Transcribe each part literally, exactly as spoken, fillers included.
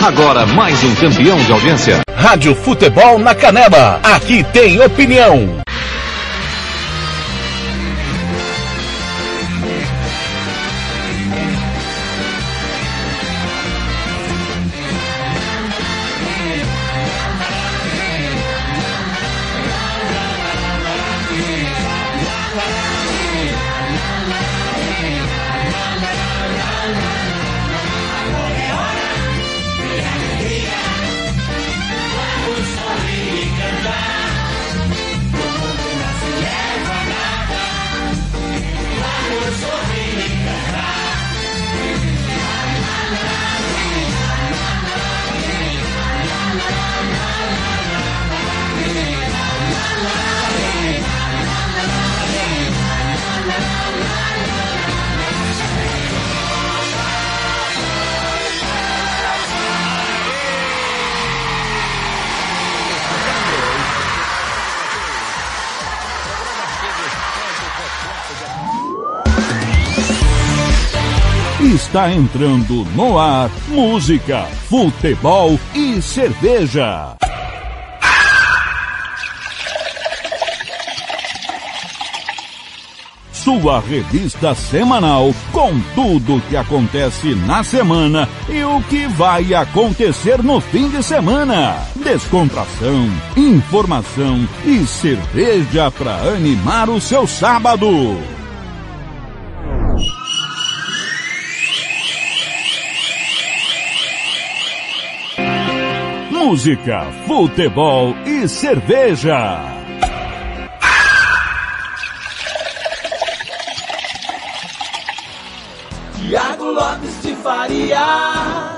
Agora mais um campeão de audiência. Rádio Futebol na Canela. Aqui tem opinião. Está entrando no ar música, futebol e cerveja. Sua revista semanal com tudo o que acontece na semana e o que vai acontecer no fim de semana. Descontração, informação e cerveja para animar o seu sábado. Música, futebol e cerveja. Thiago Lopes de Faria.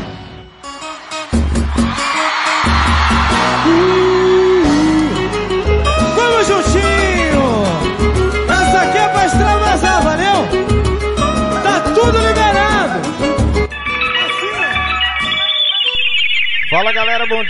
Vamos juntinho! Essa aqui é pra extravasar, valeu? Tá tudo liberado! Fala galera, bom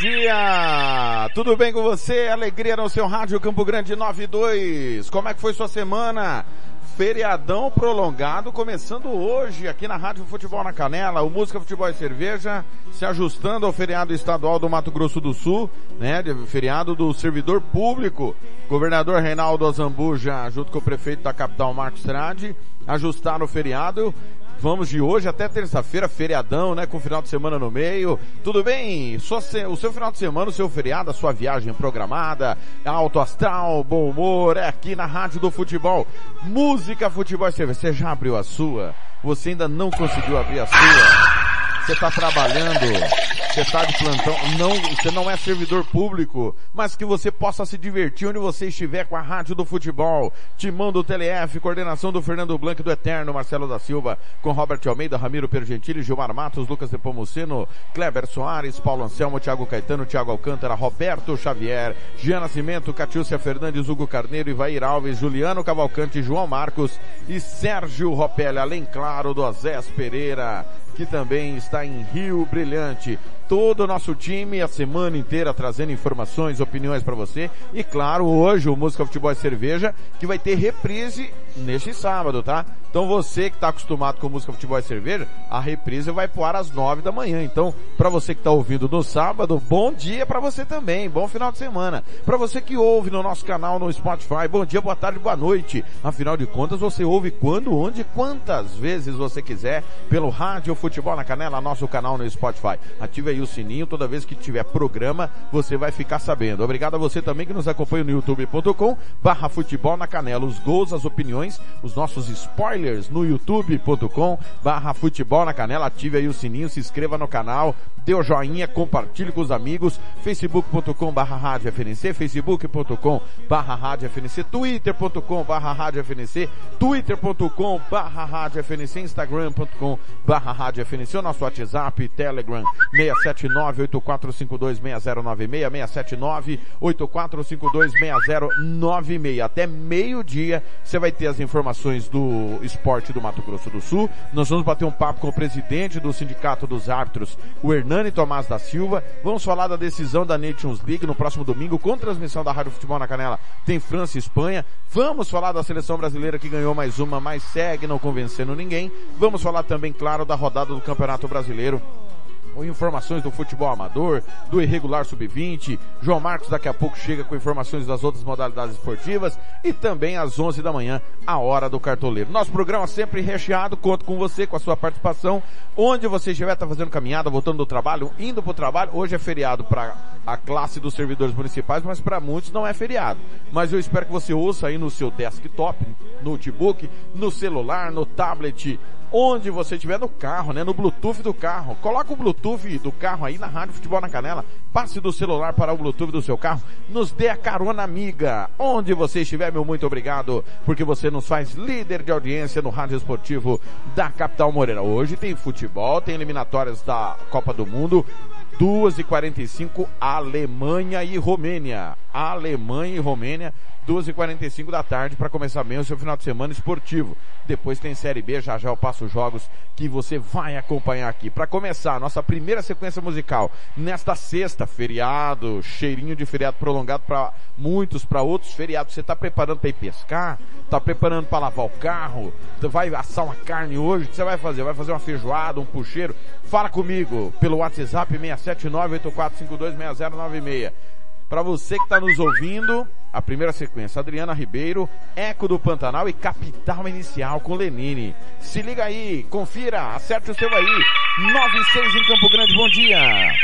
dia! Tudo bem com você? Alegria no seu rádio Campo Grande nove dois. Como é que foi sua semana? Feriadão prolongado começando hoje aqui na Rádio Futebol na Canela, o Música, Futebol e Cerveja se ajustando ao feriado estadual do Mato Grosso do Sul, né? Feriado do servidor público. Governador Reinaldo Azambuja, junto com o prefeito da capital Marcos Trade, ajustaram o feriado. Vamos de hoje até terça-feira, feriadão, né? Com final de semana no meio. Tudo bem? Só se, o seu final de semana, o seu feriado, a sua viagem programada, alto astral, bom humor, é aqui na Rádio do Futebol. Música, futebol e cerveja. Você já abriu a sua? Você ainda não conseguiu abrir a sua? Você está trabalhando, você está de plantão, não, você não é servidor público, mas que você possa se divertir onde você estiver com a Rádio do Futebol. Timão do T L F, coordenação do Fernando Blanc, do Eterno, Marcelo da Silva, com Robert Almeida, Ramiro Pergentili, Gilmar Matos, Lucas de Pomuceno, Kleber Soares, Paulo Anselmo, Thiago Caetano, Thiago Alcântara, Roberto Xavier, Jean Nascimento, Catiúcia Fernandes, Hugo Carneiro, Ivair Alves, Juliano Cavalcante, João Marcos e Sérgio Ropelli, além, claro, do Azés Pereira, que também está em Rio Brilhante. Todo o nosso time, a semana inteira, trazendo informações, opiniões para você. E claro, hoje o Música, Futebol e Cerveja, que vai ter reprise neste sábado, tá? Então você que está acostumado com Música, Futebol e Cerveja, a reprise vai pro ar às nove da manhã. Então, para você que está ouvindo no sábado, bom dia para você também, bom final de semana. Para você que ouve no nosso canal no Spotify, bom dia, boa tarde, boa noite. Afinal de contas, você ouve quando, onde, quantas vezes você quiser, pelo Rádio Futebol na Canela, nosso canal no Spotify. Ative aí o sininho, toda vez que tiver programa, você vai ficar sabendo. Obrigado a você também que nos acompanha no youtube ponto com barra futebol na canela. Os gols, as opiniões, os nossos spoilers no youtube ponto com barra futebol na canela. Ative aí o sininho, se inscreva no canal, dê o joinha, compartilhe com os amigos. facebook ponto com barra rádio F N C, facebook ponto com barra rádio F N C, twitter ponto com barra rádio F N C, twitter ponto com barra rádio F N C, instagram ponto com barra rádio F N C, o nosso WhatsApp, Telegram, seis sete nove oito quatro cinco dois seis zero nove seis, seis sete nove oito quatro cinco dois seis zero nove seis. Até meio-dia você vai ter as informações do esporte do Mato Grosso do Sul. Nós vamos bater um papo com o presidente do Sindicato dos Árbitros, o Hernani Tomás da Silva. Vamos falar da decisão da Nations League no próximo domingo, com transmissão da Rádio Futebol na Canela. Tem França e Espanha. Vamos falar da seleção brasileira que ganhou mais uma, mas segue não convencendo ninguém. Vamos falar também, claro, da rodada do Campeonato Brasileiro informações do futebol amador, do irregular sub vinte. João Marcos daqui a pouco chega com informações das outras modalidades esportivas e também às onze da manhã, a hora do cartoleiro. Nosso programa sempre recheado, conto com você, com a sua participação. Onde você estiver, tá fazendo caminhada, voltando do trabalho, indo pro trabalho. Hoje é feriado para a classe dos servidores municipais, mas para muitos não é feriado. Mas eu espero que você ouça aí no seu desktop, notebook, no celular, no tablet, onde você estiver, no carro, né? No Bluetooth do carro. Coloca o Bluetooth do carro aí na Rádio Futebol na Canela. Passe do celular para o Bluetooth do seu carro. Nos dê a carona amiga. Onde você estiver, meu muito obrigado, porque você nos faz líder de audiência no Rádio Esportivo da capital Moreira. Hoje tem futebol, tem eliminatórias da Copa do Mundo. duas e quarenta e cinco, Alemanha e Romênia. Alemanha e Romênia, duas e quarenta e cinco da tarde, para começar bem o seu final de semana esportivo. Depois tem Série B, já já eu passo os jogos que você vai acompanhar aqui. Para começar, nossa primeira sequência musical, nesta sexta, feriado, cheirinho de feriado prolongado para muitos, para outros feriados. Você está preparando para ir pescar? Está preparando para lavar o carro? Vai assar uma carne hoje? O que você vai fazer? Vai fazer uma feijoada, um pucheiro? Fala comigo pelo WhatsApp seis sete nove oito quatro cinco dois seis zero nove seis. Para você que está nos ouvindo, a primeira sequência, Adriana Ribeiro, Eco do Pantanal e Capital Inicial com Lenine. Se liga aí, confira, acerte o seu aí. nove e seis em Campo Grande, bom dia.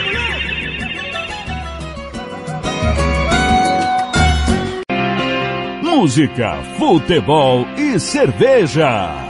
Música, futebol e cerveja.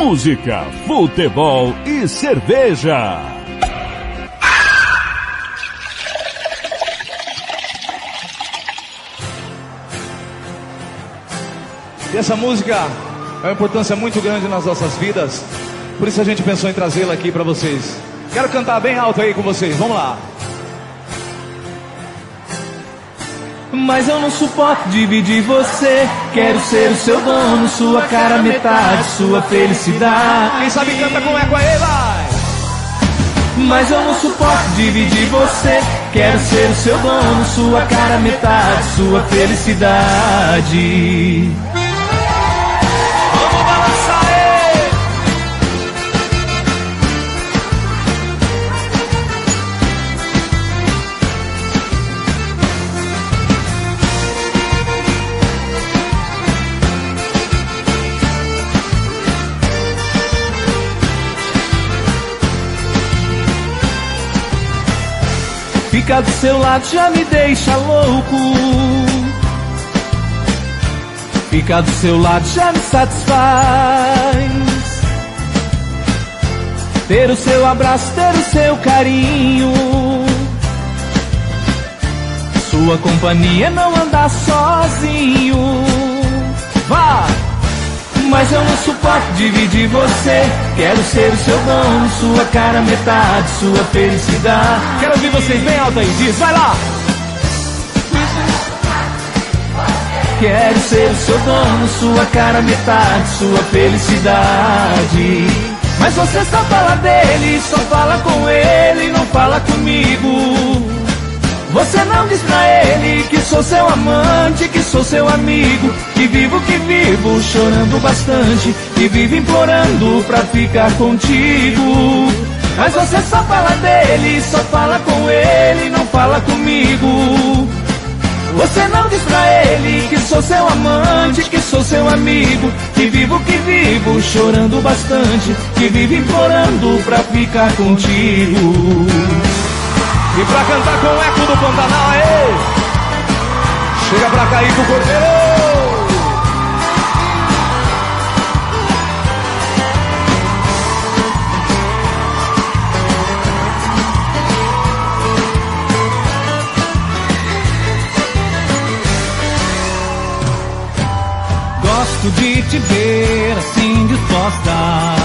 música, futebol e cerveja. E essa música é uma importância muito grande nas nossas vidas, por isso a gente pensou em trazê-la aqui pra vocês. Quero cantar bem alto aí com vocês, vamos lá. Mas eu não suporto dividir você. Quero ser o seu dono, sua cara metade, sua felicidade. Quem sabe canta com eco aí, vai! Mas eu não suporto dividir você. Quero ser o seu dono, sua cara metade, sua felicidade. Vamos balançar aí! Ficar do seu lado já me deixa louco. Ficar do seu lado já me satisfaz. Ter o seu abraço, ter o seu carinho. Sua companhia, não andar sozinho. Vá! Mas eu não suporto dividir você. Quero ser o seu dono, sua cara metade, sua felicidade. Quero ouvir vocês bem alto aí, diz, vai lá! Quero ser o seu dono, sua cara metade, sua felicidade. Mas você só fala dele, só fala com ele, não fala comigo. Você não diz pra ele que sou seu amante, que sou seu amigo, que vivo, que vivo, chorando bastante, e vivo implorando pra ficar contigo. Mas você só fala dele, só fala com ele, não fala comigo. Você não diz pra ele que sou seu amante, que sou seu amigo, que vivo, que vivo, chorando bastante, que vivo implorando pra ficar contigo. E pra cantar com o eco do Pantanal, aí! Chega pra cair com o Cordeiro! Gosto de te ver assim disposta.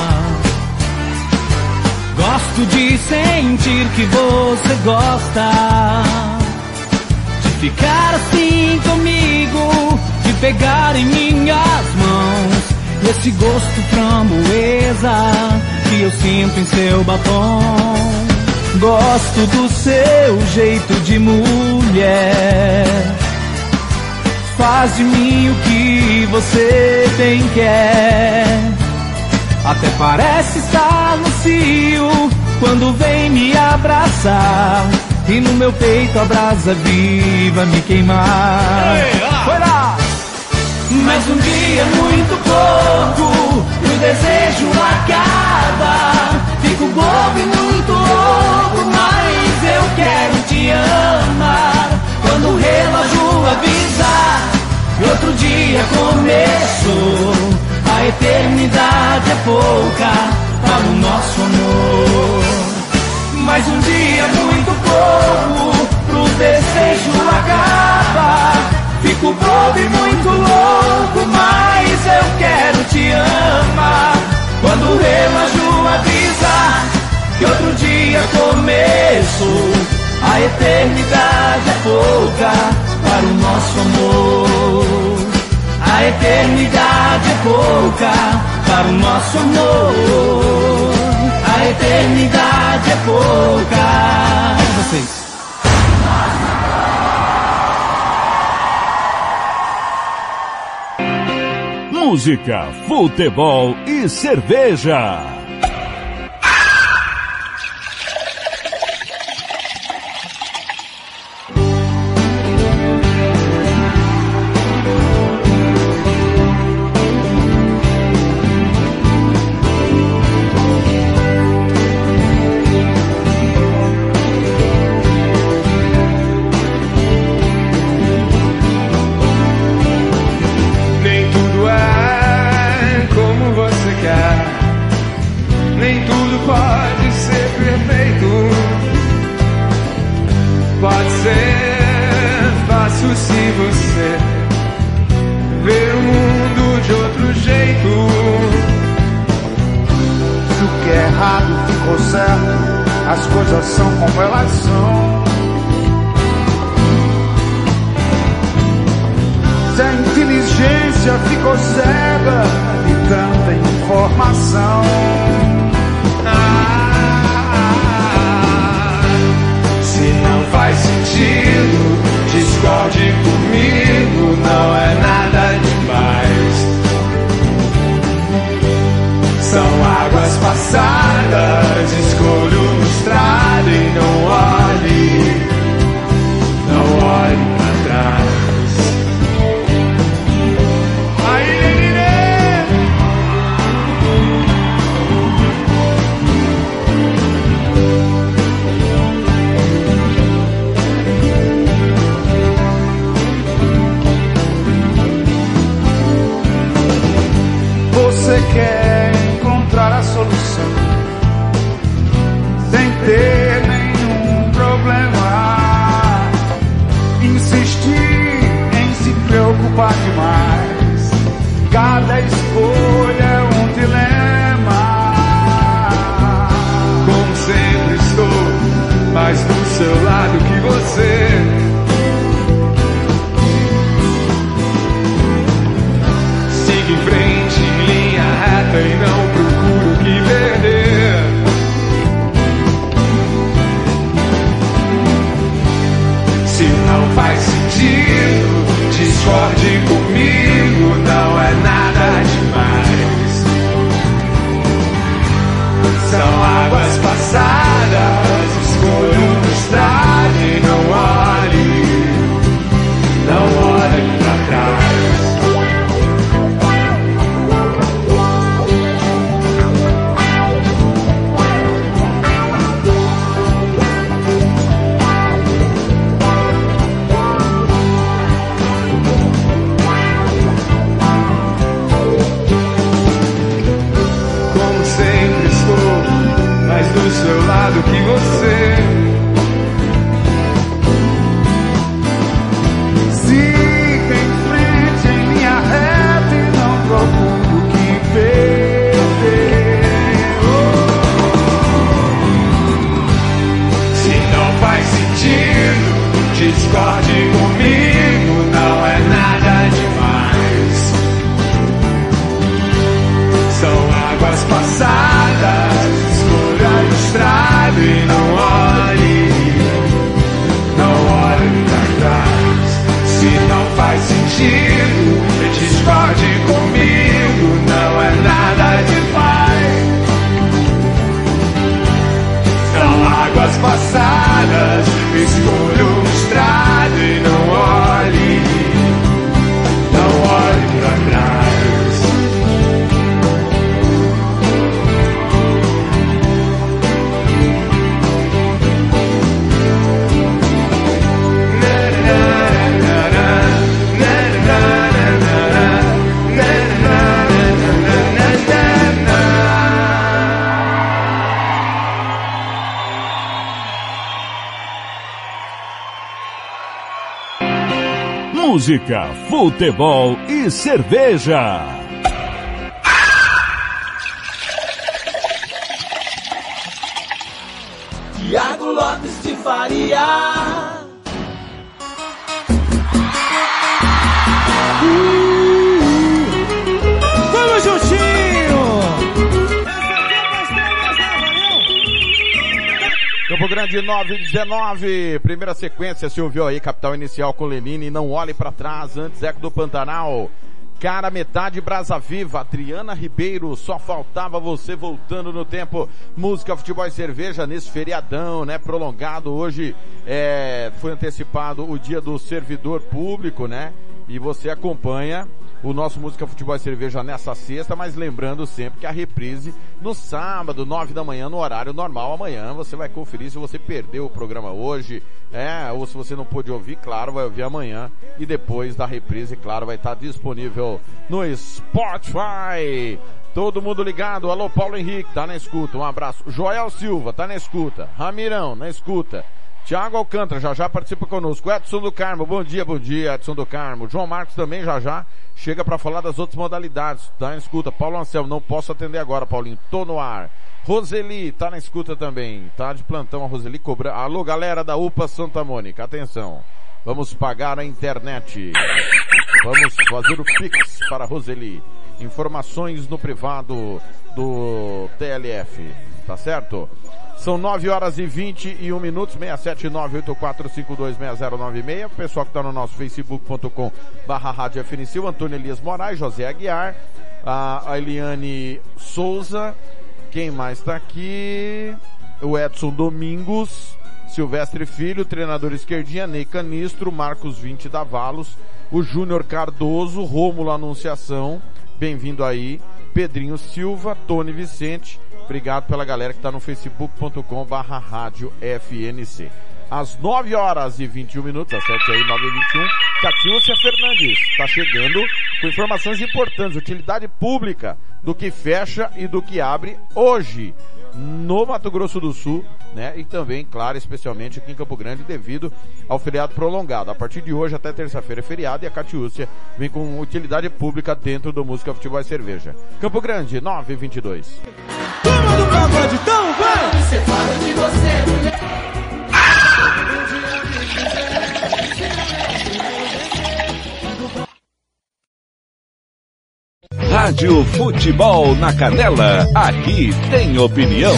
Gosto de sentir que você gosta de ficar assim comigo, de pegar em minhas mãos esse gosto framboesa que eu sinto em seu batom. Gosto do seu jeito de mulher, faz de mim o que você bem quer. Até parece estar no cio quando vem me abraçar, e no meu peito a brasa viva me queimar. Foi lá! Mas um dia muito pouco, e o desejo acaba. Fico bobo e muito louco, mas eu quero te amar. Quando o relógio avisar e outro dia começou, a eternidade é pouca para o nosso amor. Mas um dia muito pouco, pro desejo acaba. Fico bobo e muito louco, mas eu quero te amar. Quando o relógio avisar que outro dia começou, a eternidade é pouca para o nosso amor. A eternidade é pouca para o nosso amor. A eternidade é pouca. Vocês. Música, futebol e cerveja. Nem tudo é como você quer. mundo se você ver o mundo de outro jeito. Se o que é errado ficou certo, as coisas são como elas são. Se a inteligência ficou cega e tanta informação. Se não faz sentido, discorde comigo, não é nada demais. São águas passadas, escolho no estrado e não olhe, não olhe pra trás. Você quer encontrar a solução sem ter nenhum problema, insistir em se preocupar demais. Cada escolha é um dilema. Como sempre estou mais do seu lado que você. Siga em frente em linha reta e não procuro o que perder. Se não faz sentido, discorde comigo, não é nada demais. São águas passadas, escolho no estrado e não olhe, não olhe pra trás. Do seu lado que você. Siga em frente em linha reta e não procure o que perder. Se não faz sentido, discorde comigo, não é nada demais. São águas passadas, estrada e não olhe, não olhe pra trás. Se não faz sentido, discorde comigo, não é nada demais. São águas passadas, escolho uma estrada e não olhe, não olhe pra trás. Música, futebol e cerveja. Tiago Lopes de Faria. Vamos juntinho! Campo Grande nove dezenove, primeira sequência, se ouviu aí, Capital Inicial com Lenine, Não Olhe Pra Trás, antes Eco do Pantanal, Cara Metade, Brasa Viva, Adriana Ribeiro, Só Faltava Você, Voltando no Tempo, música, futebol e cerveja nesse feriadão, né, prolongado, hoje é, foi antecipado o dia do servidor público, né, e você acompanha o nosso Música, Futebol e Cerveja nessa sexta, mas lembrando sempre que a reprise no sábado, nove da manhã, no horário normal. Amanhã você vai conferir se você perdeu o programa hoje, é, ou se você não pôde ouvir, claro, vai ouvir amanhã. E depois da reprise, claro, vai estar disponível no Spotify. Todo mundo ligado. Alô, Paulo Henrique, tá na escuta. Um abraço. Joel Silva, tá na escuta. Ramirão, na escuta. Tiago Alcântara, já já participa conosco. Edson do Carmo, bom dia, bom dia, Edson do Carmo. João Marcos também, já já, chega para falar das outras modalidades, tá na escuta. Paulo Anselmo, não posso atender agora, Paulinho, tô no ar. Roseli, tá na escuta também, tá de plantão a Roseli cobrando. Alô, galera da U P A Santa Mônica, atenção, vamos pagar a internet. Vamos fazer o Pix para a Roseli. Informações no privado do T L F, tá certo? São nove horas e vinte e um minutos, seis sete nove oito quatro cinco dois seis zero nove seis. O pessoal que está no nosso facebook ponto com barra rádio F N C, o Antônio Elias Moraes, José Aguiar, a Eliane Souza, quem mais está aqui? O Edson Domingos, Silvestre Filho, treinador esquerdinha, Ney Canistro, Marcos vinte Davalos, o Júnior Cardoso, Rômulo Anunciação, bem-vindo aí, Pedrinho Silva, Tony Vicente. Obrigado pela galera que está no facebook ponto com barra rádio F N C. Às nove horas e vinte e um minutos, às sete aí, nove e vinte e um, Catiúcia Fernandes está chegando com informações importantes, utilidade pública do que fecha e do que abre hoje no Mato Grosso do Sul, né? E também, claro, especialmente aqui em Campo Grande, devido ao feriado prolongado. A partir de hoje até terça-feira é feriado e a Catiúcia vem com utilidade pública dentro do Música, Futebol e Cerveja. Campo Grande, nove e vinte e dois. Turma do pagode, então vai! Você fala de você, mulher. Rádio Futebol na Canela, aqui tem opinião.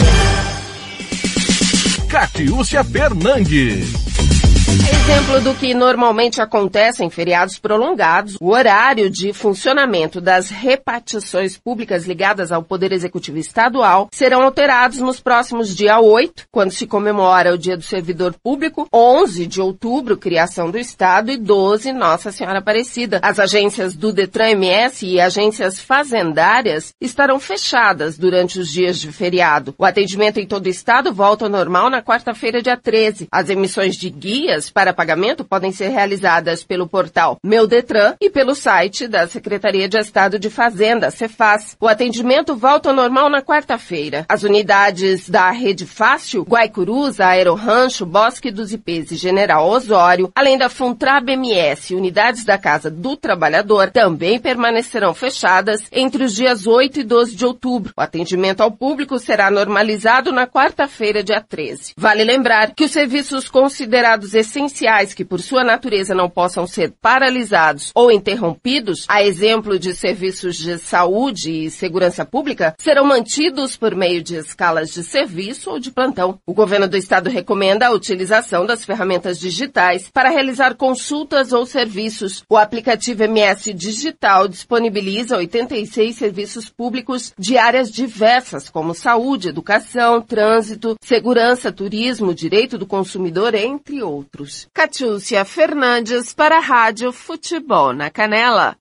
Catiúcia Fernandes. Exemplo do que normalmente acontece em feriados prolongados, o horário de funcionamento das repartições públicas ligadas ao Poder Executivo Estadual serão alterados nos próximos dia oito, quando se comemora o Dia do Servidor Público, onze de outubro, criação do Estado, e doze, Nossa Senhora Aparecida. As agências do Detran M S e agências fazendárias estarão fechadas durante os dias de feriado. O atendimento em todo o Estado volta ao normal na quarta-feira, dia treze. As emissões de guias para pagamento podem ser realizadas pelo portal Meu Detran e pelo site da Secretaria de Estado de Fazenda, Cefaz. O atendimento volta ao normal na quarta-feira. As unidades da Rede Fácil, Guaicurus, Aerorancho, Bosque dos Ipês e General Osório, além da Funtrab M S e unidades da Casa do Trabalhador, também permanecerão fechadas entre os dias oito e doze de outubro. O atendimento ao público será normalizado na quarta-feira, dia treze. Vale lembrar que os serviços considerados essenciais que por sua natureza não possam ser paralisados ou interrompidos, a exemplo de serviços de saúde e segurança pública, serão mantidos por meio de escalas de serviço ou de plantão. O governo do estado recomenda a utilização das ferramentas digitais para realizar consultas ou serviços. O aplicativo M S Digital disponibiliza oitenta e seis serviços públicos de áreas diversas, como saúde, educação, trânsito, segurança, turismo, direito do consumidor, entre outros. Catiúcia Fernandes para a Rádio Futebol na Canela.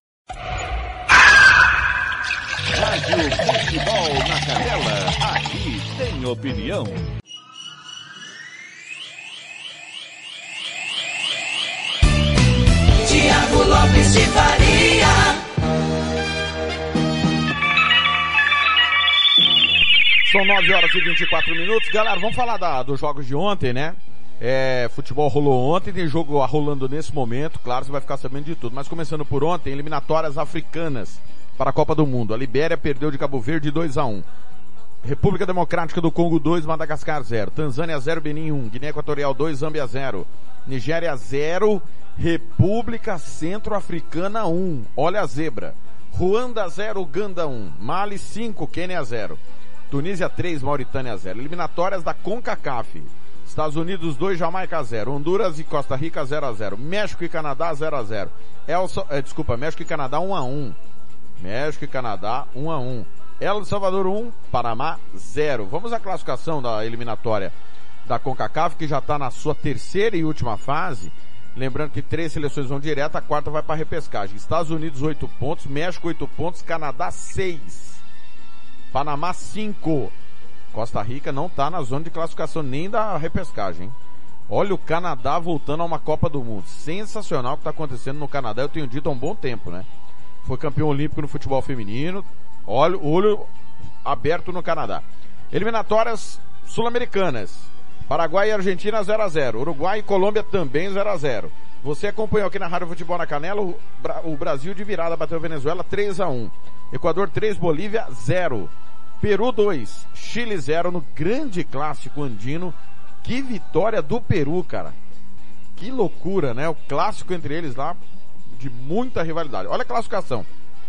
Rádio Futebol na Canela, aqui tem opinião. Tiago Lopes de Faria. São nove horas e vinte e quatro minutos. Galera, vamos falar da, dos jogos de ontem, né? É, futebol rolou ontem, tem jogo rolando nesse momento, claro, você vai ficar sabendo de tudo. Mas começando por ontem, eliminatórias africanas para a Copa do Mundo. A Libéria perdeu de Cabo Verde dois a um. República Democrática do Congo dois, Madagascar zero. Tanzânia zero, Benin um. Guiné Equatorial dois, Zâmbia zero. Nigéria zero, República Centro-Africana um. Olha a zebra. Ruanda zero, Uganda um. Mali cinco, Quênia zero. Tunísia três, Mauritânia zero. Eliminatórias da CONCACAF. Estados Unidos dois, Jamaica zero. Honduras e Costa Rica zero a zero. México e Canadá zero a zero. El, eh, desculpa, México e Canadá um a um. México e Canadá um a um. El Salvador um, Panamá zero. Vamos à classificação da eliminatória da CONCACAF, que já está na sua terceira e última fase. Lembrando que três seleções vão direto, a quarta vai para a repescagem. Estados Unidos oito pontos, México oito pontos, Canadá seis. Panamá cinco. Costa Rica não está na zona de classificação nem da repescagem, hein? Olha o Canadá voltando a uma Copa do Mundo. Sensacional o que está acontecendo no Canadá, eu tenho dito há um bom tempo, né? Foi campeão olímpico no futebol feminino. Olha, olho aberto no Canadá. Eliminatórias sul-americanas. Paraguai e Argentina zero a zero. Uruguai e Colômbia também zero a zero. Você acompanhou aqui na Rádio Futebol na Canela, o, Bra- o Brasil de virada bateu a Venezuela três a um. Equador três, Bolívia zero. Peru dois, Chile zero no grande clássico andino. Que vitória do Peru, cara. Que loucura, né? O clássico entre eles lá, de muita rivalidade. Olha a classificação.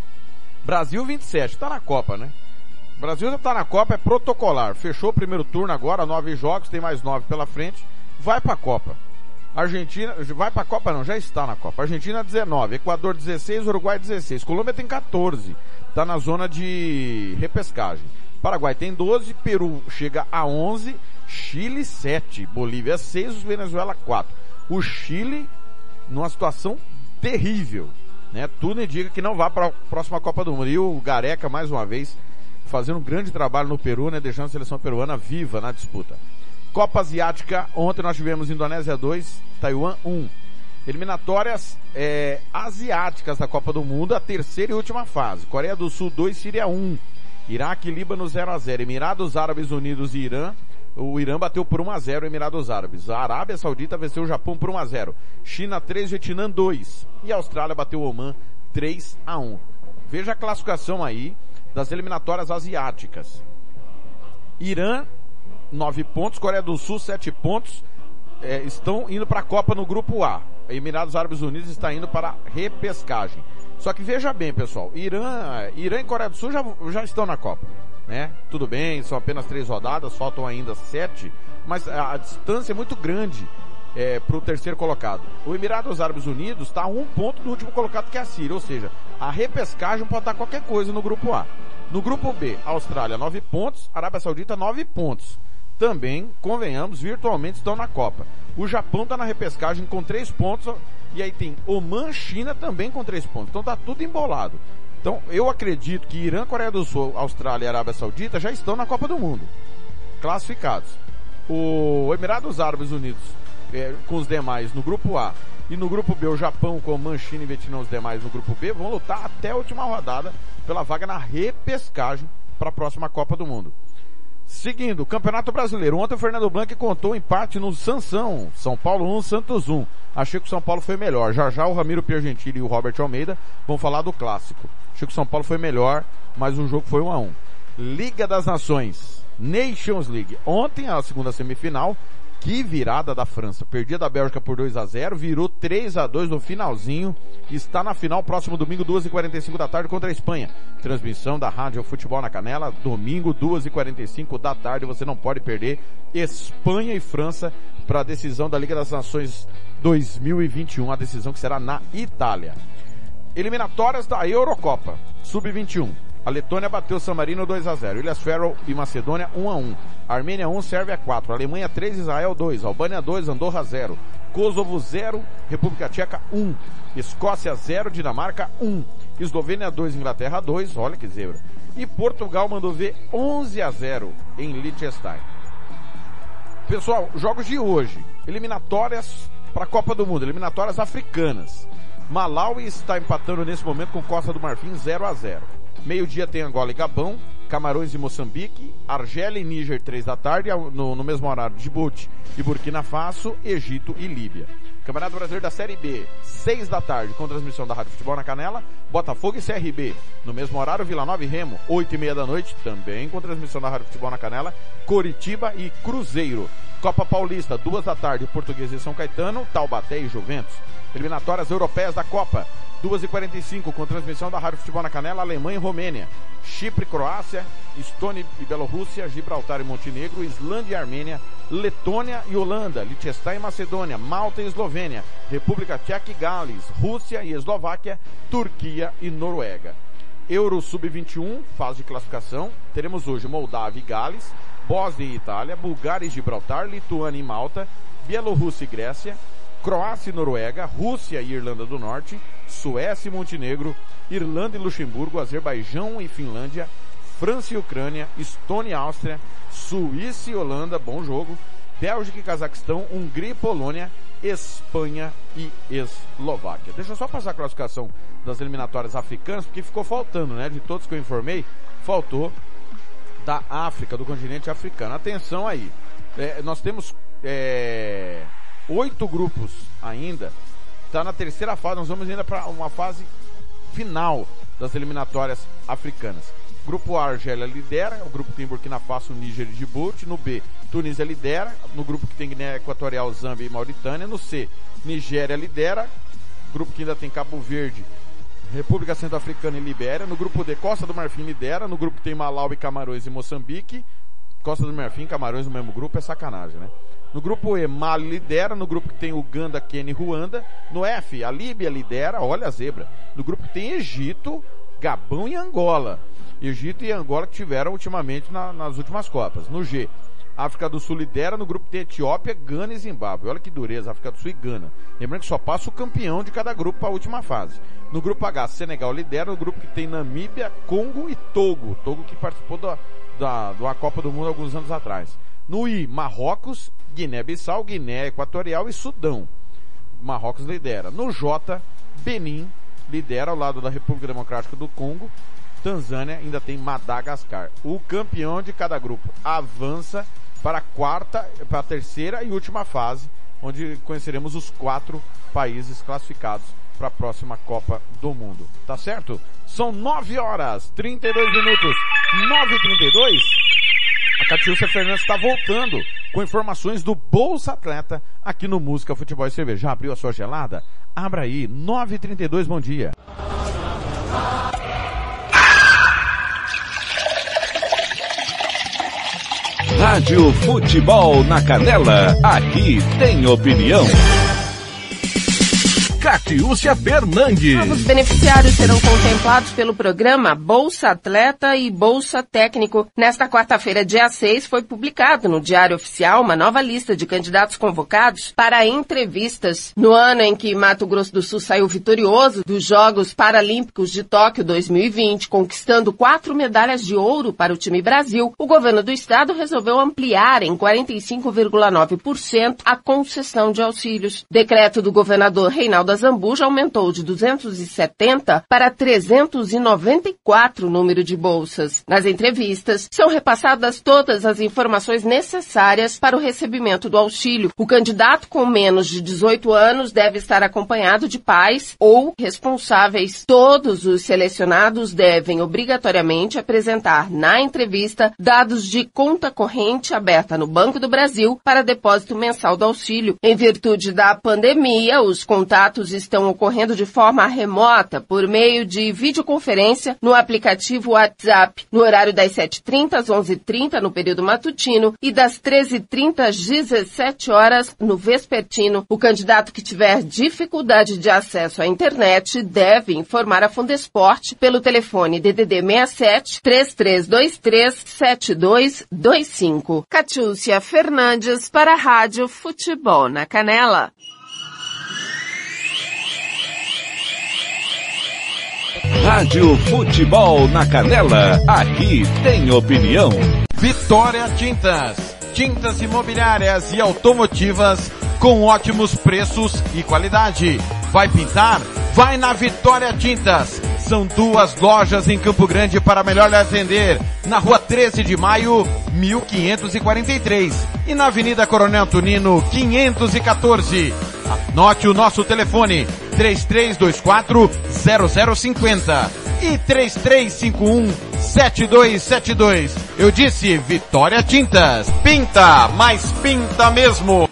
Brasil vinte e sete, tá na Copa, né? O Brasil já tá na Copa, é protocolar. Fechou o primeiro turno agora, nove jogos, tem mais nove pela frente. Vai pra Copa. Argentina, vai pra Copa não, já está na Copa. Argentina dezenove, Equador dezesseis, Uruguai dezesseis. Colômbia tem quatorze, tá na zona de repescagem. Paraguai tem doze, Peru chega a onze, Chile sete, Bolívia seis, Venezuela quatro. O Chile numa situação terrível, né? Tudo indica que não vai para a próxima Copa do Mundo. E o Gareca, mais uma vez, fazendo um grande trabalho no Peru, né? Deixando a seleção peruana viva na disputa. Copa Asiática, ontem nós tivemos Indonésia dois, Taiwan um. Eliminatórias é, asiáticas da Copa do Mundo, a terceira e última fase. Coreia do Sul dois, Síria um. Iraque e Líbano zero a zero. Emirados Árabes Unidos e Irã. O Irã bateu por um a zero Emirados Árabes. A Arábia Saudita venceu o Japão por um a zero. China três, Vietnã dois. E a Austrália bateu o Oman três a um. Veja a classificação aí das eliminatórias asiáticas. Irã, nove pontos. Coreia do Sul, sete pontos. É, estão indo para a Copa no grupo A. Emirados Árabes Unidos está indo para a repescagem. Só que veja bem, pessoal. Irã, Irã e Coreia do Sul já, já estão na Copa. Né? Tudo bem, são apenas três rodadas, faltam ainda sete, mas a, a distância é muito grande é, para o terceiro colocado. O Emirados Árabes Unidos está a um ponto do último colocado, que é a Síria, ou seja, a repescagem pode dar qualquer coisa no grupo A. No grupo B, Austrália nove pontos, Arábia Saudita nove pontos. Também, convenhamos, virtualmente estão na Copa. O Japão está na repescagem com três pontos, e aí tem Oman, China também com três pontos. Então tá tudo embolado. Então, eu acredito que Irã, Coreia do Sul, Austrália e Arábia Saudita já estão na Copa do Mundo, classificados. O Emirados Árabes Unidos, é, com os demais no grupo A, e no grupo B, o Japão com Oman, China e Vietnã, os demais no grupo B, vão lutar até a última rodada pela vaga na repescagem para a próxima Copa do Mundo. Seguindo, Campeonato Brasileiro. Ontem o Fernando Blanc contou um empate no Sansão. São Paulo um, Santos um. Achei que o São Paulo foi melhor. Já já o Ramiro Piergentili e o Robert Almeida vão falar do clássico. Achei que o São Paulo foi melhor, mas o jogo foi um a um. Liga das Nações, Nations League. Ontem, a segunda semifinal, que virada da França. Perdia da Bélgica por dois a zero, virou três a dois no finalzinho. Está na final, próximo domingo, duas e quarenta e cinco da tarde, contra a Espanha. Transmissão da Rádio Futebol na Canela, domingo, duas e quarenta e cinco da tarde. Você não pode perder Espanha e França para a decisão da Liga das Nações dois mil e vinte e um, a decisão que será na Itália. Eliminatórias da Eurocopa, sub vinte e um. A Letônia bateu San Marino dois a zero. Ilhas Faroe e Macedônia um a um. Armênia um, Sérvia quatro. Alemanha três, Israel dois. Albânia dois, Andorra zero. Kosovo zero, República Tcheca um. Escócia zero, Dinamarca um. Eslovênia dois, Inglaterra dois. Olha que zebra. E Portugal mandou ver onze a zero em Liechtenstein. Pessoal, jogos de hoje. Eliminatórias para a Copa do Mundo. Eliminatórias africanas. Malawi está empatando nesse momento com Costa do Marfim zero a zero. Meio-dia tem Angola e Gabão, Camarões e Moçambique, Argélia e Níger, três da tarde, no, no mesmo horário, Djibouti e Burkina Faso, Egito e Líbia. Campeonato Brasileiro da Série B, seis da tarde, com transmissão da Rádio Futebol na Canela, Botafogo e C R B. No mesmo horário, Vila Nova e Remo, oito e meia da noite, também com transmissão da Rádio Futebol na Canela, Coritiba e Cruzeiro. Copa Paulista, duas da tarde, Português e São Caetano, Taubaté e Juventus. Eliminatórias europeias da Copa, duas e quarenta e cinco, com transmissão da Rádio Futebol na Canela, Alemanha e Romênia, Chipre, Croácia, Estônia e Bielorrússia, Gibraltar e Montenegro, Islândia e Armênia, Letônia e Holanda, Liechtenstein e Macedônia, Malta e Eslovênia, República Tcheca e Gales, Rússia e Eslováquia, Turquia e Noruega. Euro sub vinte e um, fase de classificação, teremos hoje Moldávia e Gales, Bósnia e Itália, Bulgária e Gibraltar, Lituânia e Malta, Bielorrússia e Grécia, Croácia e Noruega, Rússia e Irlanda do Norte, Suécia e Montenegro, Irlanda e Luxemburgo, Azerbaijão e Finlândia, França e Ucrânia, Estônia e Áustria, Suíça e Holanda, bom jogo, Bélgica e Cazaquistão, Hungria e Polônia, Espanha e Eslováquia. Deixa eu só passar a classificação das eliminatórias africanas, porque ficou faltando, né? De todos que eu informei, faltou da África, do continente africano. Atenção aí, é, nós temos é, oito grupos ainda. Está na terceira fase, nós vamos ainda para uma fase final das eliminatórias africanas. Grupo A, Argélia lidera, o grupo que tem Burkina Faso, Níger e Djibouti. No B, Tunísia lidera, no grupo que tem Guiné Equatorial, Zâmbia e Mauritânia. No C, Nigéria lidera, grupo que ainda tem Cabo Verde, República Centro-Africana e Libéria. No grupo D, Costa do Marfim lidera, no grupo que tem Malawi, Camarões e Moçambique. Costa do Marfim e Camarões no mesmo grupo é sacanagem, né? No grupo E, Mali lidera, no grupo que tem Uganda, Quênia e Ruanda. No F, a Líbia lidera, olha a zebra. No grupo que tem Egito, Gabão e Angola. Egito e Angola que tiveram ultimamente na, nas últimas Copas. No G, África do Sul lidera, no grupo tem Etiópia, Gana e Zimbábue. Olha que dureza, África do Sul e Gana. Lembrando que só passa o campeão de cada grupo para a última fase. No grupo H, Senegal lidera, no grupo que tem Namíbia, Congo e Togo. Togo que participou da, da, da Copa do Mundo alguns anos atrás. No I, Marrocos, Guiné-Bissau, Guiné Equatorial e Sudão. Marrocos lidera. No J, Benin lidera ao lado da República Democrática do Congo. Tanzânia ainda tem Madagascar. O campeão de cada grupo avança para a quarta, para a terceira e última fase, onde conheceremos os quatro países classificados para a próxima Copa do Mundo. Tá certo? São nove horas, trinta e dois minutos. nove e trinta e dois. A Catiúcia Fernandes está voltando com informações do Bolsa Atleta aqui no Música, Futebol e Cerveja. Já abriu a sua gelada? Abra aí, nove e trinta e dois, bom dia. Rádio Futebol na Canela, aqui tem opinião. Catiúcia Fernandes. Novos beneficiários serão contemplados pelo programa Bolsa Atleta e Bolsa Técnico. Nesta quarta-feira, dia seis, foi publicado no Diário Oficial uma nova lista de candidatos convocados para entrevistas. No ano em que Mato Grosso do Sul saiu vitorioso dos Jogos Paralímpicos de Tóquio dois mil e vinte, conquistando quatro medalhas de ouro para o time Brasil, o governo do estado resolveu ampliar em quarenta e cinco vírgula nove por cento a concessão de auxílios. Decreto do governador Reinaldo Azambuja aumentou de duzentos e setenta para trezentos e noventa e quatro o número de bolsas. Nas entrevistas, são repassadas todas as informações necessárias para o recebimento do auxílio. O candidato com menos de dezoito anos deve estar acompanhado de pais ou responsáveis. Todos os selecionados devem obrigatoriamente apresentar na entrevista dados de conta corrente aberta no Banco do Brasil para depósito mensal do auxílio. Em virtude da pandemia, os contatos estão ocorrendo de forma remota por meio de videoconferência no aplicativo WhatsApp, no horário das sete e trinta às onze e trinta no período matutino e das treze e trinta às dezessete horas no vespertino. O candidato que tiver dificuldade de acesso à internet deve informar a Fundesport pelo telefone D D D sessenta e sete, três três dois três, sete dois dois cinco. Catiúcia Fernandes para a Rádio Futebol na Canela. Rádio Futebol na Canela, aqui tem opinião. Vitória Tintas, tintas imobiliárias e automotivas com ótimos preços e qualidade. Vai pintar? Vai na Vitória Tintas. São duas lojas em Campo Grande para melhor lhe atender. Na rua treze de maio, mil quinhentos e quarenta e três. E na Avenida Coronel Tunino, quinhentos e quatorze. Anote o nosso telefone, três três dois quatro, zero zero cinco zero e três três cinco um, sete dois sete dois. Eu disse Vitória Tintas. Pinta, mas pinta mesmo.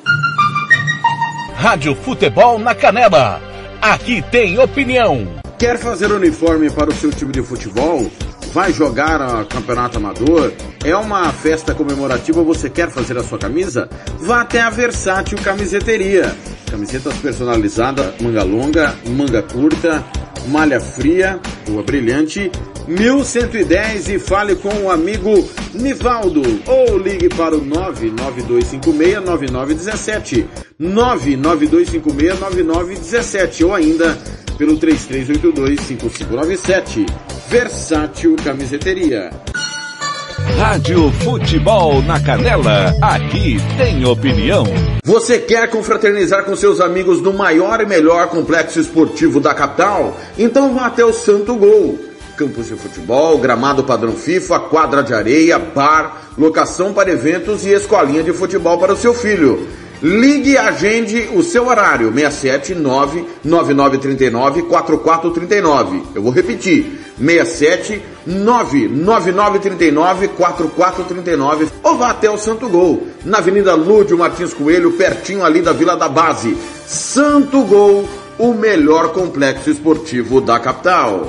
Rádio Futebol na Canela, aqui tem opinião. Quer fazer uniforme para o seu time de futebol? Vai jogar a campeonato amador? É uma festa comemorativa, você quer fazer a sua camisa? Vá até a Versátil Camiseteria. Camisetas personalizadas, manga longa, manga curta, malha fria, rua brilhante, mil cento e dez e fale com o amigo Nivaldo. Ou ligue para o nove nove dois cinco seis, nove nove um sete, nove nove dois cinco seis, nove nove um sete ou ainda pelo três três oito dois, cinco cinco nove sete. Versátil Camiseteria. Rádio Futebol na Canela, aqui tem opinião. Você quer confraternizar com seus amigos no maior e melhor complexo esportivo da capital? Então vá até o Santo Gol. campos de futebol, gramado padrão FIFA, quadra de areia, bar, locação para eventos e escolinha de futebol para o seu filho. Ligue e agende o seu horário, seis sete nove nove nove três nove quatro quatro três nove. Eu vou repetir, seis sete nove nove nove três nove quatro quatro três nove. Ou vá até o Santo Gol, na Avenida Lúdio Martins Coelho, pertinho ali da Vila da Base. Santo Gol, o melhor complexo esportivo da capital.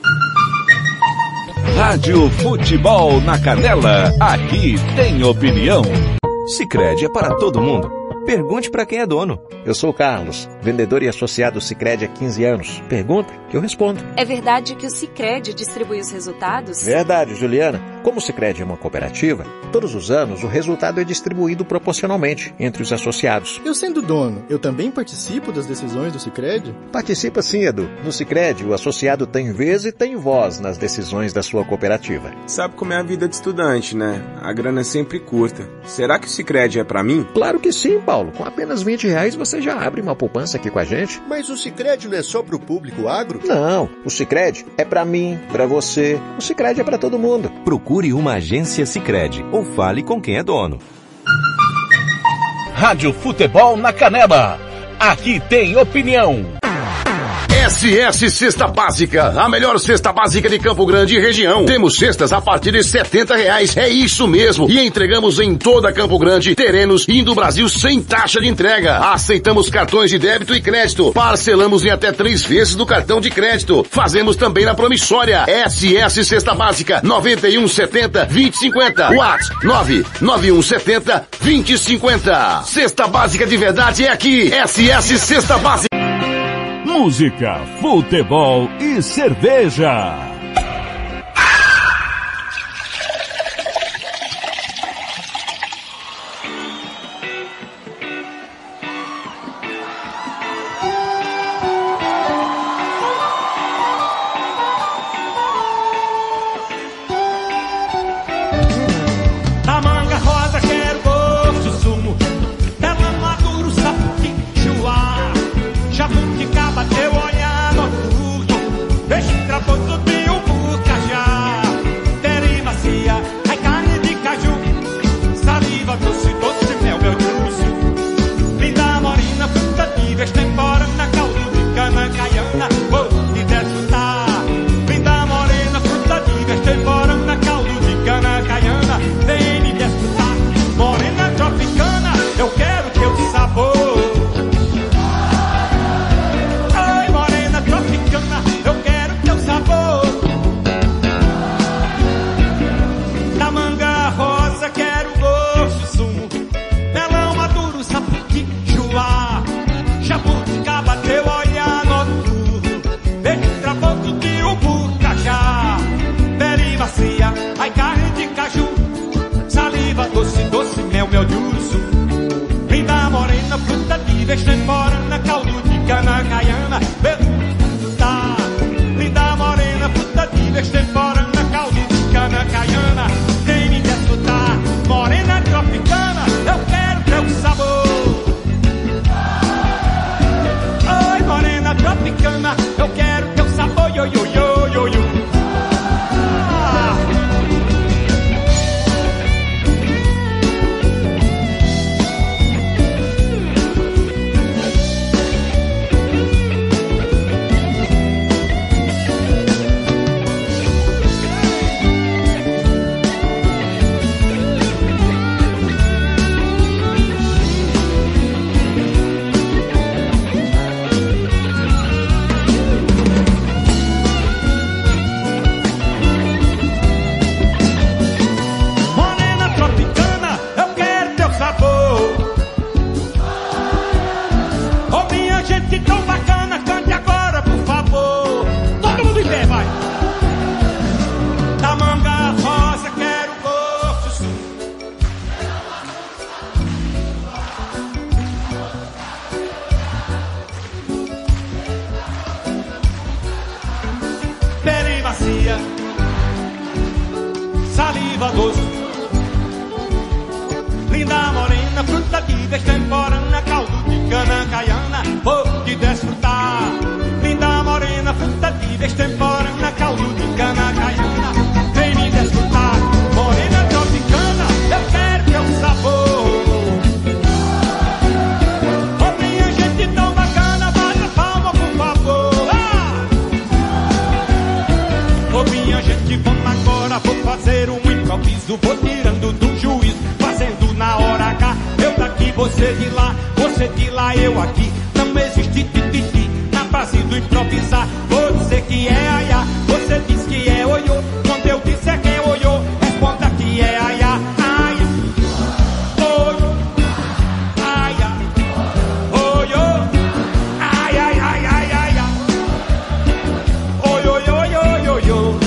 Rádio Futebol na Canela, aqui tem opinião. Sicredi é para todo mundo. Pergunte para quem é dono. Eu sou o Carlos, vendedor e associado Sicredi há quinze anos. Pergunta que eu respondo. É verdade que o Sicredi distribui os resultados? Verdade, Juliana. Como o Sicredi é uma cooperativa, todos os anos o resultado é distribuído proporcionalmente entre os associados. Eu sendo dono, eu também participo das decisões do Sicredi? Participa sim, Edu. No Sicredi, o associado tem vez e tem voz nas decisões da sua cooperativa. Sabe como é a vida de estudante, né? A grana é sempre curta. Será que o Sicredi é pra mim? Claro que sim, Paulo. Com apenas vinte reais você já abre uma poupança aqui com a gente. Mas o Sicredi não é só pro público agro? Não, o Sicredi é pra mim, pra você. O Sicredi é pra todo mundo. Procure uma agência Sicredi ou fale com quem é dono. Rádio Futebol na Canela. Aqui tem opinião. S S Cesta Básica, a melhor cesta básica de Campo Grande e região. Temos cestas a partir de setenta reais, é isso mesmo. E entregamos em toda Campo Grande, terrenos e do Brasil sem taxa de entrega. Aceitamos cartões de débito e crédito. Parcelamos em até três vezes do cartão de crédito. Fazemos também na promissória. S S Cesta Básica, nove um sete zero, dois zero cinco zero. WhatsApp, nove nove um sete zero, dois zero cinco zero. Cesta Básica de verdade é aqui. S S Cesta Básica. Música, futebol e cerveja. Da manga rosa quero gosto de sumo, dela maduro sapuquinchuá, jabuticaba teu olhar noturno, peixe traposo de ubucajá, pere macia, ai carne de caju, saliva doce, doce mel, meu juízo, linda morena, fruta de vestemora, na caldo de cana caiana, vou te desfrutar, linda morena, fruta de vestemora, na caldo de cana caiana, vem me desfrutar, morena tropicana, eu quero teu sabor. Ai, morena tropicana, eu quero teu sabor. Da manga rosa quero gosto de sumo, melão maduro, sapuquinchuá, jabuticaba teu olhar noturno, beijo traposo de ubucajá, pele macia, ai carne de caju, saliva doce, doce mel, mel de urso, linda morena, fruta de vestemora, na caldo de cana caiana, tá, linda morena, fruta de vestemora, na caldo de cana caiana, vem me desfrutar, morena tropicana, eu quero teu sabor. Ai, morena tropicana, eu quero teu sabor, yo, yo, yo, yo, yo. Ah. Morena tropicana, eu quero teu sabor. Ô minha gente tão bacana, cante agora, por favor. Todo mundo em pé, vai. Da manga rosa quero gosto. Pele macia, saliva doce, linda morena, fruta de vestemora, na caldo de cana caiana, vou te desfrutar. Linda morena, fruta de vestemora, na caldo de cana piso, vou tirando do juízo, fazendo na hora H. Eu daqui, você de lá, você de lá, eu aqui. Não existe tititi na base do improvisar. Vou dizer que é aiá, você diz que é oiô. Quando eu disser que é oiô, responda que é aiá. Aiá, oiô, aiá, oiô, ai, ai, ai, ai, ai, ai. Oiô, oiô, oiô, oiô.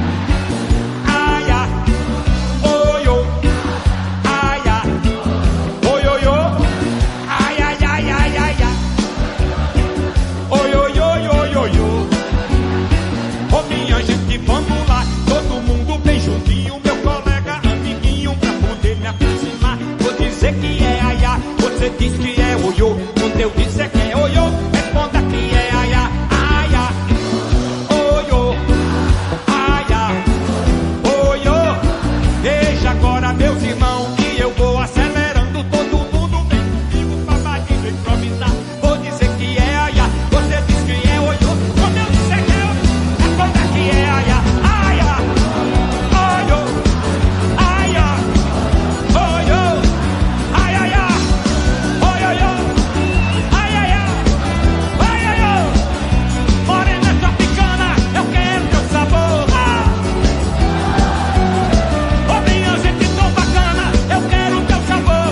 Aiá, oiô, aiá, oiô, oiô, ai, ai, ai, ai, ai, ai. Oiô, oiô, oiô, oiô. Ô minha gente, vamos lá, todo mundo bem juntinho, meu colega, amiguinho, pra poder me aproximar. Vou dizer que é aiá, você diz que é oiô. Quando eu disser que é oiô, responda que é aiá. Aiá, oiô, aiá, oiô. Deixa agora, meus irmãos, que eu vou acelerando. Todo mundo vem comigo pra batida improvisar. Vou dizer que é aiá, você diz que é oiô. Quando eu disser que é oiô, responda que é aiá. Aiá, oiô, aiá, oiô, ai, ai, ai, oi, oi, oi, ai, ai, ai, ai, ai, ai. Morena tropicana, eu quero teu sabor. Ah! Ô minha gente tão bacana, eu quero teu sabor.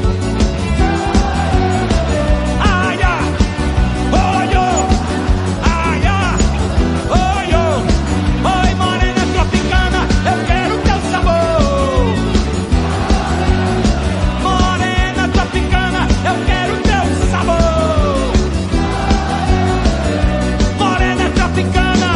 Ai, ai, oi, oi, ai, ai, oi, oi, oi, morena tropicana, eu quero teu sabor. Morena tropicana, eu quero teu sabor. Morena tropicana.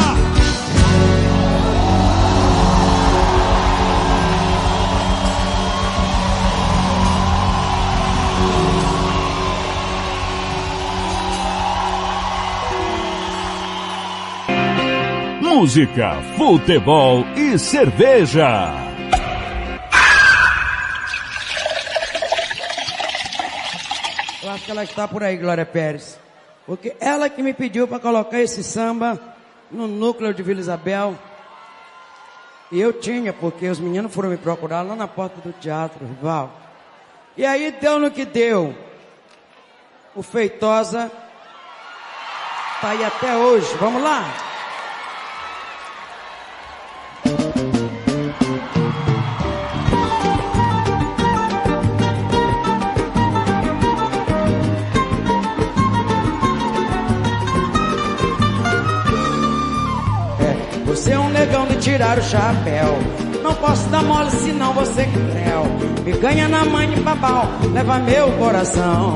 Música, futebol e cerveja. Eu acho que ela está por aí, Glória Pérez. Porque ela que me pediu para colocar esse samba no núcleo de Vila Isabel. E eu tinha, porque os meninos foram me procurar lá na porta do Teatro Rival. E aí deu no que deu. O Feitosa tá aí até hoje. Vamos lá? Você é um negão de tirar o chapéu. Não posso dar mole senão você creu. Me ganha na mãe de babau, leva meu coração.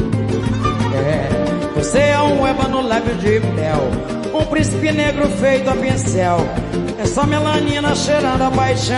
É, você é um ébano lábio de mel, um príncipe negro feito a pincel. É só melanina cheirando a paixão.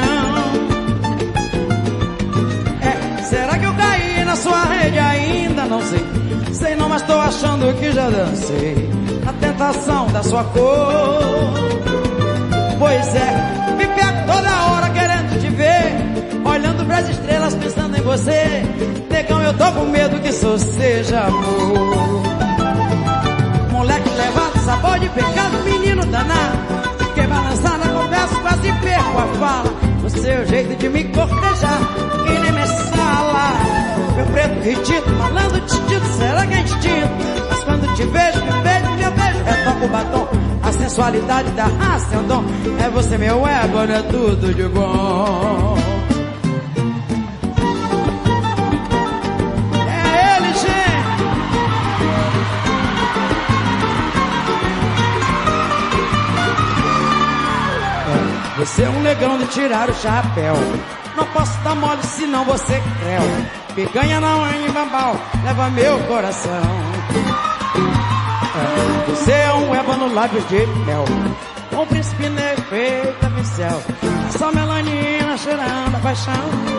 É, será que eu caí na sua rede ainda? Não sei, sei não, mas tô achando que já dancei a tentação da sua cor. Pois é, me pego toda hora querendo te ver, olhando pras estrelas pensando em você. Negão, eu tô com medo que isso seja amor. Moleque levado, sabor de pecado, menino danado. Fiquei balançada, confesso, quase perco a fala. O seu jeito de me cortejar, que nem me sala. Meu preto ritito, malandro titito, será que é instinto? Mas quando te vejo, me beijo, meu beijo, retoco o batom. A sensualidade da raça é um dom. É você meu ego, é tudo de bom. É ele, gente. É, você é um negão de tirar o chapéu. Não posso dar mole senão você creu. Picanha na mãe e bambal, leva meu coração. Você é um ébano lábios de mel, um príncipe negro feito a pincel. Só melanina cheirando a paixão.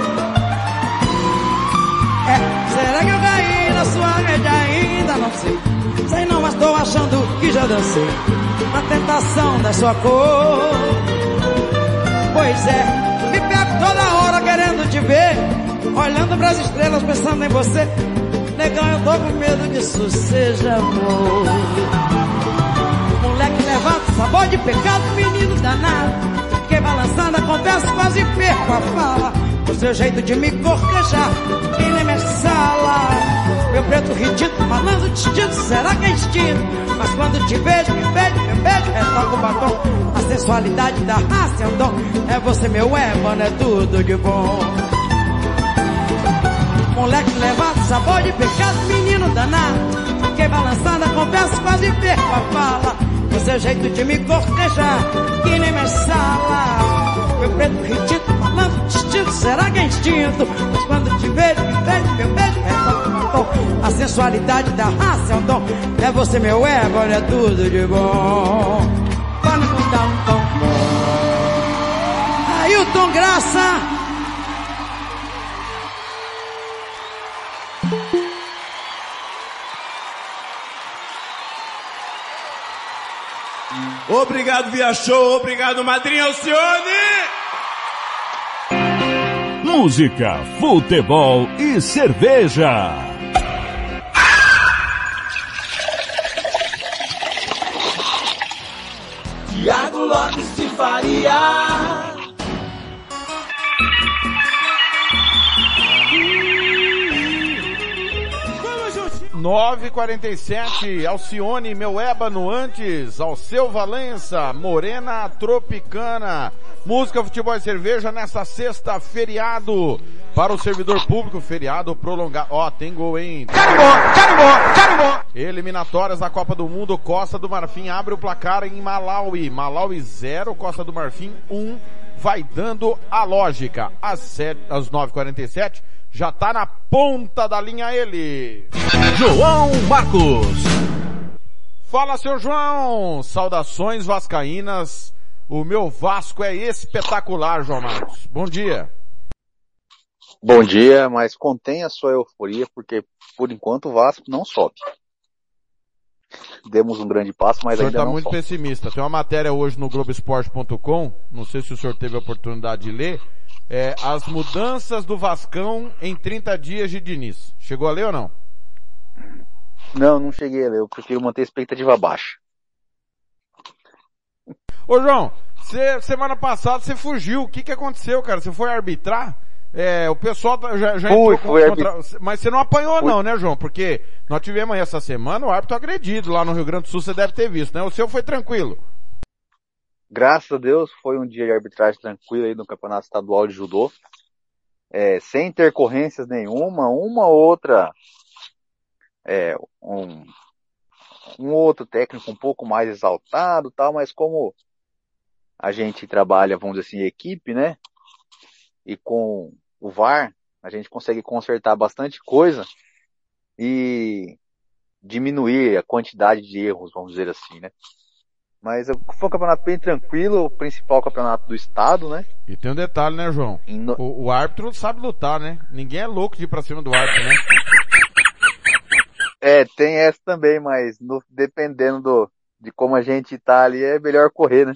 É, será que eu caí na sua rede ainda? Não sei, sei não, mas tô achando que já dancei na tentação da sua cor. Pois é, me pego toda hora querendo te ver, olhando pras estrelas pensando em você. Negão, eu tô com medo que isso seja amor. Moleque levado, sabor de pecado, menino danado. Fiquei balançando a conversa. confesso, quase perco a fala. O seu jeito de me cortejar, que nem minha sala. Meu preto ridículo, malandro distinto, será que é instinto? Mas quando te vejo, me beijo, meu beijo, retoca o batom. A sensualidade da raça é um dom. É você, meu ébano, é tudo de bom. Moleque levado, sabor de pecado, menino danado. Fiquei balançada, confesso, quase perco a fala. O seu jeito de me cortejar, que nem minha sala. Meu preto ridículo, malandro distinto, será que é instinto? Mas quando te vejo, me beijo, meu beijo, retoca o batom. A sensualidade da raça é um dom. É você, meu ébano, é tudo de bom. Para mudar um tom bom. Ailton Graça. Obrigado, Via Show. Obrigado, Madrinha Alcione. Música, futebol e cerveja. Tiago Lopes de Faria. nove e quarenta e sete, Alcione, meu ébano antes, Alceu Valença, Morena Tropicana, música, futebol e cerveja nessa sexta, feriado para o servidor público, feriado prolongado. Ó, oh, tem gol, hein? Carimbó, carimbó, carimbó. Eliminatórias da Copa do Mundo, Costa do Marfim abre o placar em Malawi, Malawi zero, Costa do Marfim um, vai dando a lógica. Às, sete, às nove e quarenta e sete, já tá na ponta da linha ele. João Marcos. Fala, seu João. Saudações vascaínas. O meu Vasco é espetacular, João Marcos. Bom dia. Bom dia, mas contenha a sua euforia, porque por enquanto o Vasco não sobe. Demos um grande passo, mas ainda tá não sobe. O senhor está muito pessimista. Tem uma matéria hoje no Globo Esporte ponto com, não sei se o senhor teve a oportunidade de ler, é, as mudanças do Vascão em trinta dias de Diniz. Chegou a ler ou não? Não, não cheguei a ler. Eu prefiro manter a expectativa baixa. Ô João, cê, semana passada você fugiu. O que que aconteceu, cara? Você foi arbitrar? É, o pessoal já, já fui, entrou fui contra... arbit... Mas você não apanhou fui. não, né, João? Porque nós tivemos aí essa semana o árbitro agredido lá no Rio Grande do Sul, você deve ter visto, né? O seu foi tranquilo. Graças a Deus foi um dia de arbitragem tranquilo aí no Campeonato Estadual de Judô. É, sem intercorrências nenhuma, uma outra, é, um, um outro técnico um pouco mais exaltado, tal, mas como a gente trabalha, vamos dizer assim, em equipe, né? E com o V A R, a gente consegue consertar bastante coisa e diminuir a quantidade de erros, vamos dizer assim, né? Mas foi um campeonato bem tranquilo, o principal campeonato do estado, né? E tem um detalhe, né, João? No... O, o árbitro sabe lutar, né? Ninguém é louco de ir pra cima do árbitro, né? É, tem essa também, mas no, dependendo do, de como a gente tá ali, é melhor correr, né?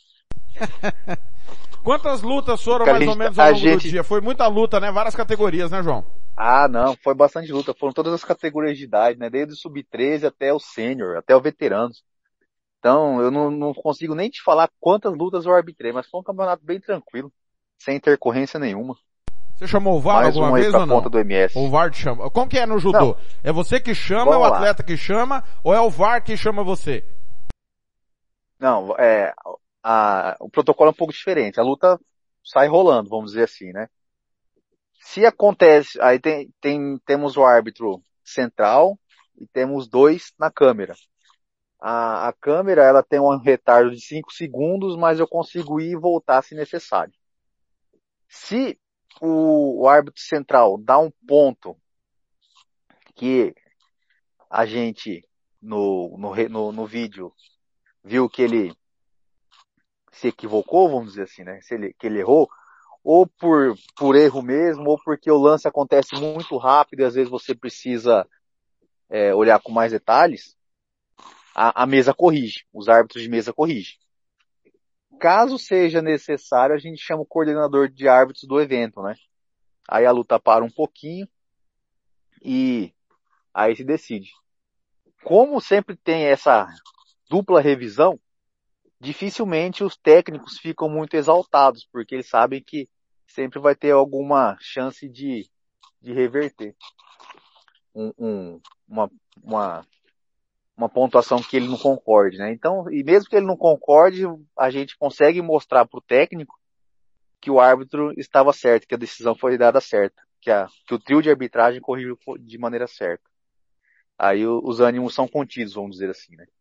Quantas lutas foram mais gente, ou menos ao longo gente... do dia? Foi muita luta, né? Várias categorias, né, João? Ah, não, foi bastante luta. Foram todas as categorias de idade, né? Desde o sub treze até o sênior, até o veteranos. Então, eu não, não consigo nem te falar quantas lutas eu arbitrei, mas foi um campeonato bem tranquilo, sem intercorrência nenhuma. Você chamou o V A R Mais alguma um vez ou não? Do M S. O V A R te chama. Como que é no judô? Não. É você que chama, Vamos é o atleta lá. que chama, ou é o V A R que chama você? Não, é, a, o protocolo é um pouco diferente. A luta sai rolando, vamos dizer assim, né? Se acontece, aí tem, tem, temos o árbitro central e temos dois na câmera. A, a câmera, ela tem um retardo de cinco segundos, mas eu consigo ir e voltar se necessário. Se o, o árbitro central dá um ponto que a gente, no, no, no, no vídeo, viu que ele se equivocou, vamos dizer assim, né? Se ele, que ele errou, ou por, por erro mesmo, ou porque o lance acontece muito rápido e às vezes você precisa é, olhar com mais detalhes, A, a mesa corrige, os árbitros de mesa corrigem. Caso seja necessário, a gente chama o coordenador de árbitros do evento, né? Aí a luta para um pouquinho e aí se decide. Como sempre tem essa dupla revisão, dificilmente os técnicos ficam muito exaltados, porque eles sabem que sempre vai ter alguma chance de, de reverter um, um, uma, uma, uma pontuação que ele não concorde, né? Então, e mesmo que ele não concorde, a gente consegue mostrar para o técnico que o árbitro estava certo, que a decisão foi dada certa, que, a, que o trio de arbitragem corrigiu de maneira certa. Aí o, os ânimos são contidos, vamos dizer assim, né?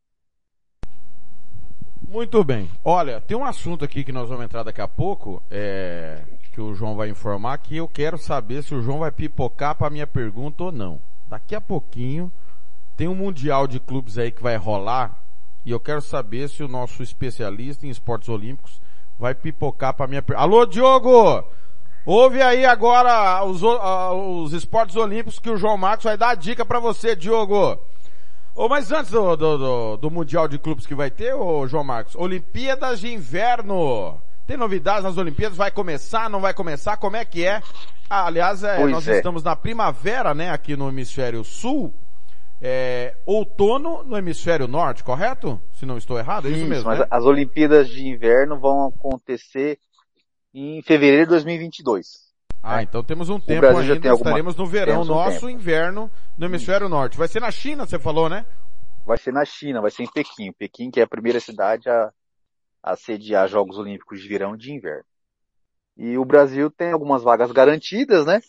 Muito bem. Olha, tem um assunto aqui que nós vamos entrar daqui a pouco, é, que o João vai informar, que eu quero saber se o João vai pipocar para minha pergunta ou não. Daqui a pouquinho tem um Mundial de Clubes aí que vai rolar e eu quero saber se o nosso especialista em esportes olímpicos vai pipocar para minha pergunta. Alô, Diogo! Ouve aí agora os, uh, os esportes olímpicos que o João Marcos vai dar a dica para você, Diogo. Oh, mas antes do, do, do, do Mundial de Clubes que vai ter, ô João Marcos, Olimpíadas de Inverno. Tem novidades nas Olimpíadas? Vai começar, não vai começar? Como é que é? Ah, aliás, é, nós é. estamos na primavera, né, aqui no hemisfério sul. É, outono no hemisfério norte, correto? Se não estou errado, é isso, isso mesmo, mas né? As Olimpíadas de Inverno vão acontecer em fevereiro de dois mil e vinte e dois. Ah, né? então temos um tempo ainda, tem alguma... estaremos no verão temos um nosso, tempo. inverno no hemisfério Isso. norte. Vai ser na China, você falou, né? Vai ser na China, vai ser em Pequim. Pequim, que é a primeira cidade a, a sediar Jogos Olímpicos de Verão e de Inverno. E o Brasil tem algumas vagas garantidas, né?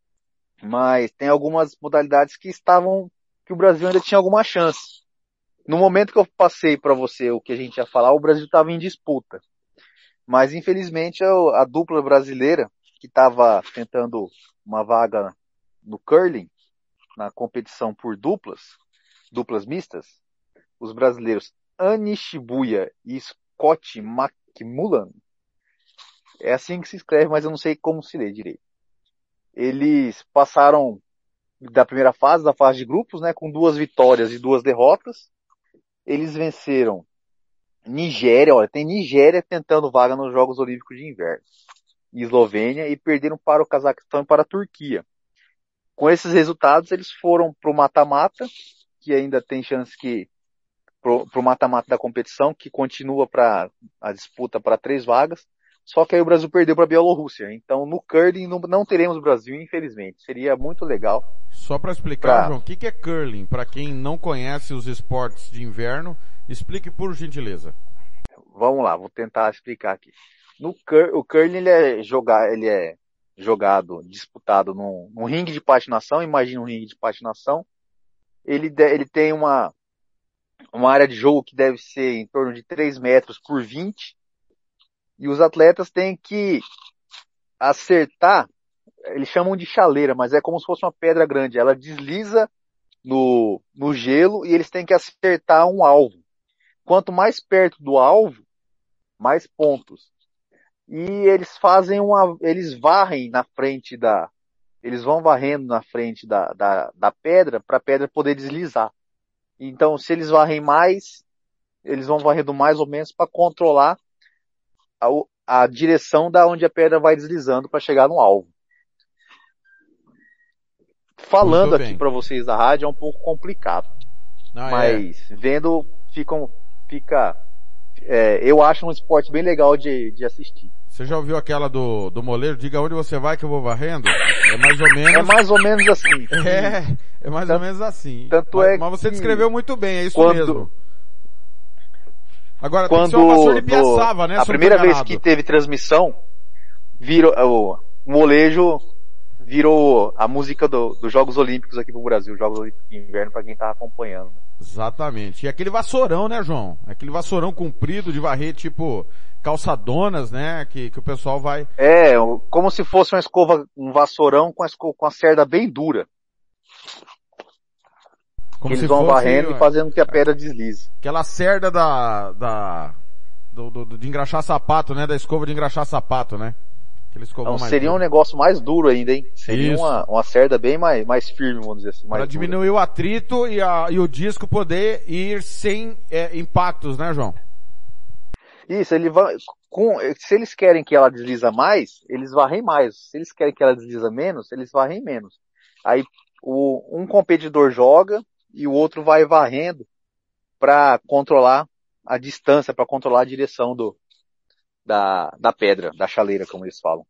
Mas tem algumas modalidades que estavam, que o Brasil ainda tinha alguma chance. No momento que eu passei para você o que a gente ia falar, o Brasil estava em disputa. Mas infelizmente a, a dupla brasileira, que estava tentando uma vaga no curling, na competição por duplas, duplas mistas, os brasileiros Annie Shibuya e Scott McMullan, é assim que se escreve, mas eu não sei como se lê direito. Eles passaram da primeira fase, da fase de grupos, né, com duas vitórias e duas derrotas. Eles venceram Nigéria, olha, tem Nigéria tentando vaga nos Jogos Olímpicos de Inverno, e Eslovênia, e perderam para o Cazaquistão e para a Turquia. Com esses resultados, eles foram para o mata-mata, que ainda tem chance que para o mata-mata da competição, que continua para a disputa para três vagas, só que aí o Brasil perdeu para a Bielorrússia. Então, no curling não, não teremos Brasil, infelizmente. Seria muito legal. Só para explicar, pra... João, o que, que é curling? Para quem não conhece os esportes de inverno, explique por gentileza. Vamos lá, vou tentar explicar aqui. No cur, o curling ele é, jogar, ele é jogado, disputado num, num ringue de patinação. Imagina um ringue de patinação. Ele, de, ele tem uma, uma área de jogo que deve ser em torno de três metros por vinte. E os atletas têm que acertar, eles chamam de chaleira, mas é como se fosse uma pedra grande. Ela desliza no, no gelo e eles têm que acertar um alvo. Quanto mais perto do alvo, mais pontos. E eles fazem uma, eles varrem na frente da, eles vão varrendo na frente da, da, da pedra para a pedra poder deslizar. Então, se eles varrem mais, eles vão varrendo mais ou menos para controlar a, a direção da onde a pedra vai deslizando para chegar no alvo. Falando aqui para vocês da rádio é um pouco complicado, ah, mas é. vendo ficam, fica, é, eu acho um esporte bem legal de, de assistir. Você já ouviu aquela do, do moleiro? Diga onde você vai que eu vou varrendo? É mais ou menos... É mais ou menos assim. É, é mais tanto, ou menos assim. Tanto mas, é mas você descreveu muito bem, é isso quando, mesmo. Agora, quando tem que ser uma vassoura de Piaçava, né? A primeira vez que teve transmissão, virou, o molejo virou a música do, dos Jogos Olímpicos aqui pro Brasil, Jogos Olímpicos de Inverno, para quem tá acompanhando. Exatamente. E aquele vassourão, né, João? Aquele vassourão comprido de varrer, tipo, calçadonas, né, que, que o pessoal vai... É, como se fosse uma escova, um vassourão com a, escova, com a cerda bem dura. Como eles vão fosse, varrendo e fazendo que a pedra deslize. Aquela cerda da, da, do, do, de engraxar sapato, né, da escova de engraxar sapato, né? Não, seria duro. Um negócio mais duro ainda, hein? Seria uma, uma cerda bem mais, mais firme, vamos dizer assim. Para diminuir dura. O atrito e, a, e o disco poder ir sem é, impactos, né, João? Isso, ele vai, com, se eles querem que ela desliza mais, eles varrem mais. Se eles querem que ela desliza menos, eles varrem menos. Aí o, um competidor joga e o outro vai varrendo para controlar a distância para controlar a direção do, da, da pedra, da chaleira, como eles falam.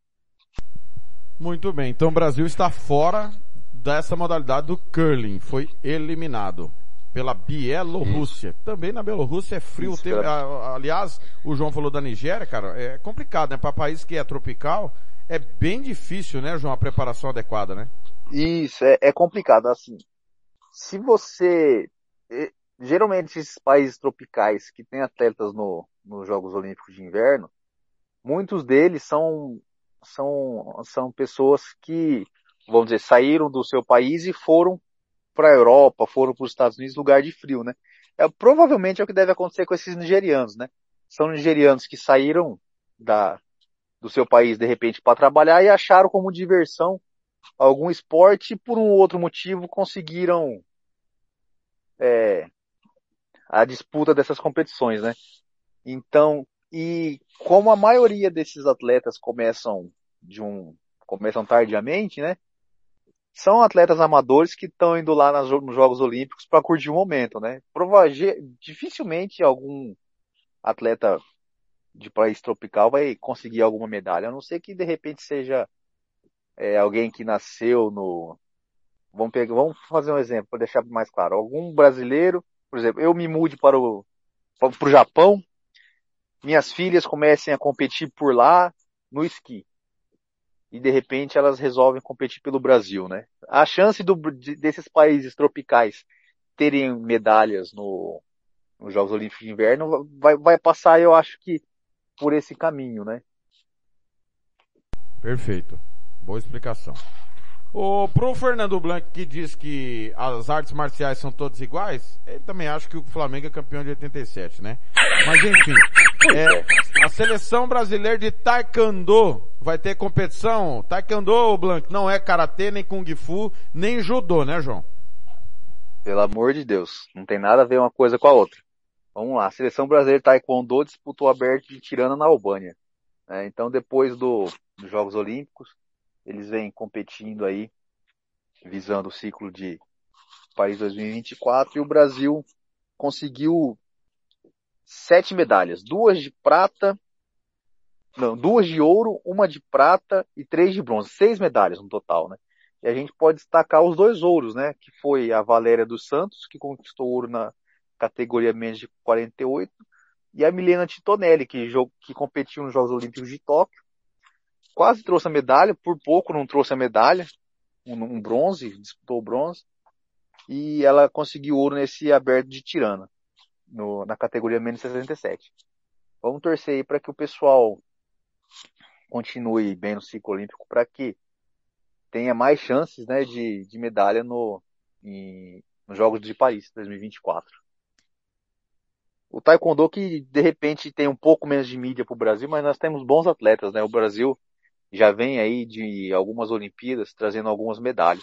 Muito bem, então o Brasil está fora dessa modalidade do curling, foi eliminado pela Bielorrússia. Hum. Também na Bielorrússia é frio. Isso, tem, a, aliás, o João falou da Nigéria, cara, é complicado, né? Para país que é tropical, é bem difícil, né, João, a preparação adequada, né? Isso, é, é complicado, assim. Se você... Geralmente esses países tropicais que têm atletas no, nos Jogos Olímpicos de Inverno, muitos deles são, são, são pessoas que, vamos dizer, saíram do seu país e foram para a Europa, foram para os Estados Unidos, lugar de frio, né? É, provavelmente é o que deve acontecer com esses nigerianos, né? São nigerianos que saíram da, do seu país, de repente, para trabalhar e acharam como diversão algum esporte e por um outro motivo conseguiram é, a disputa dessas competições, né? Então, e como a maioria desses atletas começam de um, começam tardiamente, né? São atletas amadores que estão indo lá nas, nos Jogos Olímpicos para curtir o momento, né? Provavelmente, dificilmente algum atleta de país tropical vai conseguir alguma medalha, a não ser que de repente seja é, alguém que nasceu no... Vamos, pegar, vamos fazer um exemplo para deixar mais claro. Algum brasileiro, por exemplo, eu me mude para o, para o Japão, minhas filhas comecem a competir por lá no esqui. E de repente elas resolvem competir pelo Brasil, né? A chance do, de, desses países tropicais terem medalhas no, nos Jogos Olímpicos de Inverno vai, vai passar, eu acho que, por esse caminho, né? Perfeito. Boa explicação. O, pro Fernando Blanc, que diz que as artes marciais são todas iguais, ele também acha que o Flamengo é campeão de oitenta e sete, né? Mas enfim, é, a seleção brasileira de taekwondo vai ter competição. Taekwondo, Blanc, não é karatê, nem kung fu, nem judô, né, João? Pelo amor de Deus, não tem nada a ver uma coisa com a outra. Vamos lá, a seleção brasileira de taekwondo disputou o aberto de Tirana na Albânia. É, então, depois do, dos Jogos Olímpicos, eles vêm competindo aí, visando o ciclo de Paris dois mil e vinte e quatro, e o Brasil conseguiu sete medalhas, duas de prata, não, duas de ouro, uma de prata e três de bronze, seis medalhas no total, né? E a gente pode destacar os dois ouros, né? Que foi a Valéria dos Santos, que conquistou ouro na categoria menos de quarenta e oito, e a Milena Titonelli, que, que competiu nos Jogos Olímpicos de Tóquio, quase trouxe a medalha, por pouco não trouxe a medalha, um, um bronze, disputou o bronze, e ela conseguiu ouro nesse aberto de Tirana, no, na categoria menos sessenta e sete. Vamos torcer aí para que o pessoal continue bem no ciclo olímpico, para que tenha mais chances, né, de, de medalha no, em, nos Jogos de Paris dois mil e vinte e quatro. O taekwondo que de repente tem um pouco menos de mídia para o Brasil, mas nós temos bons atletas, né? O Brasil já vem aí de algumas Olimpíadas trazendo algumas medalhas.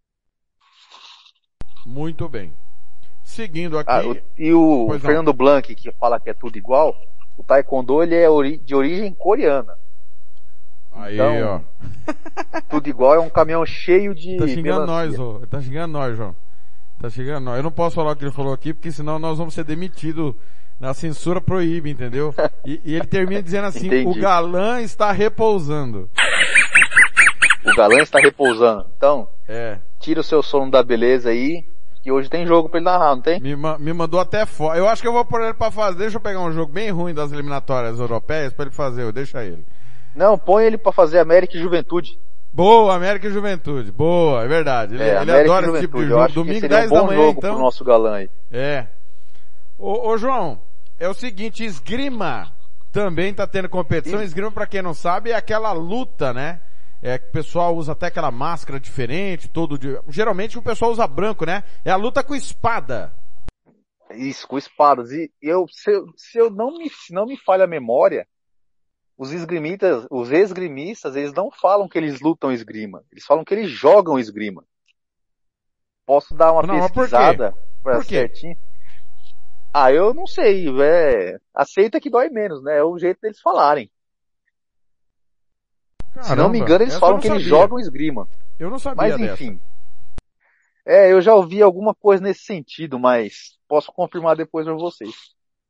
Muito bem. Seguindo aqui... Ah, o, e o pois Fernando não. Blanc, que fala que é tudo igual, o taekwondo ele é ori- de origem coreana. Aí, então, ó. Tudo igual é um caminhão cheio de... Tá xingando nós, ó. Tá xingando nós, João. Tá chegando, não. Eu não posso falar o que ele falou aqui, porque senão nós vamos ser demitidos. Na censura proíbe, entendeu? E, e ele termina dizendo assim, Entendi. O galã está repousando. O galã está repousando. Então, é. Tira o seu sono da beleza aí, que hoje tem jogo pra ele narrar, não tem? Me, me mandou até fora. Eu acho que eu vou pôr ele pra fazer. Deixa eu pegar um jogo bem ruim das eliminatórias europeias pra ele fazer. Deixa ele. Não, põe ele pra fazer América e Juventude. Boa, América e Juventude. Boa, é verdade. Ele, é, ele adora esse tipo de jogo. Domingo, dez da manhã, então. Pro nosso galã aí. É. Ô, ô, João, é o seguinte, esgrima também tá tendo competição. Sim. Esgrima, pra quem não sabe, é aquela luta, né? É que o pessoal usa até aquela máscara diferente, todo de... Geralmente o pessoal usa branco, né? É a luta com espada. Isso, com espadas. E eu, se eu, se eu não me, se não me falha a memória, os esgrimistas, os esgrimistas, eles não falam que eles lutam esgrima. Eles falam que eles jogam esgrima. Posso dar uma não, pesquisada pra certinho? Ah, eu não sei, é... aceita que dói menos, né? É o jeito deles falarem. Caramba, se não me engano, eles falam que eles jogam esgrima. Eu não sabia. Mas enfim. Dessa. É, eu já ouvi alguma coisa nesse sentido, mas posso confirmar depois pra vocês.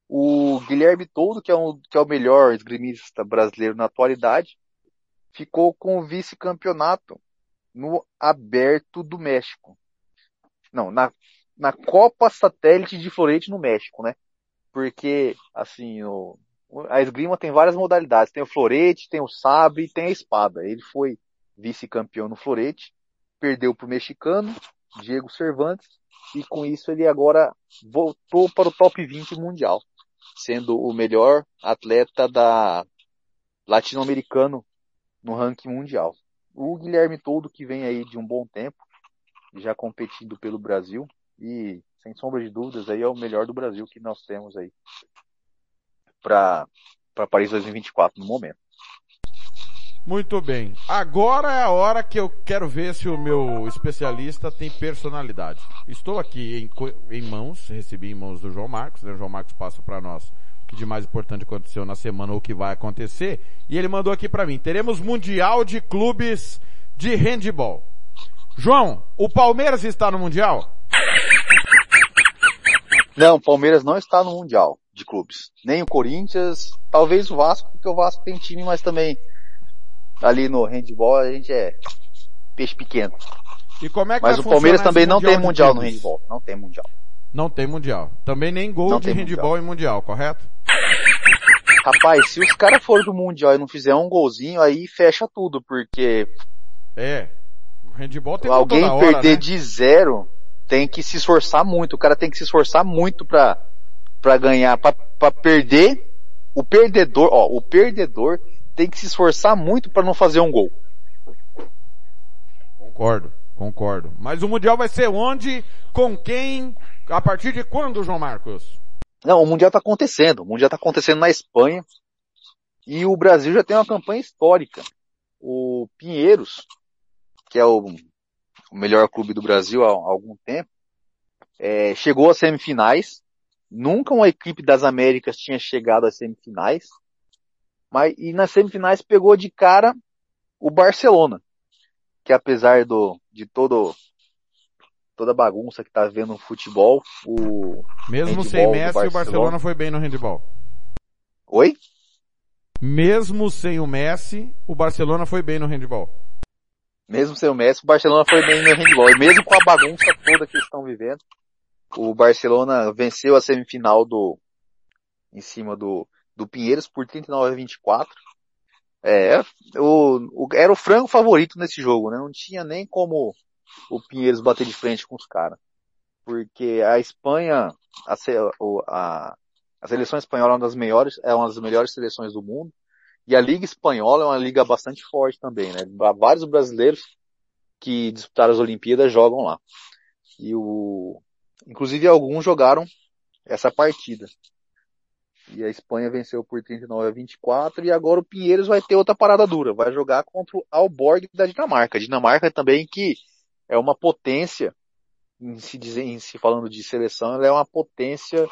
O Guilherme Toldo, que é, um, que é o melhor esgrimista brasileiro na atualidade, ficou com o vice-campeonato no Aberto do México. Não, na, na Copa Satélite de Florete no México, né? Porque, assim, o, a esgrima tem várias modalidades. Tem o florete, tem o sabre e tem a espada. Ele foi vice-campeão no florete, perdeu pro mexicano, Diego Cervantes, e com isso ele agora voltou para o top vinte mundial, sendo o melhor atleta da latino-americano no ranking mundial. O Guilherme Toldo, que vem aí de um bom tempo, já competindo pelo Brasil, e sem sombra de dúvidas aí é o melhor do Brasil que nós temos aí para para Paris dois mil e vinte e quatro no momento. Muito bem. Agora é a hora que eu quero ver se o meu especialista tem personalidade. Estou aqui em, em mãos, recebi em mãos do João Marcos, né? O João Marcos passa para nós o que de mais importante aconteceu na semana ou o que vai acontecer, e ele mandou aqui para mim: teremos Mundial de Clubes de Handebol. João, o Palmeiras está no Mundial? Não, o Palmeiras não está no Mundial de Clubes. Nem o Corinthians, talvez o Vasco, porque o Vasco tem time, mas também ali no handball a gente é peixe pequeno. E como é que Mas vai o Palmeiras também não tem de mundial no clubes? handball. Não tem mundial. Não tem mundial. Também nem gol Não de tem handball mundial. em mundial, correto? Rapaz, se os caras forem pro mundial e não fizer um golzinho, aí fecha tudo, porque É. O handball tem alguém toda hora, perder né? de zero tem que se esforçar muito. O cara tem que se esforçar muito pra, pra ganhar, pra, pra perder. O perdedor, ó, o perdedor tem que se esforçar muito pra não fazer um gol. Concordo, concordo. Mas o mundial vai ser onde, com quem, a partir de quando, João Marcos? Não, o mundial tá acontecendo. O mundial tá acontecendo na Espanha. E o Brasil já tem uma campanha histórica. O Pinheiros, que é o, o melhor clube do Brasil há, há algum tempo, é, chegou às semifinais. Nunca uma equipe das Américas tinha chegado às semifinais. Mas, e nas semifinais pegou de cara o Barcelona, que apesar do, de todo, toda a bagunça que tá vendo no futebol, o Mesmo handball sem do Messi, o Barcelona foi bem no handball. Oi? Mesmo sem o Messi, o Barcelona foi bem no handball. Mesmo sem o Messi, o Barcelona foi bem no handball. E mesmo com a bagunça toda que eles estão vivendo, o Barcelona venceu a semifinal do, em cima do, do Pinheiros por trinta e nove a vinte e quatro. É, o, o, era o frango favorito nesse jogo, né? Não tinha nem como o Pinheiros bater de frente com os caras. Porque a Espanha, a, a, a seleção espanhola é uma das melhores, é uma das melhores seleções do mundo. E a Liga Espanhola é uma liga bastante forte também, né? Vários brasileiros que disputaram as Olimpíadas jogam lá. E o, inclusive alguns jogaram essa partida. E a Espanha venceu por trinta e nove a vinte e quatro, e agora o Pinheiros vai ter outra parada dura. Vai jogar contra o Aalborg da Dinamarca. A Dinamarca também, que é uma potência, em se, dizer, em se falando de seleção, ela é uma potência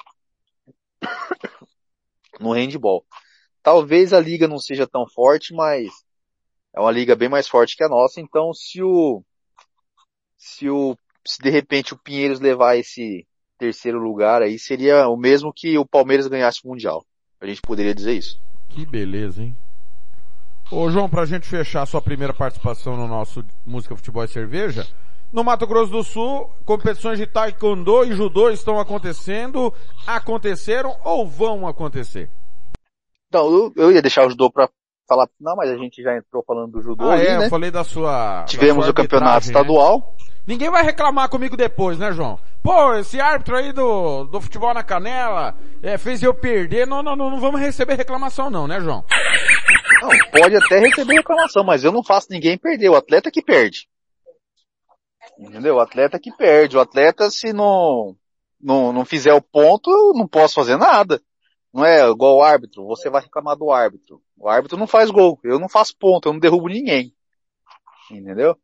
no handball. Talvez a liga não seja tão forte, mas é uma liga bem mais forte que a nossa. Então, se o, se o, se de repente o Pinheiros levar esse terceiro lugar aí, seria o mesmo que o Palmeiras ganhasse o Mundial. A gente poderia dizer isso. Que beleza, hein? Ô João, pra gente fechar a sua primeira participação no nosso Música, Futebol e Cerveja, no Mato Grosso do Sul, competições de taekwondo e judô estão acontecendo, aconteceram ou vão acontecer? Então, eu, eu ia deixar o judô pra falar, não, mas a gente já entrou falando do judô ah, ali, é, né? eu falei da sua... Tivemos da sua o campeonato estadual. Né? Ninguém vai reclamar comigo depois, né, João? Pô, esse árbitro aí do, do futebol na canela, é, fez eu perder, não, não, não, não vamos receber reclamação não, né, João? Não, pode até receber reclamação, mas eu não faço ninguém perder, o atleta que perde. Entendeu? O atleta que perde, o atleta se não, não, não fizer o ponto, eu não posso fazer nada. Não é igual o árbitro, você vai reclamar do árbitro. O árbitro não faz gol, eu não faço ponto, eu não derrubo ninguém. Entendeu?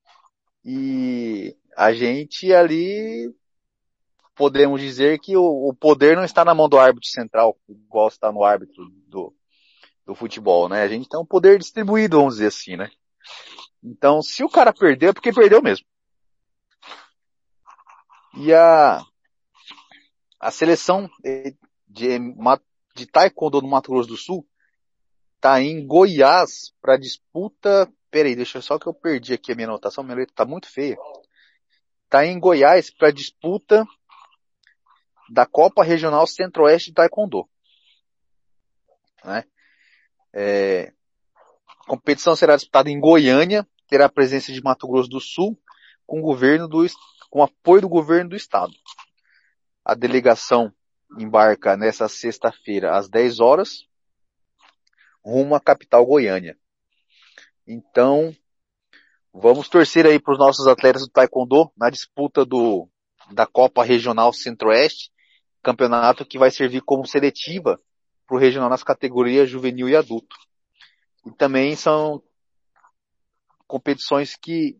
E a gente ali, podemos dizer que o, o poder não está na mão do árbitro central, igual está no árbitro do, do futebol, né? A gente tem um poder distribuído, vamos dizer assim, né? Então, se o cara perdeu, é porque perdeu mesmo. E a, a seleção de, de Taekwondo no Mato Grosso do Sul tá em Goiás para disputa. Peraí, deixa só que eu perdi aqui a minha anotação, minha letra tá muito feia. Tá em Goiás para disputa da Copa Regional Centro-Oeste de Taekwondo. Né? É, a competição será disputada em Goiânia, terá a presença de Mato Grosso do Sul, com, o governo do, com apoio do governo do estado. A delegação embarca nessa sexta-feira às dez horas, rumo à capital Goiânia. Então, vamos torcer aí para os nossos atletas do Taekwondo na disputa do, da Copa Regional Centro-Oeste, campeonato que vai servir como seletiva para o regional nas categorias juvenil e adulto. E também são competições que,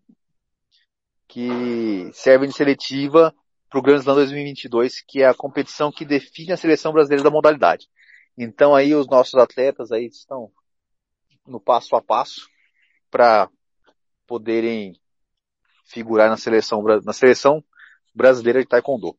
que servem de seletiva para o Grand Slam dois mil e vinte e dois, que é a competição que define a seleção brasileira da modalidade. Então aí os nossos atletas aí estão no passo a passo para poderem figurar na seleção, na seleção brasileira de Taekwondo.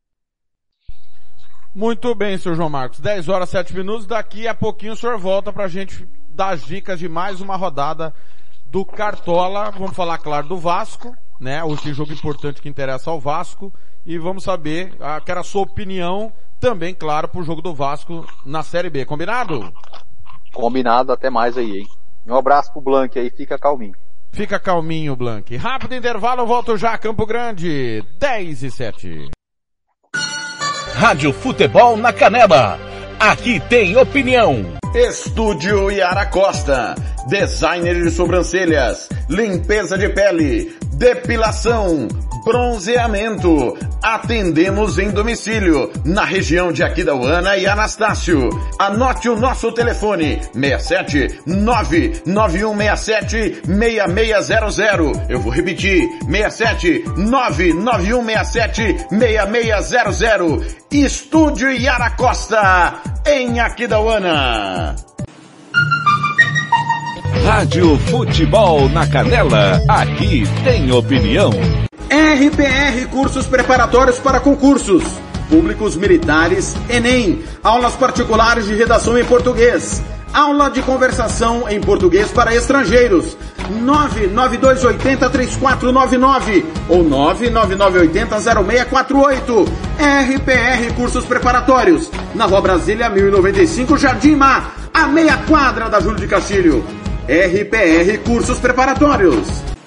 Muito bem, senhor João Marcos. dez horas, sete minutos. Daqui a pouquinho o senhor volta pra gente dar as dicas de mais uma rodada do Cartola. Vamos falar, claro, do Vasco, né? Esse jogo importante que interessa ao Vasco. E vamos saber, ah, quero a sua opinião também, claro, pro jogo do Vasco na Série B. Combinado? Combinado, até mais aí, hein? Um abraço pro Blank aí, fica calminho. Fica calminho, Blank. Rápido intervalo, eu volto já, Campo Grande, dez e sete. Rádio Futebol na Canela. Aqui tem opinião. Estúdio Yara Costa. Designer de sobrancelhas. Limpeza de pele. Depilação. Bronzeamento. Atendemos em domicílio, na região de Aquidauana e Anastácio. Anote o nosso telefone, seis sete nove nove um seis sete seis seis zero zero. Eu vou repetir, seis sete nove nove um seis sete seis seis zero zero. Estúdio Yara Costa, em Aquidauana. Rádio Futebol na Canela, aqui tem opinião. R P R Cursos Preparatórios para Concursos Públicos Militares, Enem, aulas particulares de redação em português, aula de conversação em português para estrangeiros, nove nove dois oito zero três quatro nove nove ou nove nove nove oito zero zero seis quatro oito. R P R Cursos Preparatórios, na Rua Brasília mil e noventa e cinco, Jardim Mar, a meia quadra da Júlio de Castilho. R P R Cursos Preparatórios.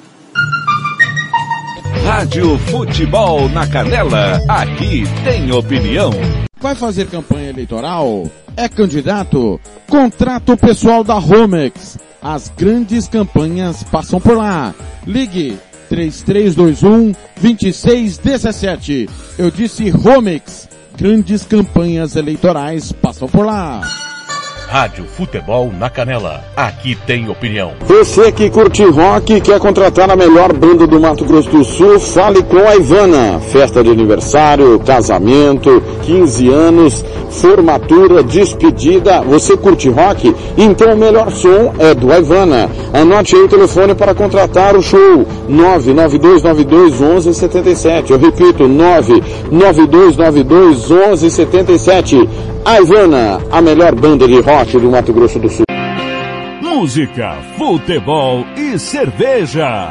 Rádio Futebol na Canela, aqui tem opinião. Vai fazer campanha eleitoral? É candidato? Contrata o pessoal da Romex. As grandes campanhas passam por lá. Ligue três três dois um, dois seis um sete. Eu disse Romex. Grandes campanhas eleitorais passam por lá. Rádio Futebol na Canela. Aqui tem opinião. Você que curte rock e quer contratar a melhor banda do Mato Grosso do Sul, fale com a Ivana. Festa de aniversário, casamento, quinze anos, formatura, despedida. Você curte rock? Então o melhor som é do Ivana. Anote aí o telefone para contratar o show. nove nove dois nove dois um um sete sete. Eu repito, nove nove dois nove dois um um sete sete. A Ivana, a melhor banda de rock do Mato Grosso do Sul. Música, futebol e cerveja.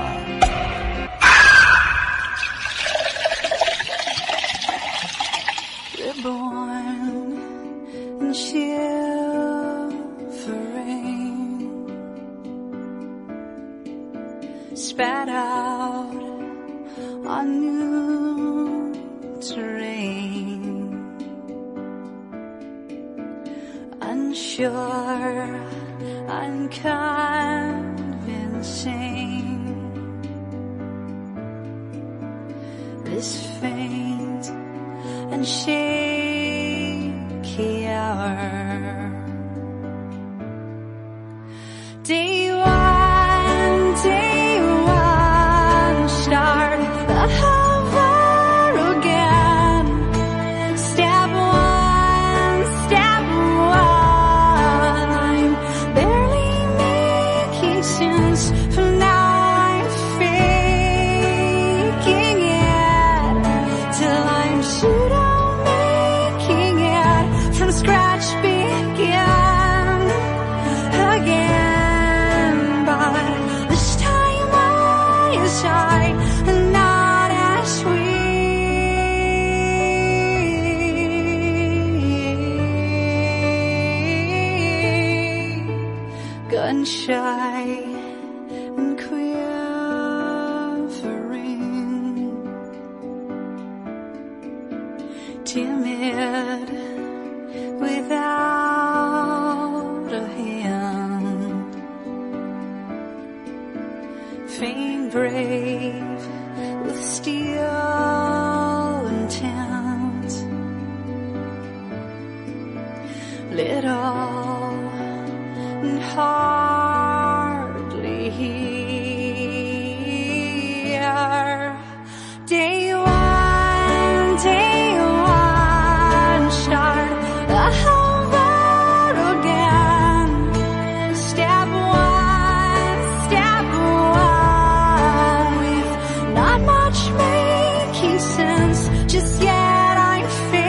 Reborn and shivering, spat out on new terrain. Unsure, unconvincing. This faint and shaky hour. Day one, day one, start the hover again. Step one, step one. I'm barely making sense. For now I'm faking it till I'm pseudo making it. From faint brave with steel intent, little and hardly hear. Day one, day one, start over again. Step one, step one, with not much making sense just yet. I'm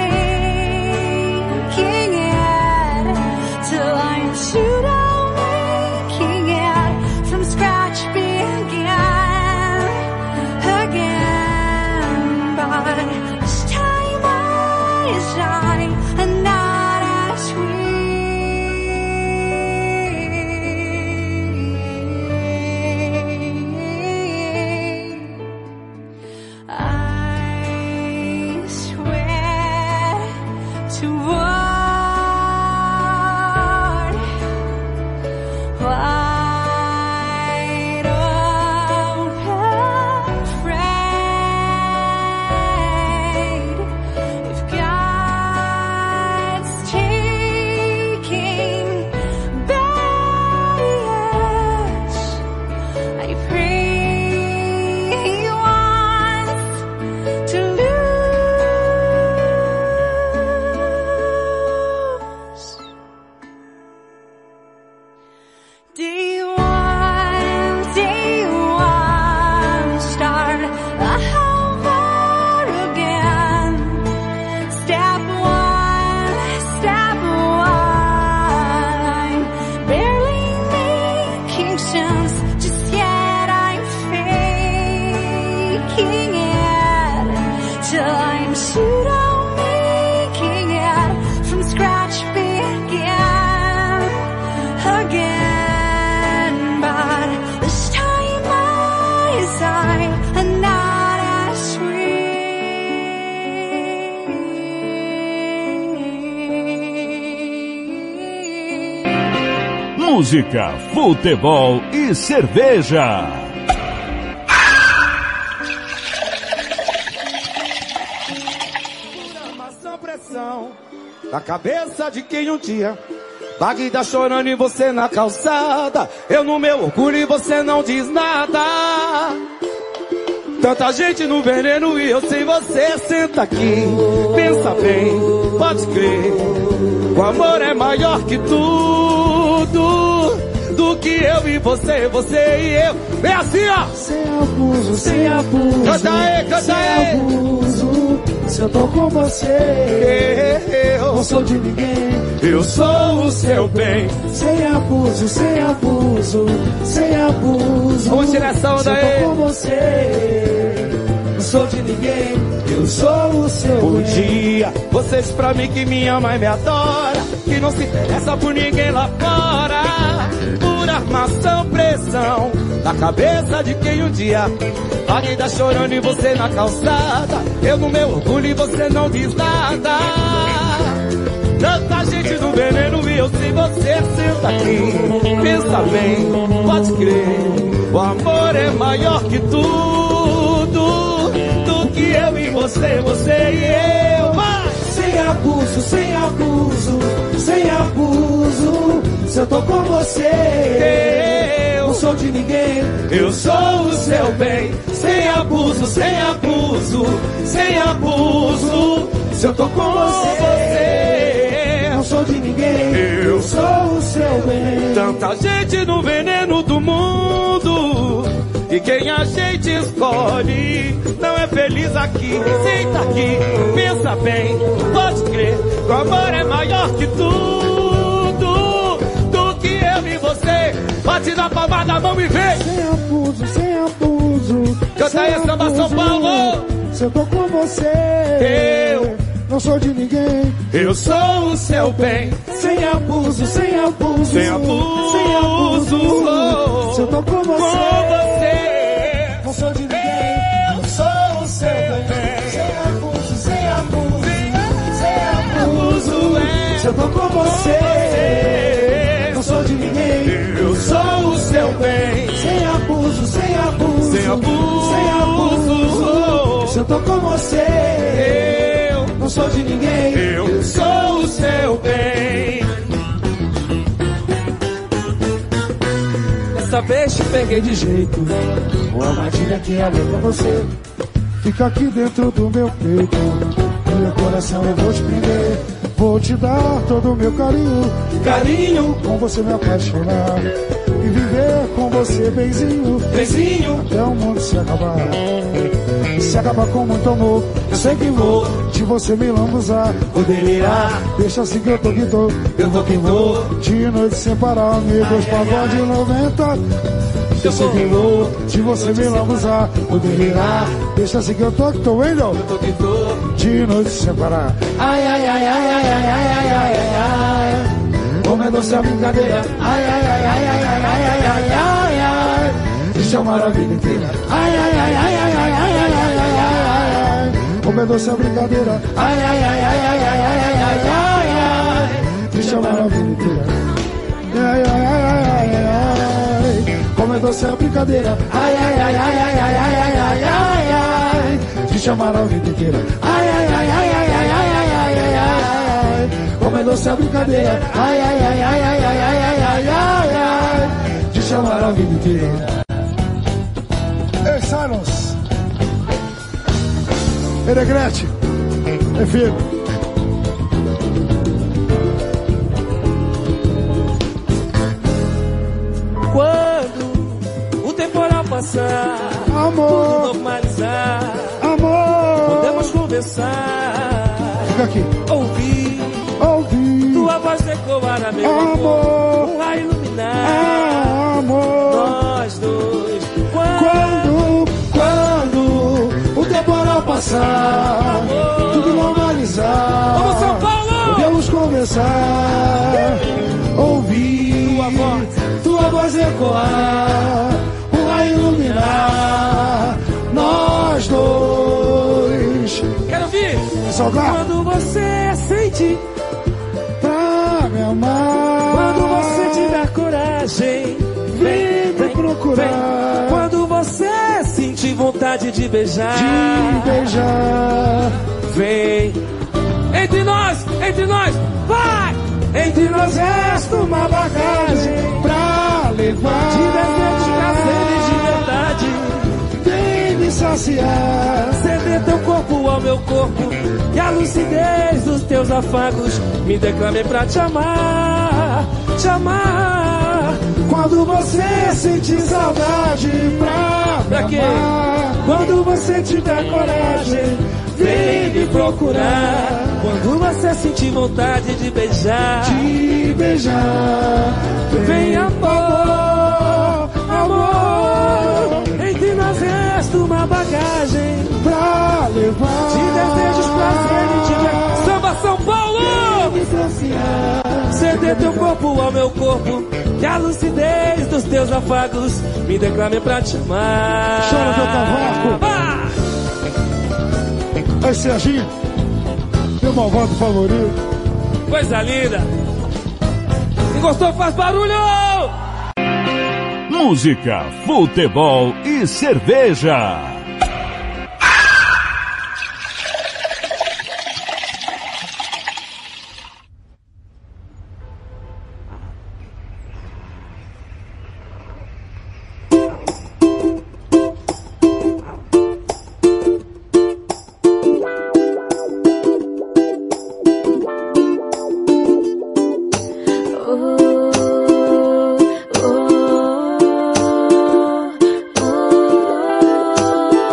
faking it till I'm pseudo making it from scratch begin again. But this time I shine and not as sweet. I swear to ward wide open, afraid if God's taking barriers, I pray He wants to lose. Day one, day one, start over again. Step one, step one, barely making sense just yet. I'm faking it till I'm pseudo making it from scratch begin again. But this time my side and not as sweet. Música, futebol e cerveja. Armação, pressão na cabeça de quem um dia Bagdá chorando e você na calçada, eu no meu orgulho e você não diz nada. Tanta gente no veneno e eu sem você. Senta aqui, pensa bem, pode crer, o amor é maior que tudo, do que eu e você, você e eu. É assim, ó. Sem abuso, sem abuso. Canta aí, canta sem aí. abuso. Se eu tô com você, eu não sou de ninguém. Eu sou o seu bem. Sem abuso, sem abuso, sem abuso. Vamos tirar essa onda Se eu aí. tô com você, não sou de ninguém. Eu sou o seu Bom bem. dia, vocês pra mim que me ama e me adora, que não se interessa por ninguém lá fora. Por armação, pressão na cabeça de quem um dia ainda chorando e você na calçada, eu no meu orgulho e você não diz nada. Tanta gente no veneno e eu sem você. Senta aqui, pensa bem, pode crer, o amor é maior que tudo, do que eu e você, você e eu. Vai! Sem abuso, sem abuso, sem abuso. Se eu tô com você, eu não sou de ninguém. Eu sou o seu bem. Sem abuso, sem abuso, sem abuso. Se eu tô com você, não sou de ninguém. Eu sou o seu bem. Tanta gente no veneno do mundo, e quem a gente escolhe não é feliz aqui. Senta aqui, pensa bem, pode crer, o amor é maior que tudo, do que eu e você. Bate na palma da mão e vem. Sem abuso, sem abuso. Canta aí, samba São Paulo. Se eu tô com você, eu não sou de ninguém. Eu sou o seu bem. Sem abuso, sem abuso, sem abuso, sem abuso. Se eu tô com você, com você, não sou de ninguém. Eu sou o seu bem. Sem abuso, sem abuso, sem abuso, é. Se eu tô com você, não sou de ninguém. Eu sou o seu bem. Sem abuso, sem abuso. eu tô com você. Eu não sou de ninguém, eu sou o seu bem. Dessa vez te peguei de jeito, uma armadilha que é pra você. Fica aqui dentro do meu peito, no meu coração eu vou te prender. Vou te dar todo o meu carinho, carinho, com você me apaixonar e viver com você benzinho, benzinho, até o mundo se acabar. Se acabar com muito amor, eu sei que vou de você me lambuzar, vou delirar. Deixa assim que eu tô que tô, eu vou que vou, de noite sem parar, amigos, pagode noventa. Eu sei que vou de você me lambuzar, vou delirar. Deixa assim que eu tô que tô, hein, eu tô que tô, de noite sem parar. Ai, ai, ai, ai, ai, ai, ai, ai, ai, ai, ai. Como é doce a brincadeira. Ai, ai, ai, ai, ai, ai, ai, ai, ai, ai, ai. Te chamar a vida inteira. Ai, ai, ai, ai, ai, ai, ai, ai, ai, ai, ai, ai. Como é doce a brincadeira. Ai, ai, ai, ai, ai, ai, ai, ai, ai, ai, ai. Te chamar a vida inteira. Ai, ai, ai, ai, ai, ai. Como é doce a brincadeira. Ai, ai, ai, ai, ai, ai, ai, ai, ai, ai, ai. Te chamar a vida inteira. Ai, ai, ai, ai, ai, ai, ai, ai, ai, ai, ai. Como é doce a brincadeira. Ai, ai, ai, ai, ai, ai, ai, ai, ai, ai, ai. Te chamar a vida inteira. Ei, Silence. Eregrete. É filho. Quando o temporal passar, amor, tudo normalizar, amor, podemos conversar. Fica aqui. Ouvir, ouvir tua voz ecoar a meu amor, amor, um raio iluminar, amor, nós dois. Quando, quando, quando o temporal passar, amor, tudo normalizar, vamos São Paulo, podemos conversar, ouvir tua voz, tua voz ecoar, um raio iluminar, nós dois. Quero ouvir. Soltar. Quando você sente pra me amar, quando você tiver coragem, vem me procurar. Vem. Quando você sentir vontade de beijar, de beijar, vem. Entre nós, entre nós, vai! Entre nós resta uma bagagem pra levar de desejos, prazeres de verdade. Vem me saciar, ceder teu corpo ao meu corpo e a lucidez dos teus afagos me declamei pra te amar, te amar. Quando você sentir saudade pra, pra quê? Amar, quando você tiver coragem, vem me procurar. Quando você sentir vontade de beijar, de beijar, vem, vem amor, amor. Entre nós resta uma bagagem pra levar de desejos, prazeres de ver. Samba São Paulo! Ceder teu corpo ao meu corpo, que a lucidez dos teus afagos me declame pra te amar. Chora meu cavaco! Ah! Aí, Serginho, meu malvado favorito. Coisa linda! Quem gostou faz barulho! Música, futebol e cerveja. Oh, oh, oh.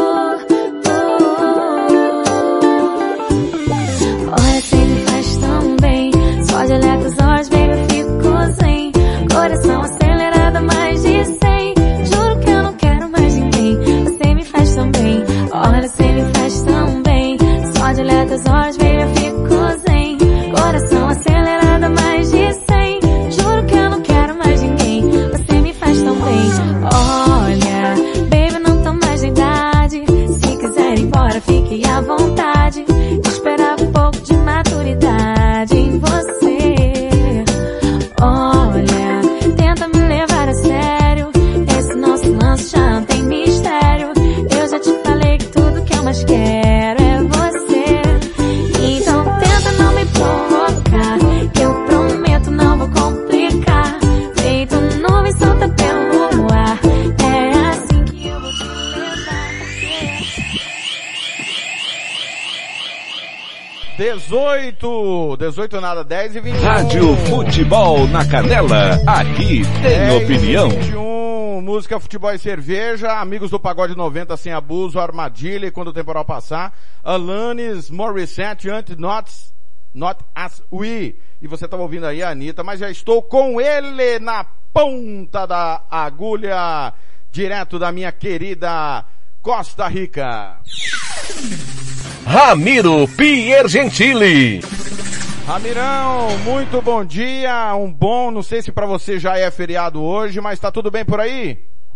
dezoito, dezoito nada, dez e vinte e um. Rádio Futebol na Canela, aqui tem opinião. vinte e um, música, futebol e cerveja, amigos do Pagode noventa sem abuso, armadilha e quando o temporal passar, Alanis Morissette, Anti Not, Not As We. E você estava ouvindo aí a Anitta, mas já estou com ele na ponta da agulha, direto da minha querida Costa Rica. Ramiro Piergentili. Ramirão, muito bom dia, um bom, não sei se para você já é feriado hoje, mas tá tudo bem por aí?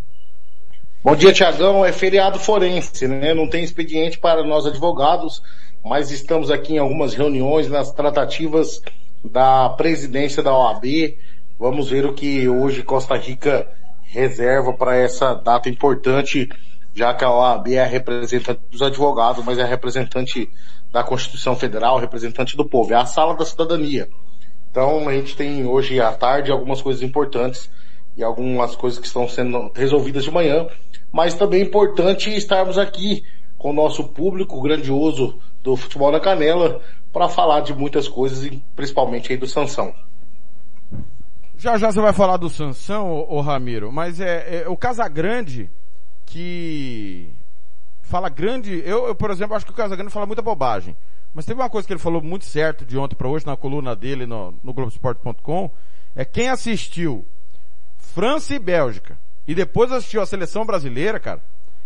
Bom dia, Tiagão, é feriado forense, né? Não tem expediente para nós advogados, mas estamos aqui em algumas reuniões nas tratativas da presidência da O A B. Vamos ver o que hoje Costa Rica reserva para essa data importante, já que a O A B é a representante dos advogados, mas é a representante da Constituição Federal, representante do povo, é a sala da cidadania. Então a gente tem hoje à tarde algumas coisas importantes e algumas coisas que estão sendo resolvidas de manhã, mas também é importante estarmos aqui com o nosso público grandioso do Futebol na Canela para falar de muitas coisas, e principalmente aí do Sansão. Já já você vai falar do Sansão, ô, ô Ramiro, mas é, é o Casagrande que fala grande, eu, eu por exemplo acho que o Casagrande fala muita bobagem, mas teve uma coisa que ele falou muito certo de ontem para hoje na coluna dele no, no Globoesporte ponto com, é quem assistiu França e Bélgica e depois assistiu a seleção brasileira, cara,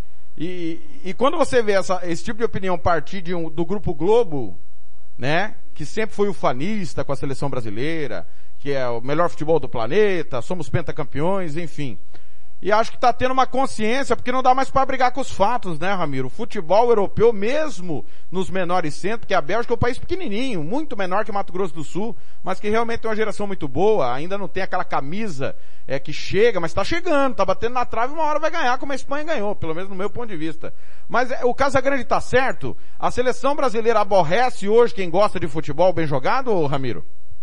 e, e quando você vê essa, esse tipo de opinião partir de um, do Grupo Globo, né, que sempre foi ufanista com a seleção brasileira, que é o melhor futebol do planeta, somos pentacampeões, enfim. E acho que tá tendo uma consciência, porque não dá mais para brigar com os fatos, né, Ramiro? O futebol europeu, mesmo nos menores centros, porque a Bélgica é um país pequenininho, muito menor que Mato Grosso do Sul, mas que realmente tem uma geração muito boa, ainda não tem aquela camisa é, que chega, mas tá chegando, tá batendo na trave, uma hora vai ganhar, como a Espanha ganhou, pelo menos no meu ponto de vista. Mas é, o Casagrande tá certo? A seleção brasileira aborrece hoje quem gosta de futebol bem jogado, Ramiro?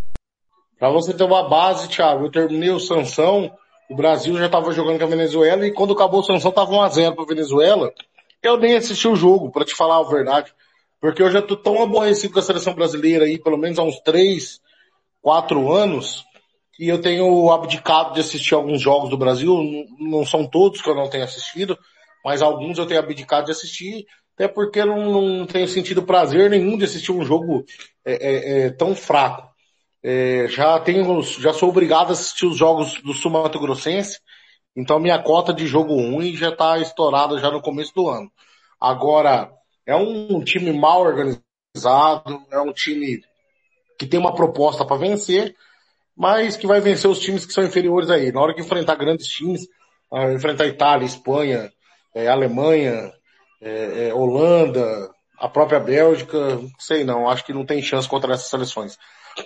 Para você ter uma base, Thiago, eu terminei o Sansão, o Brasil já estava jogando com a Venezuela e quando acabou o Sansão estava um a zero para a Venezuela. Eu nem assisti o jogo, para te falar a verdade, porque eu já tô tão aborrecido com a seleção brasileira aí, pelo menos há uns três, quatro anos, que eu tenho abdicado de assistir alguns jogos do Brasil. Não são todos que eu não tenho assistido, mas alguns eu tenho abdicado de assistir, até porque eu não, não tenho sentido prazer nenhum de assistir um jogo é, é, é, tão fraco. É, já tenho, já sou obrigado a assistir os jogos do Sul Mato Grossense, então minha cota de jogo ruim já está estourada já no começo do ano. Agora, é um time mal organizado, é um time que tem uma proposta para vencer, mas que vai vencer os times que são inferiores a ele. Na hora que enfrentar grandes times, uh, enfrentar Itália, Espanha, é, Alemanha, é, é, Holanda, a própria Bélgica, sei não, acho que não tem chance contra essas seleções.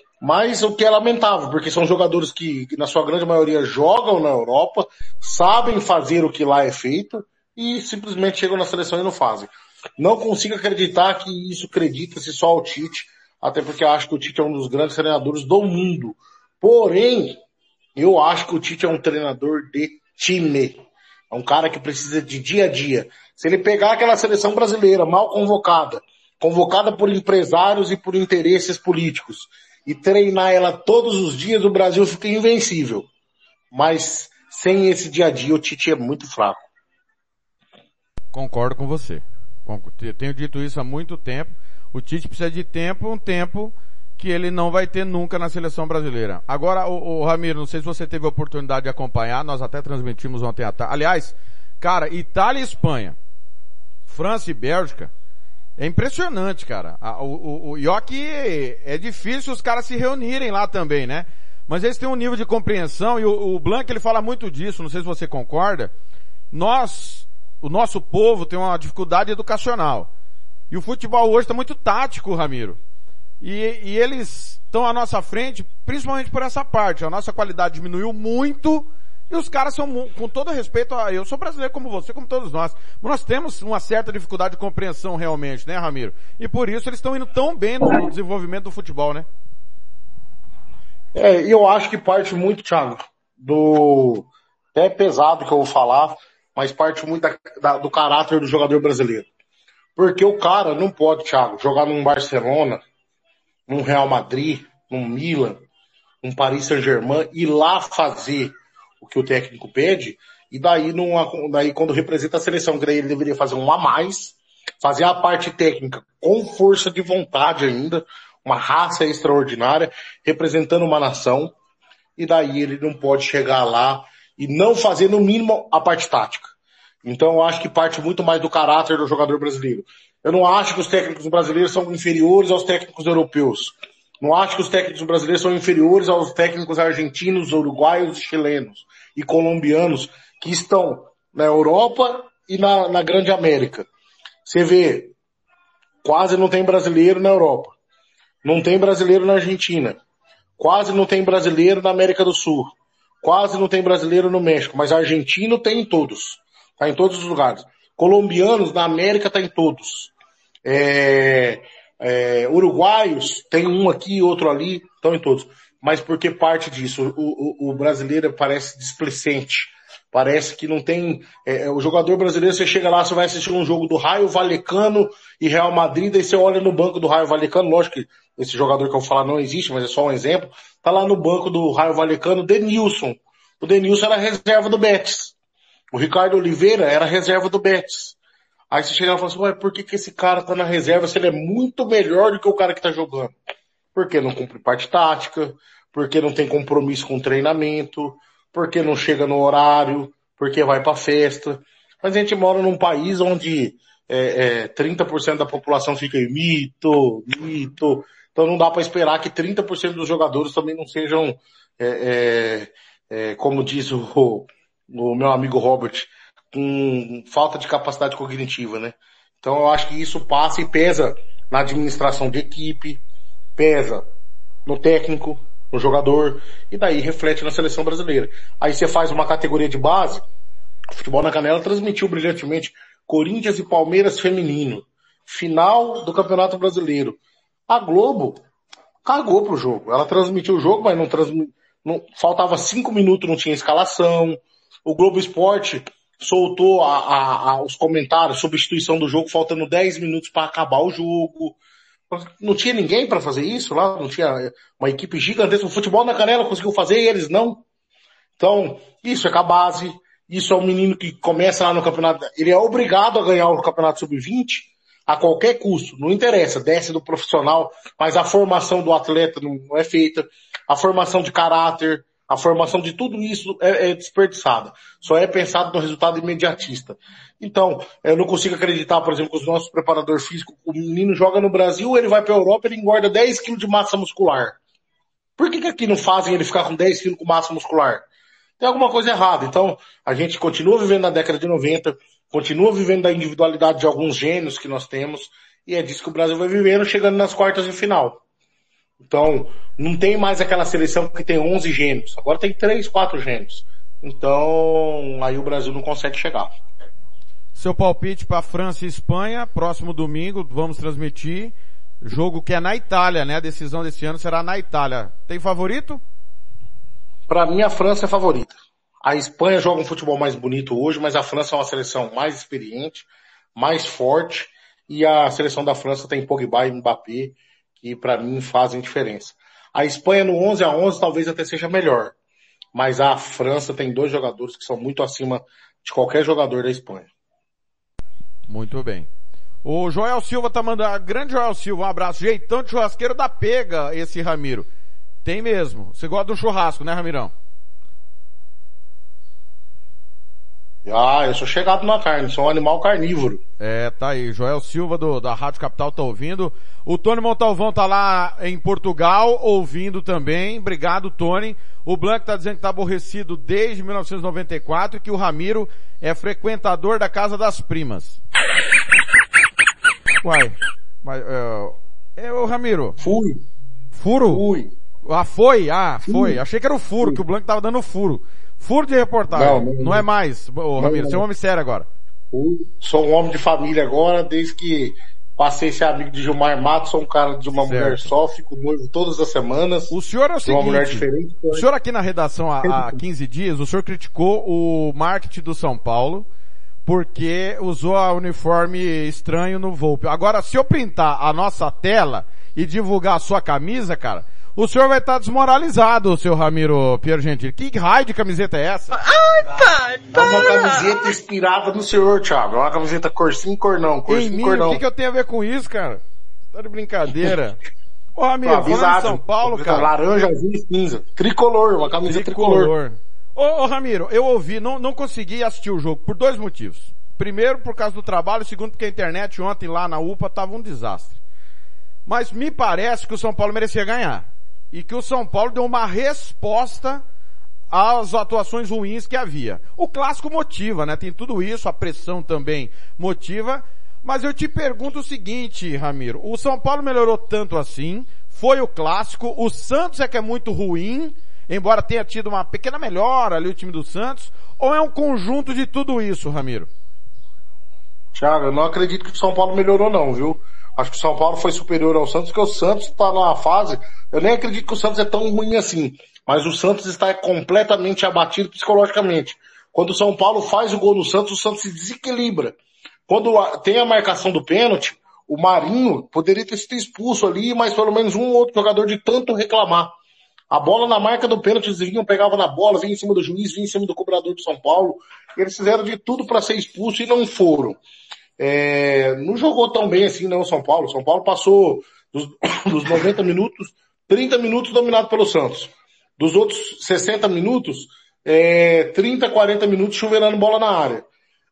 Mas o que é lamentável, porque são jogadores que, que na sua grande maioria jogam na Europa, sabem fazer o que lá é feito e simplesmente chegam na seleção e não fazem. Não consigo acreditar que isso acredita-se só ao Tite, até porque eu acho que o Tite é um dos grandes treinadores do mundo. Porém, eu acho que o Tite é um treinador de time. É um cara que precisa de dia a dia. Se ele pegar aquela seleção brasileira mal convocada, convocada por empresários e por interesses políticos, e treinar ela todos os dias, o Brasil fica invencível. Mas sem esse dia a dia, o Tite é muito fraco. Concordo com você. Tenho dito isso há muito tempo. O Tite precisa de tempo, um tempo que ele não vai ter nunca na seleção brasileira. Agora, o, o Ramiro, não sei se você teve a oportunidade de acompanhar, nós até transmitimos ontem à tarde. Aliás, cara, Itália e Espanha, França e Bélgica, é impressionante, cara. O, o, o, e ó que é difícil os caras se reunirem lá também, né? Mas eles têm um nível de compreensão, e o, o Blanc, ele fala muito disso, não sei se você concorda. Nós, o nosso povo tem uma dificuldade educacional. E o futebol hoje está muito tático, Ramiro. E, e eles estão à nossa frente, principalmente por essa parte. A nossa qualidade diminuiu muito, e os caras são, com todo respeito, a, eu sou brasileiro como você, como todos nós, mas nós temos uma certa dificuldade de compreensão realmente, né, Ramiro? E por isso eles estão indo tão bem no, no desenvolvimento do futebol, né? É, e eu acho que parte muito, Thiago, do, até é pesado que eu vou falar, mas parte muito da, da, do caráter do jogador brasileiro. Porque o cara não pode, Thiago, jogar num Barcelona, num Real Madrid, num Milan, num Paris Saint-Germain, ir lá fazer o que o técnico pede, e daí, numa, daí quando representa a seleção, que daí ele deveria fazer um a mais, fazer a parte técnica com força de vontade ainda, uma raça extraordinária, representando uma nação, e daí ele não pode chegar lá e não fazer no mínimo a parte tática. Então eu acho que parte muito mais do caráter do jogador brasileiro. Eu não acho que os técnicos brasileiros são inferiores aos técnicos europeus. Não acho que os técnicos brasileiros são inferiores aos técnicos argentinos, uruguaios, chilenos e colombianos que estão na Europa e na, na Grande América. Você vê, quase não tem brasileiro na Europa. Não tem brasileiro na Argentina. Quase não tem brasileiro na América do Sul. Quase não tem brasileiro no México. Mas argentino tem em todos. Tá em todos os lugares. Colombianos na América tá em todos. É, é, uruguaios, tem um aqui, outro ali, estão em todos. Mas por que parte disso? O, o, o brasileiro parece displicente. Parece que não tem... É, o jogador brasileiro, você chega lá, você vai assistir um jogo do Raio Vallecano e Real Madrid, aí você olha no banco do Raio Vallecano, lógico que esse jogador que eu vou falar não existe, mas é só um exemplo, tá lá no banco do Raio Vallecano, o Denilson. O Denilson era reserva do Betis. O Ricardo Oliveira era reserva do Betis. Aí você chega lá e fala assim, ué, por que que esse cara tá na reserva se ele é muito melhor do que o cara que tá jogando? Porque não cumpre parte tática, porque não tem compromisso com o treinamento, porque não chega no horário, porque vai pra festa. Mas a gente mora num país onde é, é, trinta por cento da população fica em mito, mito. Então não dá pra esperar que trinta por cento dos jogadores também não sejam, é, é, é, como diz o, o meu amigo Robert, com falta de capacidade cognitiva, né? Então eu acho que isso passa e pesa na administração de equipe, pesa no técnico, no jogador, e daí reflete na seleção brasileira. Aí você faz uma categoria de base, o Futebol na Canela transmitiu brilhantemente Corinthians e Palmeiras feminino, final do Campeonato Brasileiro. A Globo cagou pro jogo. Ela transmitiu o jogo, mas não transmitiu, não, faltava cinco minutos, não tinha escalação. O Globo Esporte soltou a, a, a, os comentários, substituição do jogo, faltando dez minutos para acabar o jogo. Não tinha ninguém para fazer isso lá, não tinha uma equipe gigantesca. O Futebol na Canela conseguiu fazer e eles não. Então, isso é com a base, isso é um menino que começa lá no campeonato, ele é obrigado a ganhar o campeonato sub vinte a qualquer custo, não interessa, desce do profissional, mas a formação do atleta não é feita, a formação de caráter, a formação de tudo isso é, é desperdiçada. Só é pensado no resultado imediatista. Então, eu não consigo acreditar, por exemplo, que os nossos preparadores físicos, o menino joga no Brasil, ele vai para a Europa, ele engorda dez quilos de massa muscular. Por que que aqui não fazem ele ficar com dez quilos com massa muscular? Tem alguma coisa errada. Então, a gente continua vivendo na década de noventa, continua vivendo da individualidade de alguns gênios que nós temos, e é disso que o Brasil vai vivendo, chegando nas quartas de final. Então, não tem mais aquela seleção que tem onze gênios. Agora tem três, quatro gênios. Então, aí o Brasil não consegue chegar. Seu palpite para França e Espanha, próximo domingo, vamos transmitir. Jogo que é na Itália, né? A decisão desse ano será na Itália. Tem favorito? Para mim, a França é favorita. A Espanha joga um futebol mais bonito hoje, mas a França é uma seleção mais experiente, mais forte, e a seleção da França tem Pogba e Mbappé, que para mim fazem diferença. A Espanha no onze a onze talvez até seja melhor, mas a França tem dois jogadores que são muito acima de qualquer jogador da Espanha. Muito bem. O Joel Silva tá mandando, grande Joel Silva, um abraço, jeitão de churrasqueiro da pega esse Ramiro. Tem mesmo. Você gosta do churrasco, né, Ramirão? Ah, eu sou chegado na carne, sou um animal carnívoro. É, tá aí. Joel Silva do, da Rádio Capital tá ouvindo. O Tony Montalvão tá lá em Portugal ouvindo também. Obrigado, Tony. O Blanco tá dizendo que tá aborrecido desde mil novecentos e noventa e quatro e que o Ramiro é frequentador da casa das primas. Uai, mas, é, é o Ramiro. Fui. Furo? Fui. Ah, foi? Ah, foi. Fui. Achei que era o furo, Fui. que o Blanco tava dando furo. Furo de reportagem. Não, não, não é mais, ô, Ramiro, você é um homem sério agora. Sou um homem de família agora, desde que passei a ser amigo de Gilmar Matos, sou um cara de uma certo. mulher só, fico noivo todas as semanas. O senhor é o seguinte, uma mulher diferente, o senhor aqui na redação há, há quinze dias, o senhor criticou o marketing do São Paulo, porque usou a uniforme estranho no Volpe. Agora, se eu printar a nossa tela e divulgar a sua camisa, cara, o senhor vai estar desmoralizado, seu Ramiro Piero Gentili. Que raio de camiseta é essa? Ai, pai, é uma camiseta inspirada no senhor, Thiago. É uma camiseta cor sim, cor não. Cor em sim, mim, cor não. o que, que eu tenho a ver com isso, cara? Tá de brincadeira. Ô, Ramiro, Tô falando de São Paulo, cara. Laranja, azul e cinza. Tricolor, uma camiseta tricolor. tricolor. Ô, ô, Ramiro, eu ouvi, não, não consegui assistir o jogo por dois motivos. Primeiro, por causa do trabalho. Segundo, porque a internet ontem lá na U P A tava um desastre. Mas me parece que o São Paulo merecia ganhar. E que o São Paulo deu uma resposta às atuações ruins que havia. O clássico motiva, né? Tem tudo isso, a pressão também motiva. Mas eu te pergunto o seguinte, Ramiro. O São Paulo melhorou tanto assim, foi o clássico, o Santos é que é muito ruim, embora tenha tido uma pequena melhora ali o time do Santos, ou é um conjunto de tudo isso, Ramiro? Thiago, eu não acredito que o São Paulo melhorou não, viu? Acho que o São Paulo foi superior ao Santos, porque o Santos está numa fase, eu nem acredito que o Santos é tão ruim assim, mas o Santos está completamente abatido psicologicamente. Quando o São Paulo faz o gol no Santos, o Santos se desequilibra. Quando tem a marcação do pênalti, o Marinho poderia ter sido expulso ali, mas pelo menos um ou outro jogador de tanto reclamar. A bola na marca do pênalti, eles vinham, pegavam na bola, vinham em cima do juiz, vinham em cima do cobrador de São Paulo. Eles fizeram de tudo para ser expulso e não foram. É, não jogou tão bem assim não o São Paulo. O São Paulo passou dos, dos noventa minutos, trinta minutos dominado pelo Santos. Dos outros sessenta minutos, é, trinta, quarenta minutos chuveirando bola na área.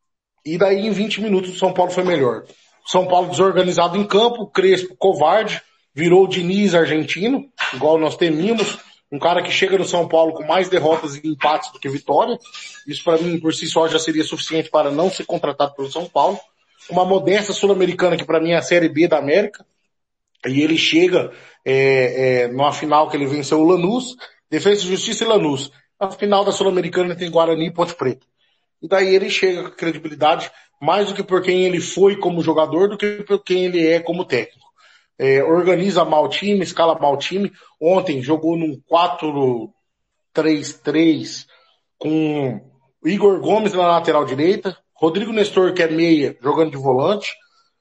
E daí em vinte minutos o São Paulo foi melhor. São Paulo desorganizado em campo, Crespo covarde, virou o Diniz argentino, igual nós temíamos. Um cara que chega no São Paulo com mais derrotas e empates do que vitória. Isso para mim por si só já seria suficiente para não ser contratado pelo São Paulo. Uma modesta sul-americana que para mim é a Série B da América. E ele chega é, é, numa final que ele venceu o Lanús, Defesa e Justiça e Lanús. Na final da Sul-Americana tem Guarani e Ponte Preta. E daí ele chega com credibilidade mais do que por quem ele foi como jogador do que por quem ele é como técnico. É, organiza mal o time, escala mal o time. Ontem jogou num quatro três três com Igor Gomes na lateral direita, Rodrigo Nestor, que é meia, jogando de volante,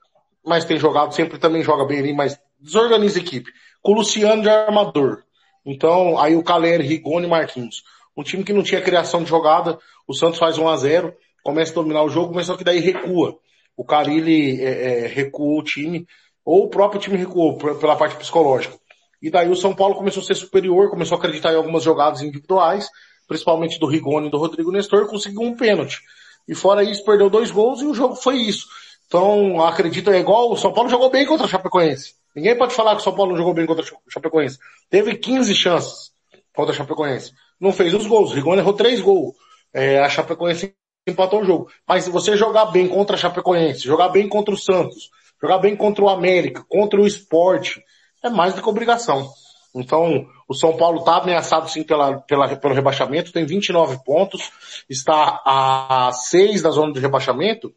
mas tem jogado, sempre também joga bem ali, mas desorganiza a equipe. Com o Luciano de armador. Então, aí o Caleri, Rigoni e Marquinhos. Um time que não tinha criação de jogada, o Santos faz um a zero, começa a dominar o jogo, mas só que daí recua. O Carille é, é, recuou o time, ou o próprio time recuou pela parte psicológica. E daí o São Paulo começou a ser superior, começou a acreditar em algumas jogadas individuais, principalmente do Rigoni e do Rodrigo Nestor, conseguiu um pênalti. E fora isso, perdeu dois gols e o jogo foi isso. Então, acredito, é igual, o São Paulo jogou bem contra a Chapecoense. Ninguém pode falar que o São Paulo não jogou bem contra a Chapecoense. Teve quinze chances contra a Chapecoense. Não fez os gols. O Rigoni errou três gols. É, a Chapecoense empatou o jogo. Mas se você jogar bem contra a Chapecoense, jogar bem contra o Santos, jogar bem contra o América, contra o Sport, é mais do que obrigação. Então, o São Paulo está ameaçado sim pela, pela, pelo rebaixamento, tem vinte e nove pontos, está a seis da zona de rebaixamento,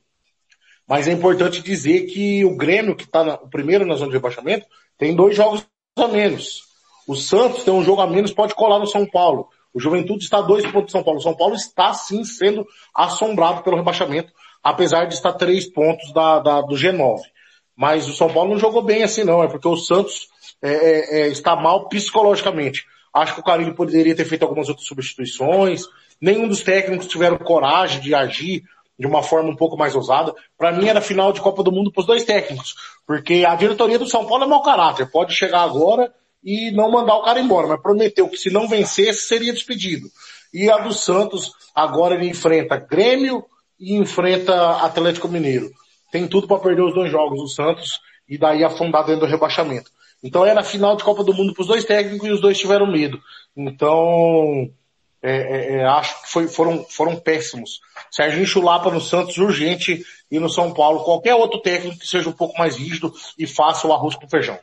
mas é importante dizer que o Grêmio, que está o primeiro na zona de rebaixamento, tem dois jogos a menos. O Santos tem um jogo a menos, pode colar no São Paulo. O Juventude está a dois pontos do São Paulo. O São Paulo está sim sendo assombrado pelo rebaixamento, apesar de estar três pontos da, da, do G nove. Mas o São Paulo não jogou bem assim não, é porque o Santos é, é, está mal psicologicamente. Acho que o Carille poderia ter feito algumas outras substituições, nenhum dos técnicos tiveram coragem de agir de uma forma um pouco mais ousada. Para mim era final de Copa do Mundo para os dois técnicos, porque a diretoria do São Paulo é mau caráter, pode chegar agora e não mandar o cara embora, mas prometeu que se não vencesse seria despedido. E a do Santos agora ele enfrenta Grêmio e enfrenta Atlético Mineiro. Tem tudo para perder os dois jogos, o Santos, e daí afundar dentro do rebaixamento. Então era final de Copa do Mundo para os dois técnicos e os dois tiveram medo. Então, é, é, é, acho que foi, foram, foram péssimos. Serginho Chulapa no Santos, urgente, e no São Paulo, qualquer outro técnico que seja um pouco mais rígido e faça o arroz com feijão.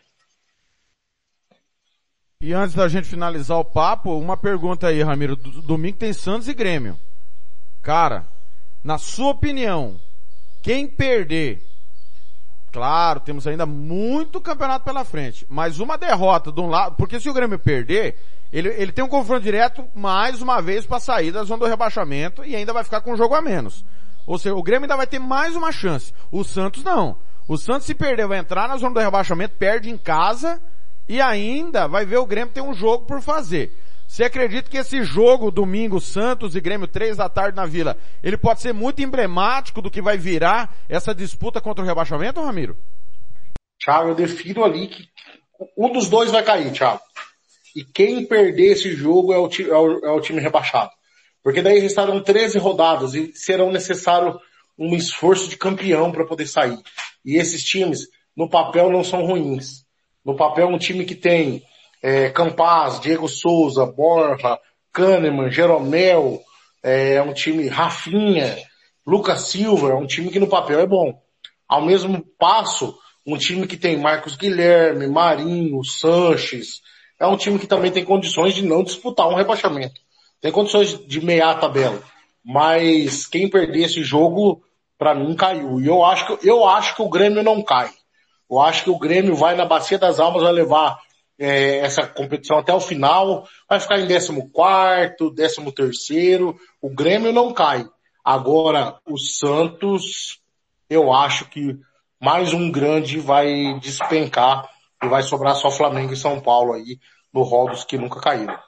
E antes da gente finalizar o papo, uma pergunta aí, Ramiro. Domingo tem Santos e Grêmio. Cara, na sua opinião, quem perder, claro, temos ainda muito campeonato pela frente, mas uma derrota de um lado, porque se o Grêmio perder, ele, ele tem um confronto direto mais uma vez para sair da zona do rebaixamento e ainda vai ficar com um jogo a menos. Ou seja, o Grêmio ainda vai ter mais uma chance. O Santos não. O Santos, se perder, vai entrar na zona do rebaixamento, perde em casa e ainda vai ver o Grêmio ter um jogo por fazer. Você acredita que esse jogo, domingo, Santos e Grêmio, três da tarde na Vila, ele pode ser muito emblemático do que vai virar essa disputa contra o rebaixamento, Ramiro? Thiago, eu defino ali que um dos dois vai cair, Thiago. E quem perder esse jogo é o, ti, é o, é o time rebaixado. Porque daí restarão treze rodadas e serão necessário um esforço de campeão para poder sair. E esses times, no papel, não são ruins. No papel, um time que tem é, Campaz, Diego Souza, Borja, Kahneman, Jeromel, é um time Rafinha, Lucas Silva, é um time que no papel é bom. Ao mesmo passo, um time que tem Marcos Guilherme, Marinho, Sanches, é um time que também tem condições de não disputar um rebaixamento. Tem condições de meiar a tabela. Mas quem perder esse jogo, pra mim, caiu. E eu acho que, eu acho que o Grêmio não cai. Eu acho que o Grêmio vai na Bacia das Almas, vai levar é, essa competição até o final, vai ficar em décimo quarto, décimo terceiro. O Grêmio não cai. Agora, o Santos, eu acho que mais um grande vai despencar e vai sobrar só Flamengo e São Paulo aí no rol dos que nunca caíram.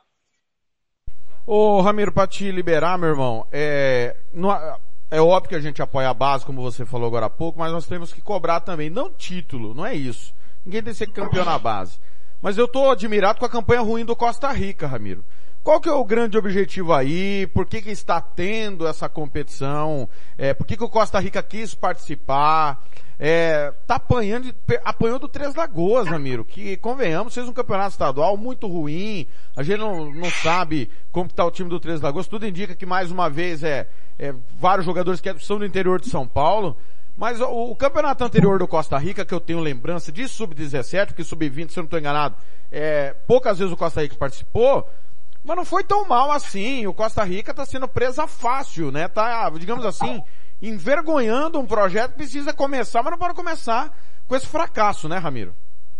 Ô Ramiro, pra te liberar, meu irmão, é, não, é óbvio que a gente apoia a base, como você falou agora há pouco, mas nós temos que cobrar também, não título, não é isso. Ninguém tem que ser campeão na base. Mas eu tô admirado com a campanha ruim do Costa Rica, Ramiro. Qual que é o grande objetivo aí? Por que que está tendo essa competição? É, por que que o Costa Rica quis participar? É, tá apanhando, apanhou do Três Lagoas, Ramiro, que, convenhamos, fez um campeonato estadual muito ruim, a gente não, não sabe como que tá o time do Três Lagoas, tudo indica que mais uma vez é, é vários jogadores que são do interior de São Paulo, mas o, o campeonato anterior do Costa Rica, que eu tenho lembrança de sub dezessete, porque sub vinte, se eu não estou enganado, é, poucas vezes o Costa Rica participou, mas não foi tão mal assim, o Costa Rica tá sendo presa fácil, né, tá, digamos assim, envergonhando um projeto que precisa começar, mas não pode começar com esse fracasso, né, Ramiro?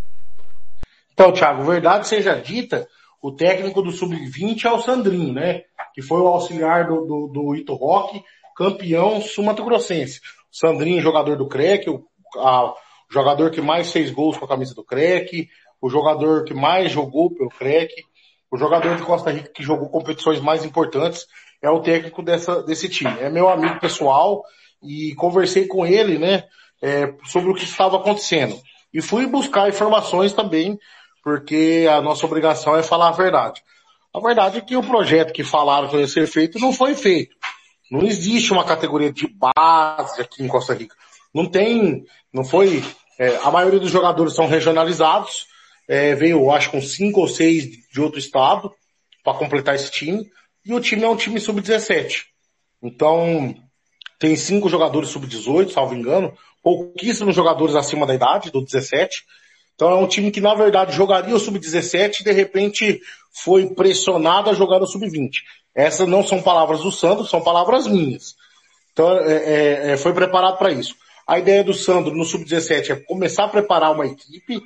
Então, Thiago, verdade seja dita, o técnico do sub vinte é o Sandrinho, né? Que foi o auxiliar do, do, do Ito Roque, campeão sul-mato-grossense. O Sandrinho, jogador do C R E C, o, a, o jogador que mais fez gols com a camisa do C R E C, o jogador que mais jogou pelo C R E C, o jogador de Costa Rica que jogou competições mais importantes, é o técnico dessa, desse time. É meu amigo pessoal e conversei com ele, né, é, sobre o que estava acontecendo. E fui buscar informações também, porque a nossa obrigação é falar a verdade. A verdade é que o projeto que falaram que ia ser feito não foi feito. Não existe uma categoria de base aqui em Costa Rica. Não tem, não foi, é, a maioria dos jogadores são regionalizados, é, veio acho com cinco ou seis de outro estado para completar esse time. E o time é um time sub dezessete. Então, tem cinco jogadores sub dezoito, salvo engano. Pouquíssimos jogadores acima da idade, do dezessete. Então é um time que, na verdade, jogaria o sub dezessete e, de repente, foi pressionado a jogar o sub vinte. Essas não são palavras do Sandro, são palavras minhas. Então, é, é, foi preparado para isso. A ideia do Sandro no sub dezessete é começar a preparar uma equipe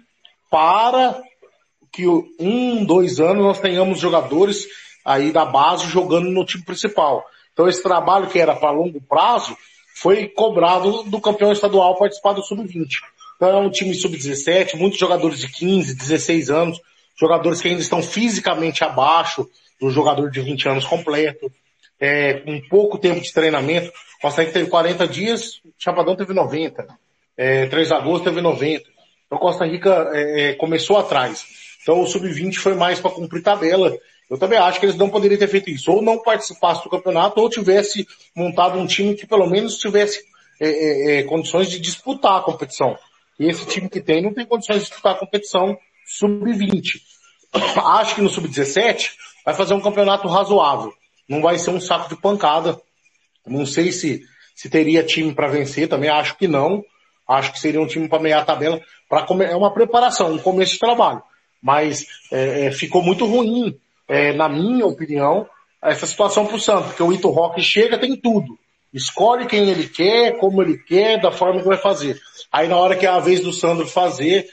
para que um, dois anos nós tenhamos jogadores aí da base jogando no time principal. Então esse trabalho que era para longo prazo foi cobrado do campeão estadual participar do sub vinte. Então é um time sub dezessete, muitos jogadores de quinze, dezesseis anos, jogadores que ainda estão fisicamente abaixo do jogador de vinte anos completo, é, com pouco tempo de treinamento. Costa Rica teve quarenta dias, Chapadão teve noventa, é, Três Lagoas teve noventa. Então Costa Rica é, começou atrás. Então o sub vinte foi mais para cumprir tabela. Eu também acho que eles não poderiam ter feito isso. Ou não participasse do campeonato, ou tivesse montado um time que pelo menos tivesse é, é, é, condições de disputar a competição. E esse time que tem não tem condições de disputar a competição sub vinte. Acho que no sub dezessete vai fazer um campeonato razoável. Não vai ser um saco de pancada. Não sei se, se teria time para vencer, também acho que não. Acho que seria um time para meiar a tabela. Pra come... É uma preparação, um começo de trabalho. Mas é, é, ficou muito ruim. É, na minha opinião, essa situação pro Santos, porque o Ito Roque chega, tem tudo. Escolhe quem ele quer, como ele quer, da forma que vai fazer. Aí na hora que é a vez do Sandro fazer,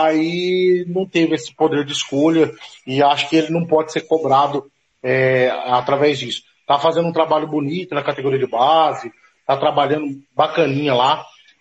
aí não teve esse poder de escolha e acho que ele não pode ser cobrado é, através disso. Tá fazendo um trabalho bonito na categoria de base, tá trabalhando bacaninha lá,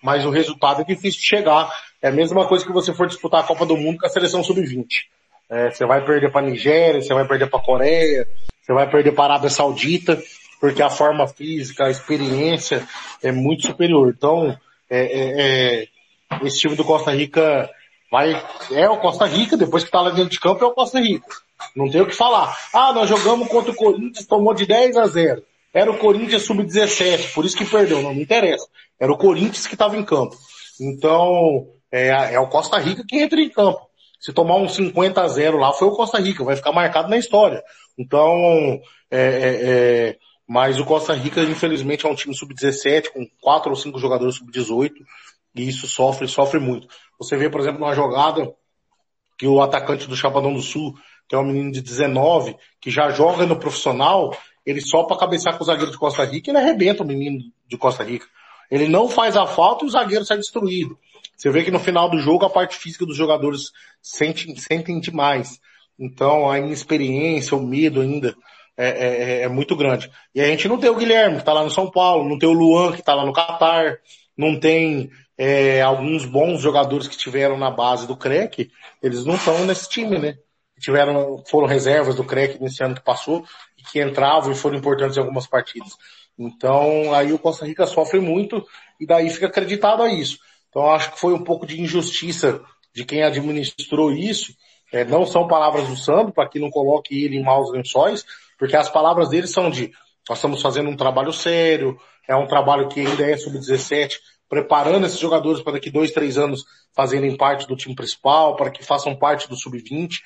mas o resultado é difícil de chegar. É a mesma coisa que você for disputar a Copa do Mundo com a seleção sub vinte. É, você vai perder para a Nigéria, você vai perder para a Coreia, você vai perder para a Arábia Saudita, porque a forma física, a experiência é muito superior. Então, é, é, é, esse time do Costa Rica vai, é o Costa Rica, depois que está lá dentro de campo é o Costa Rica. Não tem o que falar. Ah, nós jogamos contra o Corinthians, tomou de dez a zero. Era o Corinthians sub dezessete, por isso que perdeu, não me interessa. Era o Corinthians que estava em campo. Então, é, é o Costa Rica que entra em campo. Se tomar um cinquenta a zero lá, foi o Costa Rica, vai ficar marcado na história. Então, é, é, é, mas o Costa Rica, infelizmente, é um time sub dezessete, com quatro ou cinco jogadores sub dezoito, e isso sofre, sofre muito. Você vê, por exemplo, numa jogada que o atacante do Chapadão do Sul, que é um menino de dezenove, que já joga no profissional, ele só para cabecear com o zagueiro de Costa Rica, ele arrebenta o menino de Costa Rica. Ele não faz a falta e o zagueiro sai destruído. Você vê que no final do jogo a parte física dos jogadores sentem, sentem demais. Então a inexperiência, o medo ainda é, é, é muito grande. E a gente não tem o Guilherme, que está lá no São Paulo, não tem o Luan, que está lá no Catar, não tem é, alguns bons jogadores que tiveram na base do C R E C, eles não estão nesse time, né? Tiveram, foram reservas do C R E C nesse ano que passou, e que entravam e foram importantes em algumas partidas. Então, aí o Costa Rica sofre muito, e daí fica acreditado a isso. Então, acho que foi um pouco de injustiça de quem administrou isso. É, não são palavras do Sandro, para que não coloque ele em maus lençóis, porque as palavras dele são de, nós estamos fazendo um trabalho sério, é um trabalho que ainda é sub dezessete, preparando esses jogadores para daqui dois, três anos fazerem parte do time principal, para que façam parte do sub vinte,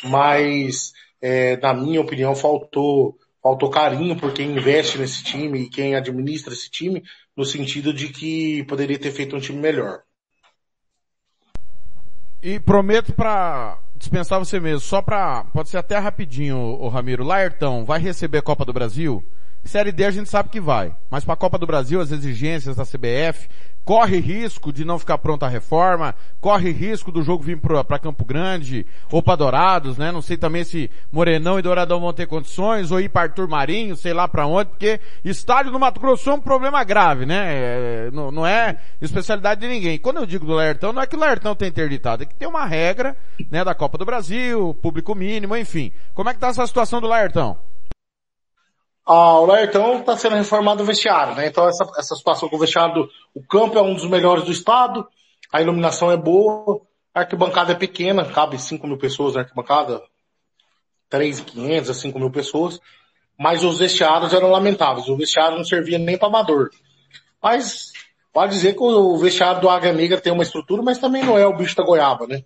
mas, é, na minha opinião, faltou, faltou carinho por quem investe nesse time e quem administra esse time, no sentido de que poderia ter feito um time melhor. E prometo para dispensar você mesmo, só para, pode ser até rapidinho, o Ramiro, Laertão vai receber a Copa do Brasil? Série D a gente sabe que vai, mas para a Copa do Brasil as exigências da C B F, corre risco de não ficar pronta a reforma, corre risco do jogo vir para Campo Grande ou para Dourados, né? Não sei também se Morenão e Douradão vão ter condições, ou ir para Arthur Marinho, sei lá para onde, porque estádio no Mato Grosso é um problema grave, né? É, não, não é especialidade de ninguém. Quando eu digo do Laertão, não é que o Laertão tem interditado, é que tem uma regra, né, da Copa do Brasil, público mínimo, enfim. Como é que tá essa situação do Laertão? Ah, o Laertão está sendo reformado o vestiário, né? Então essa, essa situação com o vestiário, o campo é um dos melhores do estado, a iluminação é boa, a arquibancada é pequena, cabe cinco mil pessoas na arquibancada, três mil e quinhentos a cinco mil pessoas, mas os vestiários eram lamentáveis, o vestiário não servia nem para amador. Mas pode dizer que o vestiário do Águia Negra tem uma estrutura, mas também não é o bicho da goiaba, né?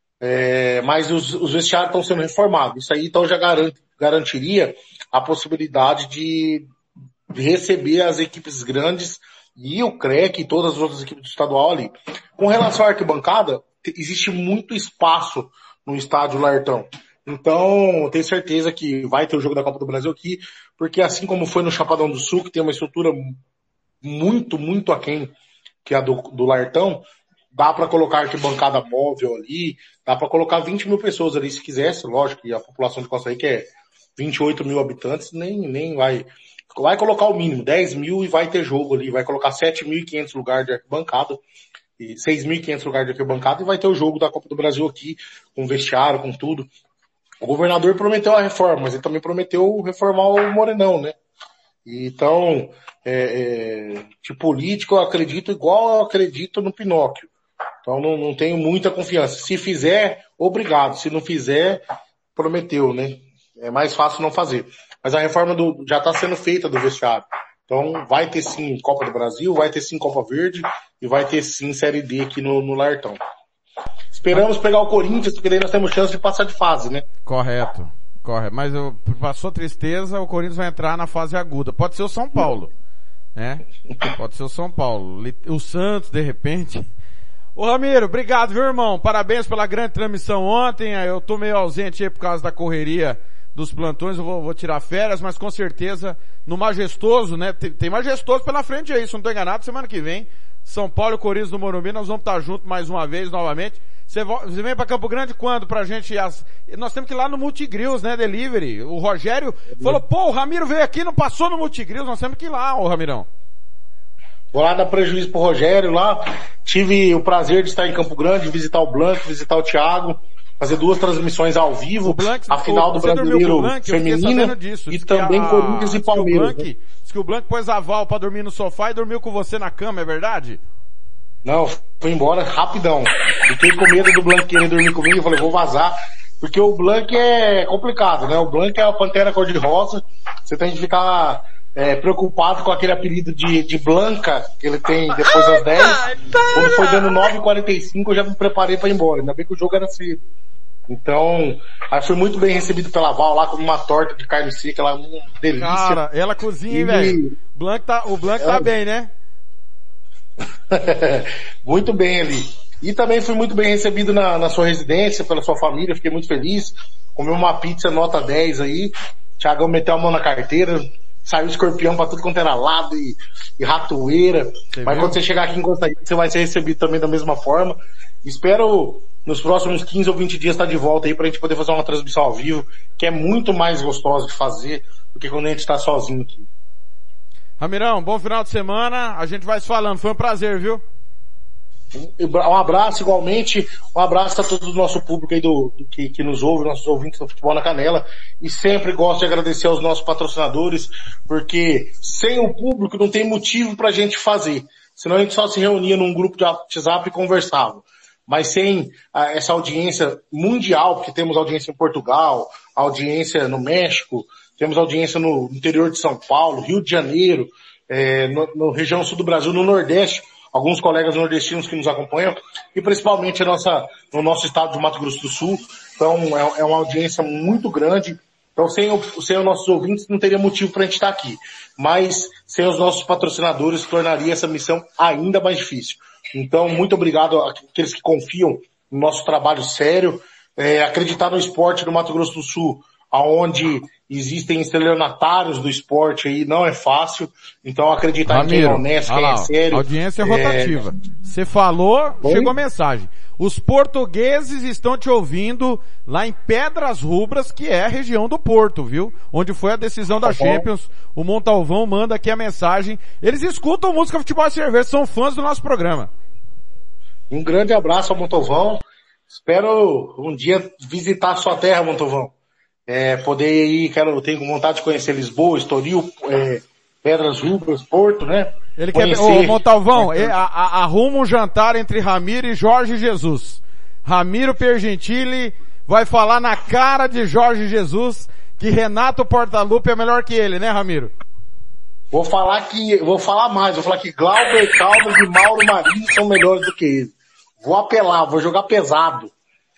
É, mas os, os vestiários estão sendo reformados, isso aí então já garante, garantiria a possibilidade de, de receber as equipes grandes e o C R E C e todas as outras equipes do estadual ali. Com relação à arquibancada, existe muito espaço no estádio Laertão. Então, tenho certeza que vai ter o jogo da Copa do Brasil aqui, porque assim como foi no Chapadão do Sul, que tem uma estrutura muito, muito aquém que a do, do Laertão, dá para colocar arquibancada móvel ali, dá para colocar vinte mil pessoas ali se quisesse, lógico que a população de Costa Rica é vinte e oito mil habitantes, nem, nem vai, vai colocar o mínimo, dez mil e vai ter jogo ali, vai colocar sete mil e quinhentos lugares de arquibancada, e seis mil e quinhentos lugares de arquibancada, e vai ter o jogo da Copa do Brasil aqui, com vestiário, com tudo. O governador prometeu a reforma, mas ele também prometeu reformar o Morenão, né? Então, é, é, de político eu acredito igual eu acredito no Pinóquio. Então não, não tenho muita confiança. Se fizer, obrigado. Se não fizer, prometeu, né? É mais fácil não fazer. Mas a reforma do, já está sendo feita do vestiário. Então vai ter sim Copa do Brasil, vai ter sim Copa Verde e vai ter sim Série D aqui no, no Laertão. Esperamos pegar o Corinthians, porque daí nós temos chance de passar de fase, né? Correto, correto. Mas eu, passou tristeza, o Corinthians vai entrar na fase aguda. Pode ser o São Paulo, né? Pode ser o São Paulo. O Santos, de repente. Ô Ramiro, obrigado, viu, irmão? Parabéns pela grande transmissão ontem. Eu tô meio ausente aí por causa da correria dos plantões, eu vou, vou tirar férias, mas com certeza no Majestoso, né? Tem, tem Majestoso pela frente aí, se não tô enganado, semana que vem, São Paulo e Corinthians do Morumbi, nós vamos estar juntos mais uma vez, novamente. Você, você vem pra Campo Grande quando pra gente, as, nós temos que ir lá no Multigrills, né, Delivery. O Rogério falou, pô, o Ramiro veio aqui, não passou no Multigrills, nós temos que ir lá, ô Ramirão. Vou lá dar prejuízo pro Rogério lá. Tive o prazer de estar em Campo Grande, visitar o Blanco, visitar o Thiago, fazer duas transmissões ao vivo, Blanc, a final do Brasileiro Blanc, Feminino disso, e também a, Corinthians e Palmeiras. Diz que, né? Diz que o Blanco pôs a Val pra dormir no sofá e dormiu com você na cama, é verdade? Não, fui embora rapidão. Fiquei com medo do Blanc querer dormir comigo e falei, vou vazar. Porque o Blanc é complicado, né? O Blanc é a pantera cor-de-rosa. Você tem que ficar é, preocupado com aquele apelido de, de Blanca que ele tem depois das dez. Quando foi dando nove e quarenta e cinco eu já me preparei para ir embora. Ainda bem que o jogo era cedo. Então, aí fui muito bem recebido pela Val lá com uma torta de carne seca, lá, uma delícia. Cara, ela cozinha, hein, velho? Blanc tá, o Blanc ela... tá bem, né? Muito bem ali. E também fui muito bem recebido na, na sua residência, pela sua família, fiquei muito feliz. Comi uma pizza nota dez aí, Thiagão meteu a mão na carteira, saiu escorpião pra tudo quanto era lado e, e ratoeira. Você Mas viu? Quando você chegar aqui em Costa Rica, você vai ser recebido também da mesma forma. Espero nos próximos quinze ou vinte dias estar de volta aí pra gente poder fazer uma transmissão ao vivo, que é muito mais gostoso de fazer do que quando a gente tá sozinho aqui. Ramirão, bom final de semana, a gente vai se falando, foi um prazer, viu? Um abraço igualmente, um abraço a todo o nosso público aí do, do que, que nos ouve, nossos ouvintes do Futebol na Canela, e sempre gosto de agradecer aos nossos patrocinadores, porque sem o público não tem motivo pra gente fazer, senão a gente só se reunia num grupo de WhatsApp e conversava. Mas sem ah, essa audiência mundial, porque temos audiência em Portugal, audiência no México, temos audiência no interior de São Paulo, Rio de Janeiro, é, no, no região sul do Brasil, no Nordeste, alguns colegas nordestinos que nos acompanham, e principalmente a nossa, no nosso estado do Mato Grosso do Sul. Então é, é uma audiência muito grande. Então sem, o, sem os nossos ouvintes não teria motivo para a gente estar aqui. Mas sem os nossos patrocinadores tornaria essa missão ainda mais difícil. Então muito obrigado àqueles que confiam no nosso trabalho sério, é, acreditar no esporte do Mato Grosso do Sul, aonde existem estelionatários do esporte aí, não é fácil. Então acreditar Ramiro, em quem é honesto, quem é sério. Audiência rotativa. Você é... falou, Oi? Chegou a mensagem. Os portugueses estão te ouvindo lá em Pedras Rubras, que é a região do Porto, viu? Onde foi a decisão da tá Champions. O Montalvão manda aqui a mensagem. Eles escutam música, futebol e cerveja, são fãs do nosso programa. Um grande abraço ao Montalvão. Espero um dia visitar a sua terra, Montalvão. É, poder ir, quero, tenho vontade de conhecer Lisboa, Estoril, é, Pedras Rubras, Porto, né? Ele conhecer. quer, ô Montalvão, é, a, a, arruma um jantar entre Ramiro e Jorge Jesus. Ramiro Piergentili vai falar na cara de Jorge Jesus que Renato Portaluppi é melhor que ele, né, Ramiro? Vou falar que, vou falar mais, vou falar que Glauber Caldas e Mauro Marinho são melhores do que ele. Vou apelar, vou jogar pesado.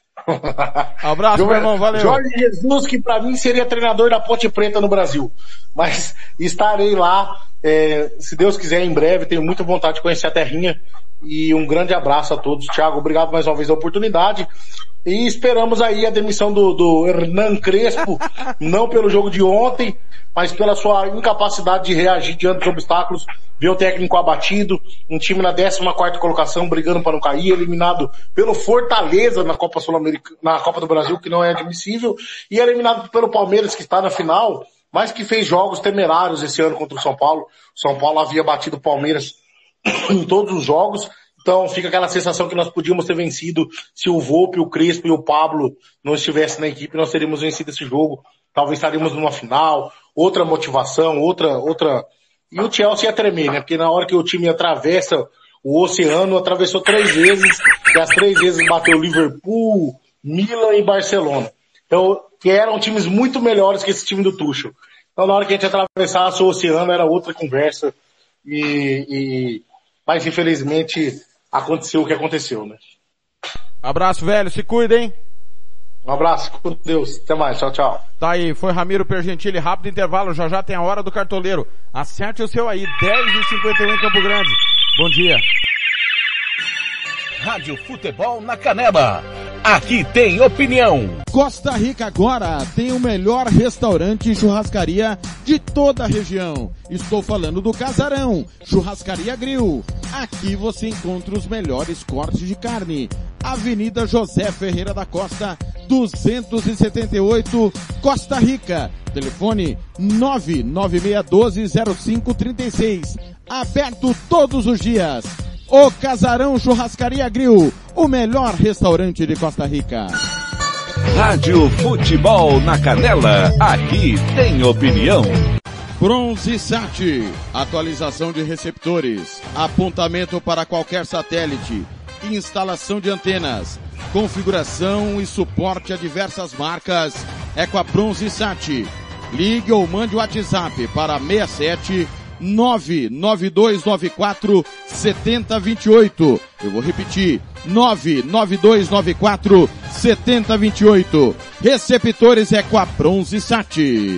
Abraço, meu irmão, valeu. Jorge Jesus, que pra mim seria treinador da Ponte Preta no Brasil. Mas estarei lá, é, se Deus quiser, em breve. Tenho muita vontade de conhecer a terrinha. E um grande abraço a todos. Thiago, obrigado mais uma vez pela oportunidade. E esperamos aí a demissão do, do Hernan Crespo, não pelo jogo de ontem, mas pela sua incapacidade de reagir diante dos obstáculos, ver o técnico abatido, um time na décima quarta colocação, brigando para não cair, eliminado pelo Fortaleza na Copa Sul-Americana, na Copa do Brasil, que não é admissível, e eliminado pelo Palmeiras, que está na final, mas que fez jogos temerários esse ano contra o São Paulo. O São Paulo havia batido o Palmeiras em todos os jogos. Então fica aquela sensação que nós podíamos ter vencido se o Volpe, o Crespo e o Pablo não estivessem na equipe, nós teríamos vencido esse jogo. Talvez estaríamos numa final, outra motivação, outra, outra... E o Chelsea ia tremer, né? Porque na hora que o time atravessa o oceano, atravessou três vezes, e as três vezes bateu Liverpool, Milan e Barcelona. Então, que eram times muito melhores que esse time do Tuchel. Então na hora que a gente atravessasse o oceano era outra conversa. E... e... Mas infelizmente aconteceu o que aconteceu, né? Abraço, velho. Se cuida, hein? Um abraço. Com Deus. Até mais. Tchau, tchau. Tá aí. Foi Ramiro Piergentili. Rápido intervalo. Já já tem a hora do cartoleiro. Acerte o seu aí. dez e cinquenta e um em Campo Grande. Bom dia. Rádio Futebol na Canela. Aqui tem opinião. Costa Rica agora tem o melhor restaurante e churrascaria de toda a região. Estou falando do Casarão, Churrascaria Grill. Aqui você encontra os melhores cortes de carne. Avenida José Ferreira da Costa, duzentos e setenta e oito, Costa Rica. Telefone nove nove seis um dois zero cinco três seis. aberto todos os dias. O Casarão Churrascaria Grill, o melhor restaurante de Costa Rica. Rádio Futebol na Canela, aqui tem opinião. Bronze Sat, atualização de receptores, apontamento para qualquer satélite, instalação de antenas, configuração e suporte a diversas marcas. É com a Bronze Sat. Ligue ou mande o WhatsApp para seis sete nove nove dois nove quatro sete zero dois oito. Eu vou repetir, nove nove dois nove quatro sete zero dois oito. Receptores é com a Bronze Sat.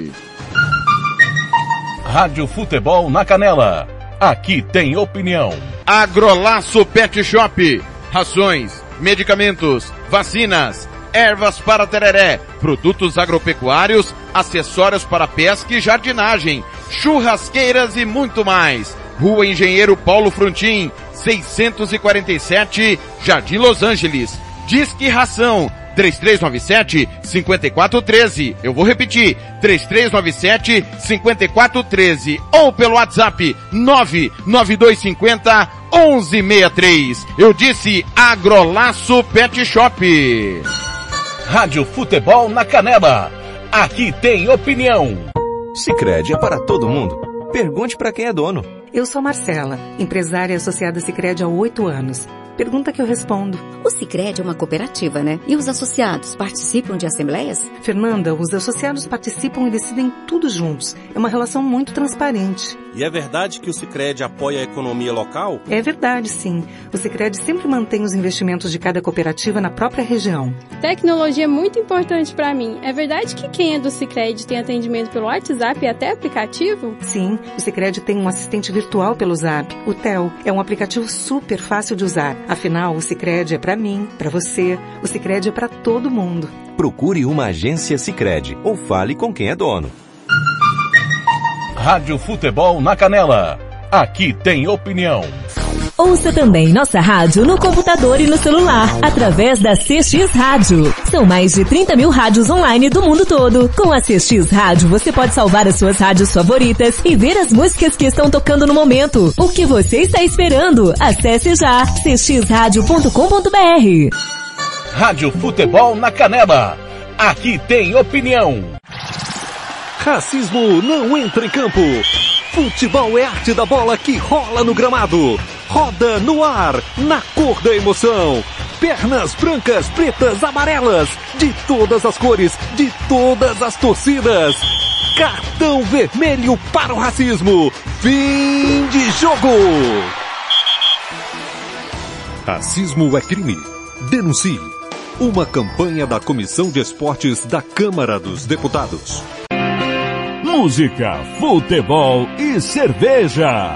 Rádio Futebol na Canela, aqui tem opinião. Agrolaço Pet Shop, rações, medicamentos, vacinas, ervas para tereré, produtos agropecuários, acessórios para pesca e jardinagem, churrasqueiras e muito mais. Rua Engenheiro Paulo Frontin, seiscentos e quarenta e sete, Jardim Los Angeles. Disque Ração, três três nove sete, cinco quatro um três. Eu vou repetir, três três nove sete, cinco quatro um três. Ou pelo WhatsApp, nove nove dois cinco zero, um um seis três. Eu disse Agrolaço Pet Shop. Rádio Futebol na Canela, aqui tem opinião. Sicredi é para todo mundo. Pergunte para quem é dono. Eu sou Marcela, empresária associada Sicredi há oito anos. Pergunta que eu respondo. O Sicredi é uma cooperativa, né? E os associados participam de assembleias? Fernanda, os associados participam e decidem tudo juntos. É uma relação muito transparente. E é verdade que o Sicredi apoia a economia local? É verdade, sim. O Sicredi sempre mantém os investimentos de cada cooperativa na própria região. Tecnologia é muito importante para mim. É verdade que quem é do Sicredi tem atendimento pelo WhatsApp e até aplicativo? Sim, o Sicredi tem um assistente virtual pelo Zap. O Tel é um aplicativo super fácil de usar. Afinal, o Sicredi é para mim, para você. O Sicredi é para todo mundo. Procure uma agência Sicredi ou fale com quem é dono. Rádio Futebol na Canela, aqui tem opinião. Ouça também nossa rádio no computador e no celular, através da C X Rádio. São mais de trinta mil rádios online do mundo todo. Com a C X Rádio, você pode salvar as suas rádios favoritas e ver as músicas que estão tocando no momento. O que você está esperando? Acesse já c x rádio ponto com ponto b r. Rádio Futebol na Canela, aqui tem opinião. Racismo não entra em campo. Futebol é arte da bola que rola no gramado. Roda no ar, na cor da emoção. Pernas brancas, pretas, amarelas, de todas as cores, de todas as torcidas. Cartão vermelho para o racismo. Fim de jogo. Racismo é crime. Denuncie. Uma campanha da Comissão de Esportes da Câmara dos Deputados. Música, futebol e cerveja.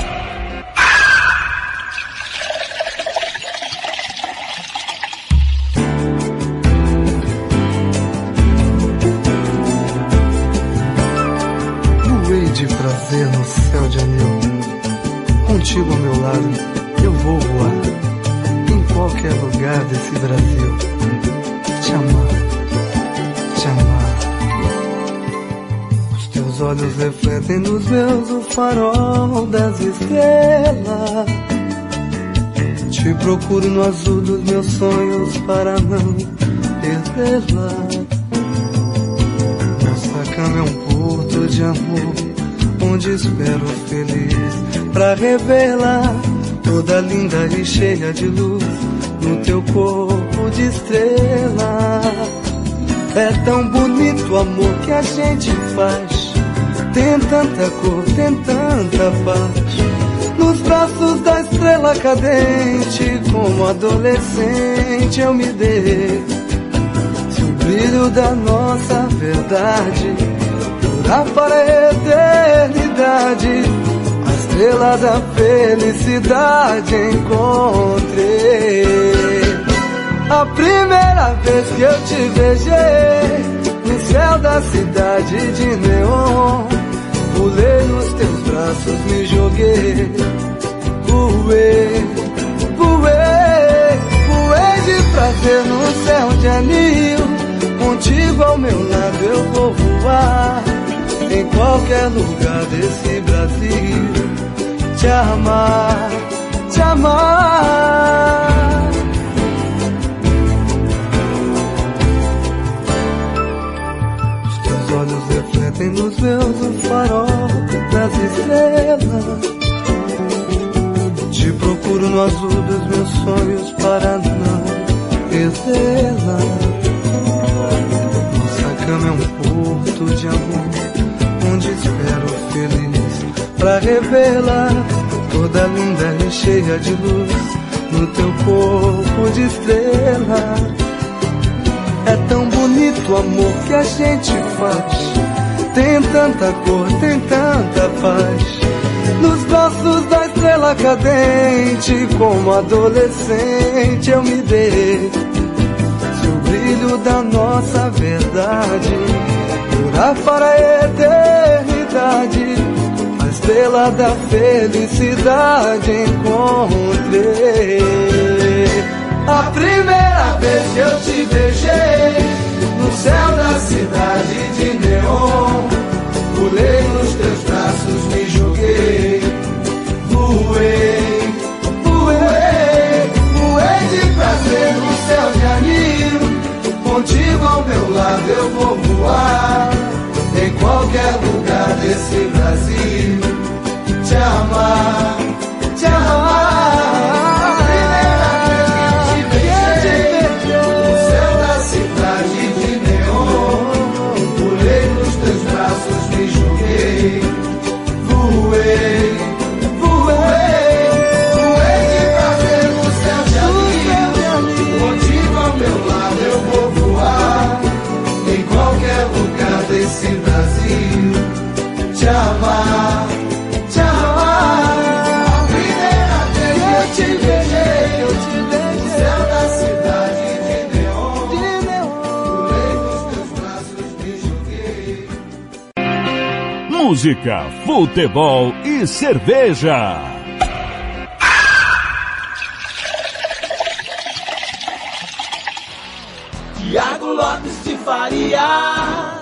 Voei de prazer no céu de anil. Contigo ao meu lado, eu vou voar. Em qualquer lugar desse Brasil. Te amar, te amar. Os olhos refletem nos meus o farol das estrelas. Te procuro no azul dos meus sonhos para não perdê-la. Nossa cama é um porto de amor, onde espero feliz pra revê-la. Toda linda e cheia de luz no teu corpo de estrela. É tão bonito o amor que a gente faz. Tem tanta cor, tem tanta paz. Nos braços da estrela cadente, como adolescente eu me dei. Se o brilho da nossa verdade durar para a eternidade, a estrela da felicidade encontrei. A primeira vez que eu te beijei no céu da cidade de neon, pulei nos teus braços, me joguei. Voei, voei, voei de prazer no céu de anil. Contigo ao meu lado eu vou voar. Em qualquer lugar desse Brasil. te amar, te amar. Os teus olhos refletem nos meus o farol das estrelas. Te procuro no azul dos meus sonhos para não perdê-la. Nossa cama é um porto de amor, onde espero feliz pra revelar toda linda e cheia de luz no teu corpo de estrela. É tão bonito o amor que a gente faz, tem tanta cor, tem tanta paz. Nos braços da estrela cadente, como adolescente eu me dei. Se o brilho da nossa verdade durar para a eternidade, a estrela da felicidade encontrei. A primeira vez que eu te beijei, no céu da cidade de neon, pulei nos teus braços, me joguei, voei, voei, voei de prazer no céu de anil. Contigo ao meu lado eu vou voar, em qualquer lugar desse Brasil, te amar, te amar. A primeira vez que te beijei, no céu da cidade de neon, pulei nos teus braços, me joguei, voei, voei, voei de prazer no céu de anil. Contigo ao meu lado eu vou voar, em qualquer lugar desse Brasil, te amar, te amar. A primeira vez que eu te beijei, eu te beijei, no céu da cidade de neon, de neon, pulei nos teus braços, me joguei. Música, futebol e cerveja. Tiago Lopes de Faria.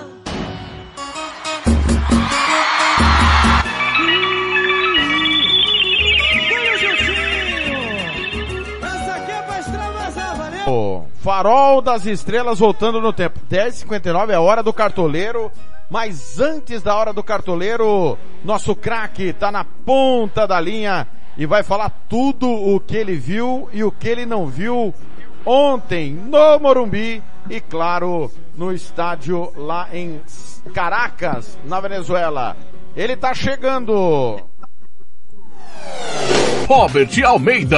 O Farol das Estrelas voltando no tempo. dez e cinquenta e nove é a hora do cartoleiro. Mas antes da hora do cartoleiro, nosso craque tá na ponta da linha e vai falar tudo o que ele viu e o que ele não viu ontem no Morumbi e, claro, no estádio lá em Caracas, na Venezuela. Ele tá chegando. Robert Almeida.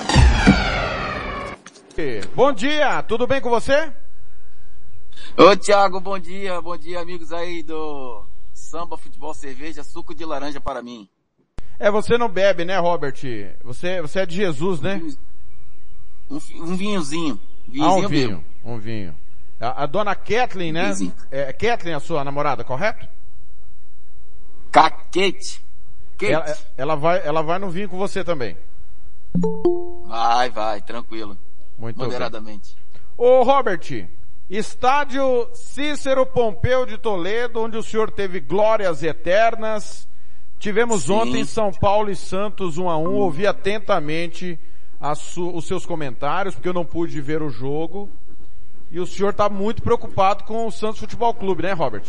Bom dia, tudo bem com você? Ô Thiago, bom dia, bom dia amigos aí do Samba, Futebol, Cerveja, suco de laranja para mim. É, você não bebe, né, Robert? Você, você é de Jesus, né? Um, um vinhozinho. vinhozinho ah, um vinho, um vinho. A, a dona Kathleen, né? Vinhozinho. É Kathleen a sua namorada, correto? Kate. Ela, ela vai, ela vai no vinho com você também. Vai, vai, tranquilo. Muito moderadamente. Bem. Ô Robert, estádio Cícero Pompeu de Toledo, onde o senhor teve glórias eternas. Tivemos Sim. ontem São Paulo e Santos um a um. Ouvi atentamente a su, os seus comentários, porque eu não pude ver o jogo. E o senhor está muito preocupado com o Santos Futebol Clube, né, Robert?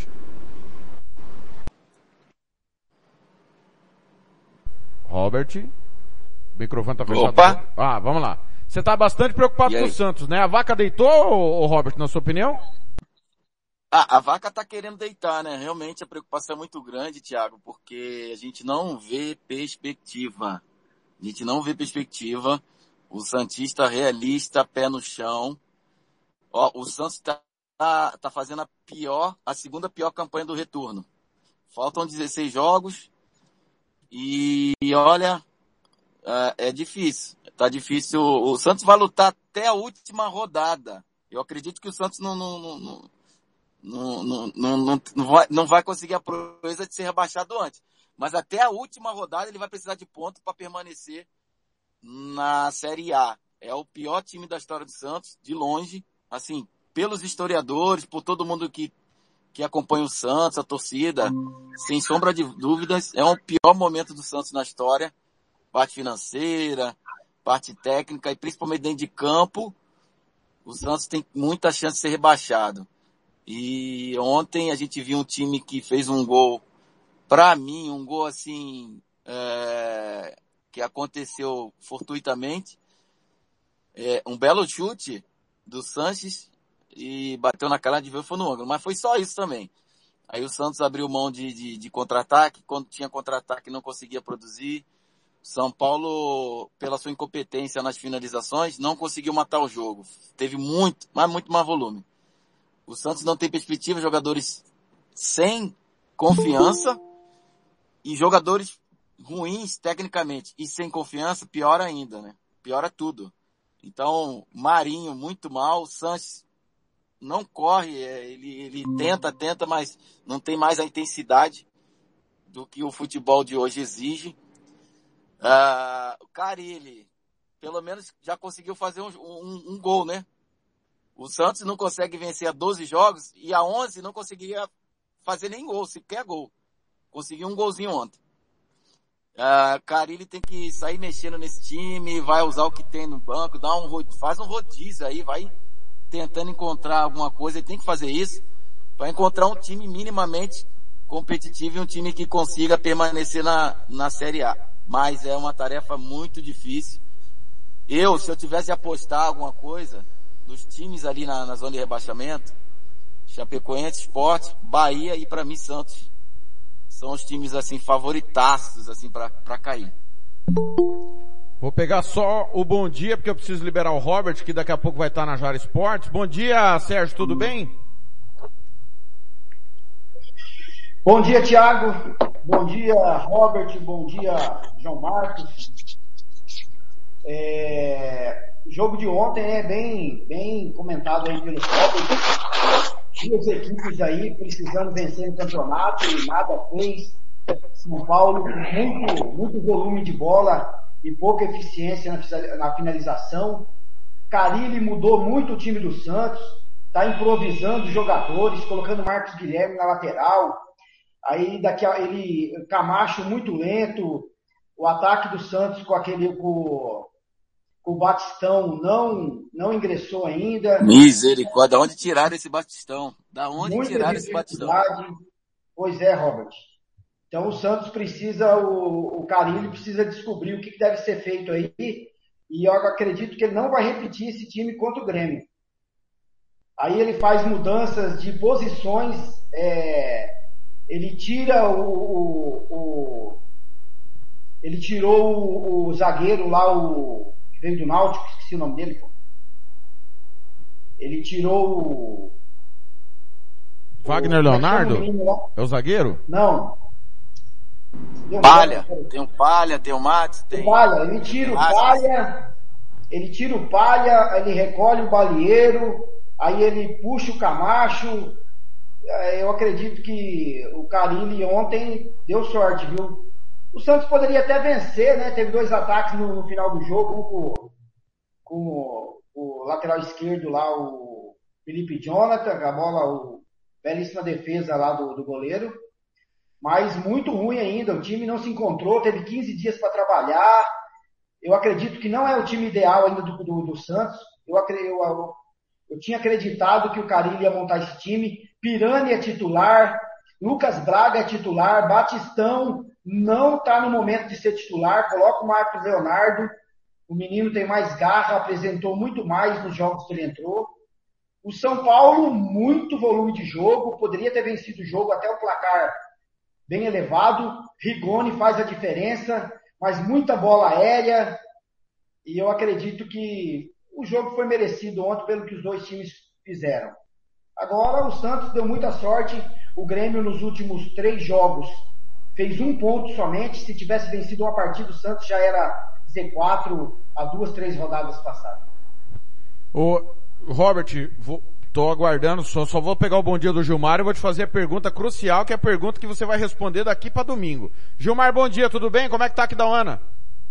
Robert? O microfone tá fechado. Opa! Ah, vamos lá. Você tá bastante preocupado com o Santos, né? A vaca deitou, ô, ô Robert, na sua opinião? Ah, a vaca tá querendo deitar, né? Realmente a preocupação é muito grande, Thiago, porque a gente não vê perspectiva. A gente não vê perspectiva. O santista realista, pé no chão. Ó, o Santos tá, tá, tá fazendo a pior, a segunda pior campanha do retorno. Faltam dezesseis jogos. E, e olha, é, é difícil. Tá difícil. O Santos vai lutar até a última rodada. Eu acredito que o Santos não, não, não, não, não, não, não, não, vai, não vai conseguir a proeza de ser rebaixado antes. Mas até a última rodada ele vai precisar de pontos para permanecer na Série A. É o pior time da história do Santos, de longe. Assim, pelos historiadores, por todo mundo que, que acompanha o Santos, a torcida, sem sombra de dúvidas, é o pior momento do Santos na história. parte financeira, parte técnica e principalmente dentro de campo, o Santos tem muita chance de ser rebaixado. E ontem a gente viu um time que fez um gol, pra mim, um gol assim, é, que aconteceu fortuitamente, é, um belo chute do Sanches e bateu na cara de ver foi no ângulo, mas foi só isso também. Aí o Santos abriu mão de, de, de contra-ataque, quando tinha contra-ataque não conseguia produzir. São Paulo, pela sua incompetência nas finalizações, não conseguiu matar o jogo. Teve muito, mas muito mais volume. O Santos não tem perspectiva, jogadores sem confiança e jogadores ruins tecnicamente. E sem confiança, pior ainda, né? Piora tudo. Então, Marinho muito mal, Sanches não corre, ele, ele tenta, tenta, mas não tem mais a intensidade do que o futebol de hoje exige. Uh, o Carille, pelo menos já conseguiu fazer um, um, um gol, né? O Santos não consegue vencer a doze jogos e a onze não conseguiria fazer nem gol, sequer gol. Conseguiu um golzinho ontem. Uh, Carille tem que sair mexendo nesse time, vai usar o que tem no banco, dá um, faz um rodízio aí, vai tentando encontrar alguma coisa, ele tem que fazer isso para encontrar um time minimamente competitivo e um time que consiga permanecer na, na Série A. Mas é uma tarefa muito difícil. Eu, se eu tivesse de apostar alguma coisa, dos times ali na, na zona de rebaixamento, Chapecoense, Sport, Bahia e para mim Santos, são os times assim favoritaços assim para para cair. Vou pegar só o bom dia, porque eu preciso liberar o Robert, que daqui a pouco vai estar na Jara Esportes. Bom dia, Sérgio, tudo bem? Bom dia, Thiago. Bom dia, Robert. Bom dia, João Marcos. É... O jogo de ontem é bem, bem comentado aí pelos próprios. Duas equipes aí precisando vencer no campeonato e nada fez. São Paulo com muito, muito volume de bola e pouca eficiência na finalização. Carille mudou muito o time do Santos, está improvisando jogadores, colocando Marcos Guilherme na lateral. Aí daqui a, ele, Camacho muito lento, o ataque do Santos com aquele, com, com o Batistão não, não ingressou ainda. Misericórdia, da onde tiraram esse Batistão? Da onde Muita tiraram esse Batistão? Pois é, Robert. Então o Santos precisa, o, o Carille precisa descobrir o que deve ser feito aí, e eu acredito que ele não vai repetir esse time contra o Grêmio. Aí ele faz mudanças de posições, é, ele tira o, o, o ele tirou o, o zagueiro lá, o que veio do Náutico, esqueci o nome dele, pô. Ele tirou o Wagner o, Leonardo? É o zagueiro? Não. Palha, tem um Palha, tem o Matos, tem... Palha, ele tira o Palha, ele tira o Palha, ele recolhe o Balieiro, aí ele puxa o Camacho. Eu acredito que o Carille ontem deu sorte, viu? O Santos poderia até vencer, né? Teve dois ataques no, no final do jogo, um com, com o, o lateral esquerdo lá, o Felipe Jonathan, a bola, o belíssima defesa lá do, do goleiro. Mas muito ruim ainda, o time não se encontrou, teve quinze dias para trabalhar. Eu acredito que não é o time ideal ainda do, do, do Santos. Eu, eu, eu, eu tinha acreditado que o Carille ia montar esse time. Pirani é titular, Lucas Braga é titular, Batistão não está no momento de ser titular. Coloca o Marcos Leonardo, o menino tem mais garra, apresentou muito mais nos jogos que ele entrou. O São Paulo, muito volume de jogo, poderia ter vencido o jogo até o placar bem elevado. Rigoni faz a diferença, mas muita bola aérea, e eu acredito que o jogo foi merecido ontem pelo que os dois times fizeram. Agora o Santos deu muita sorte, o Grêmio nos últimos três jogos fez um ponto somente, se tivesse vencido uma partida o Santos já era Z quatro há duas, três rodadas passadas. Ô, Robert, vou... Tô aguardando, só, só vou pegar o bom dia do Gilmar e vou te fazer a pergunta crucial, que é a pergunta que você vai responder daqui para domingo. Gilmar, bom dia, tudo bem? Como é que tá aqui da Ana?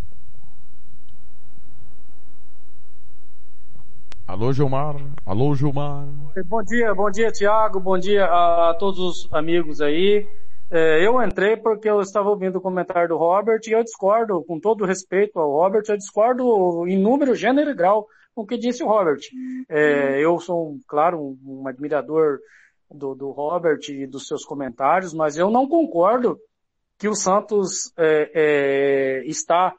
Alô, Gilmar? Alô, Gilmar? Bom dia, bom dia, Thiago, bom dia a todos os amigos aí. É, eu entrei porque eu estava ouvindo o comentário do Robert e eu discordo, com todo respeito ao Robert, eu discordo em número, gênero e grau com o que disse o Robert. É, eu sou, claro, um, um admirador do, do Robert e dos seus comentários, mas eu não concordo que o Santos é, é, está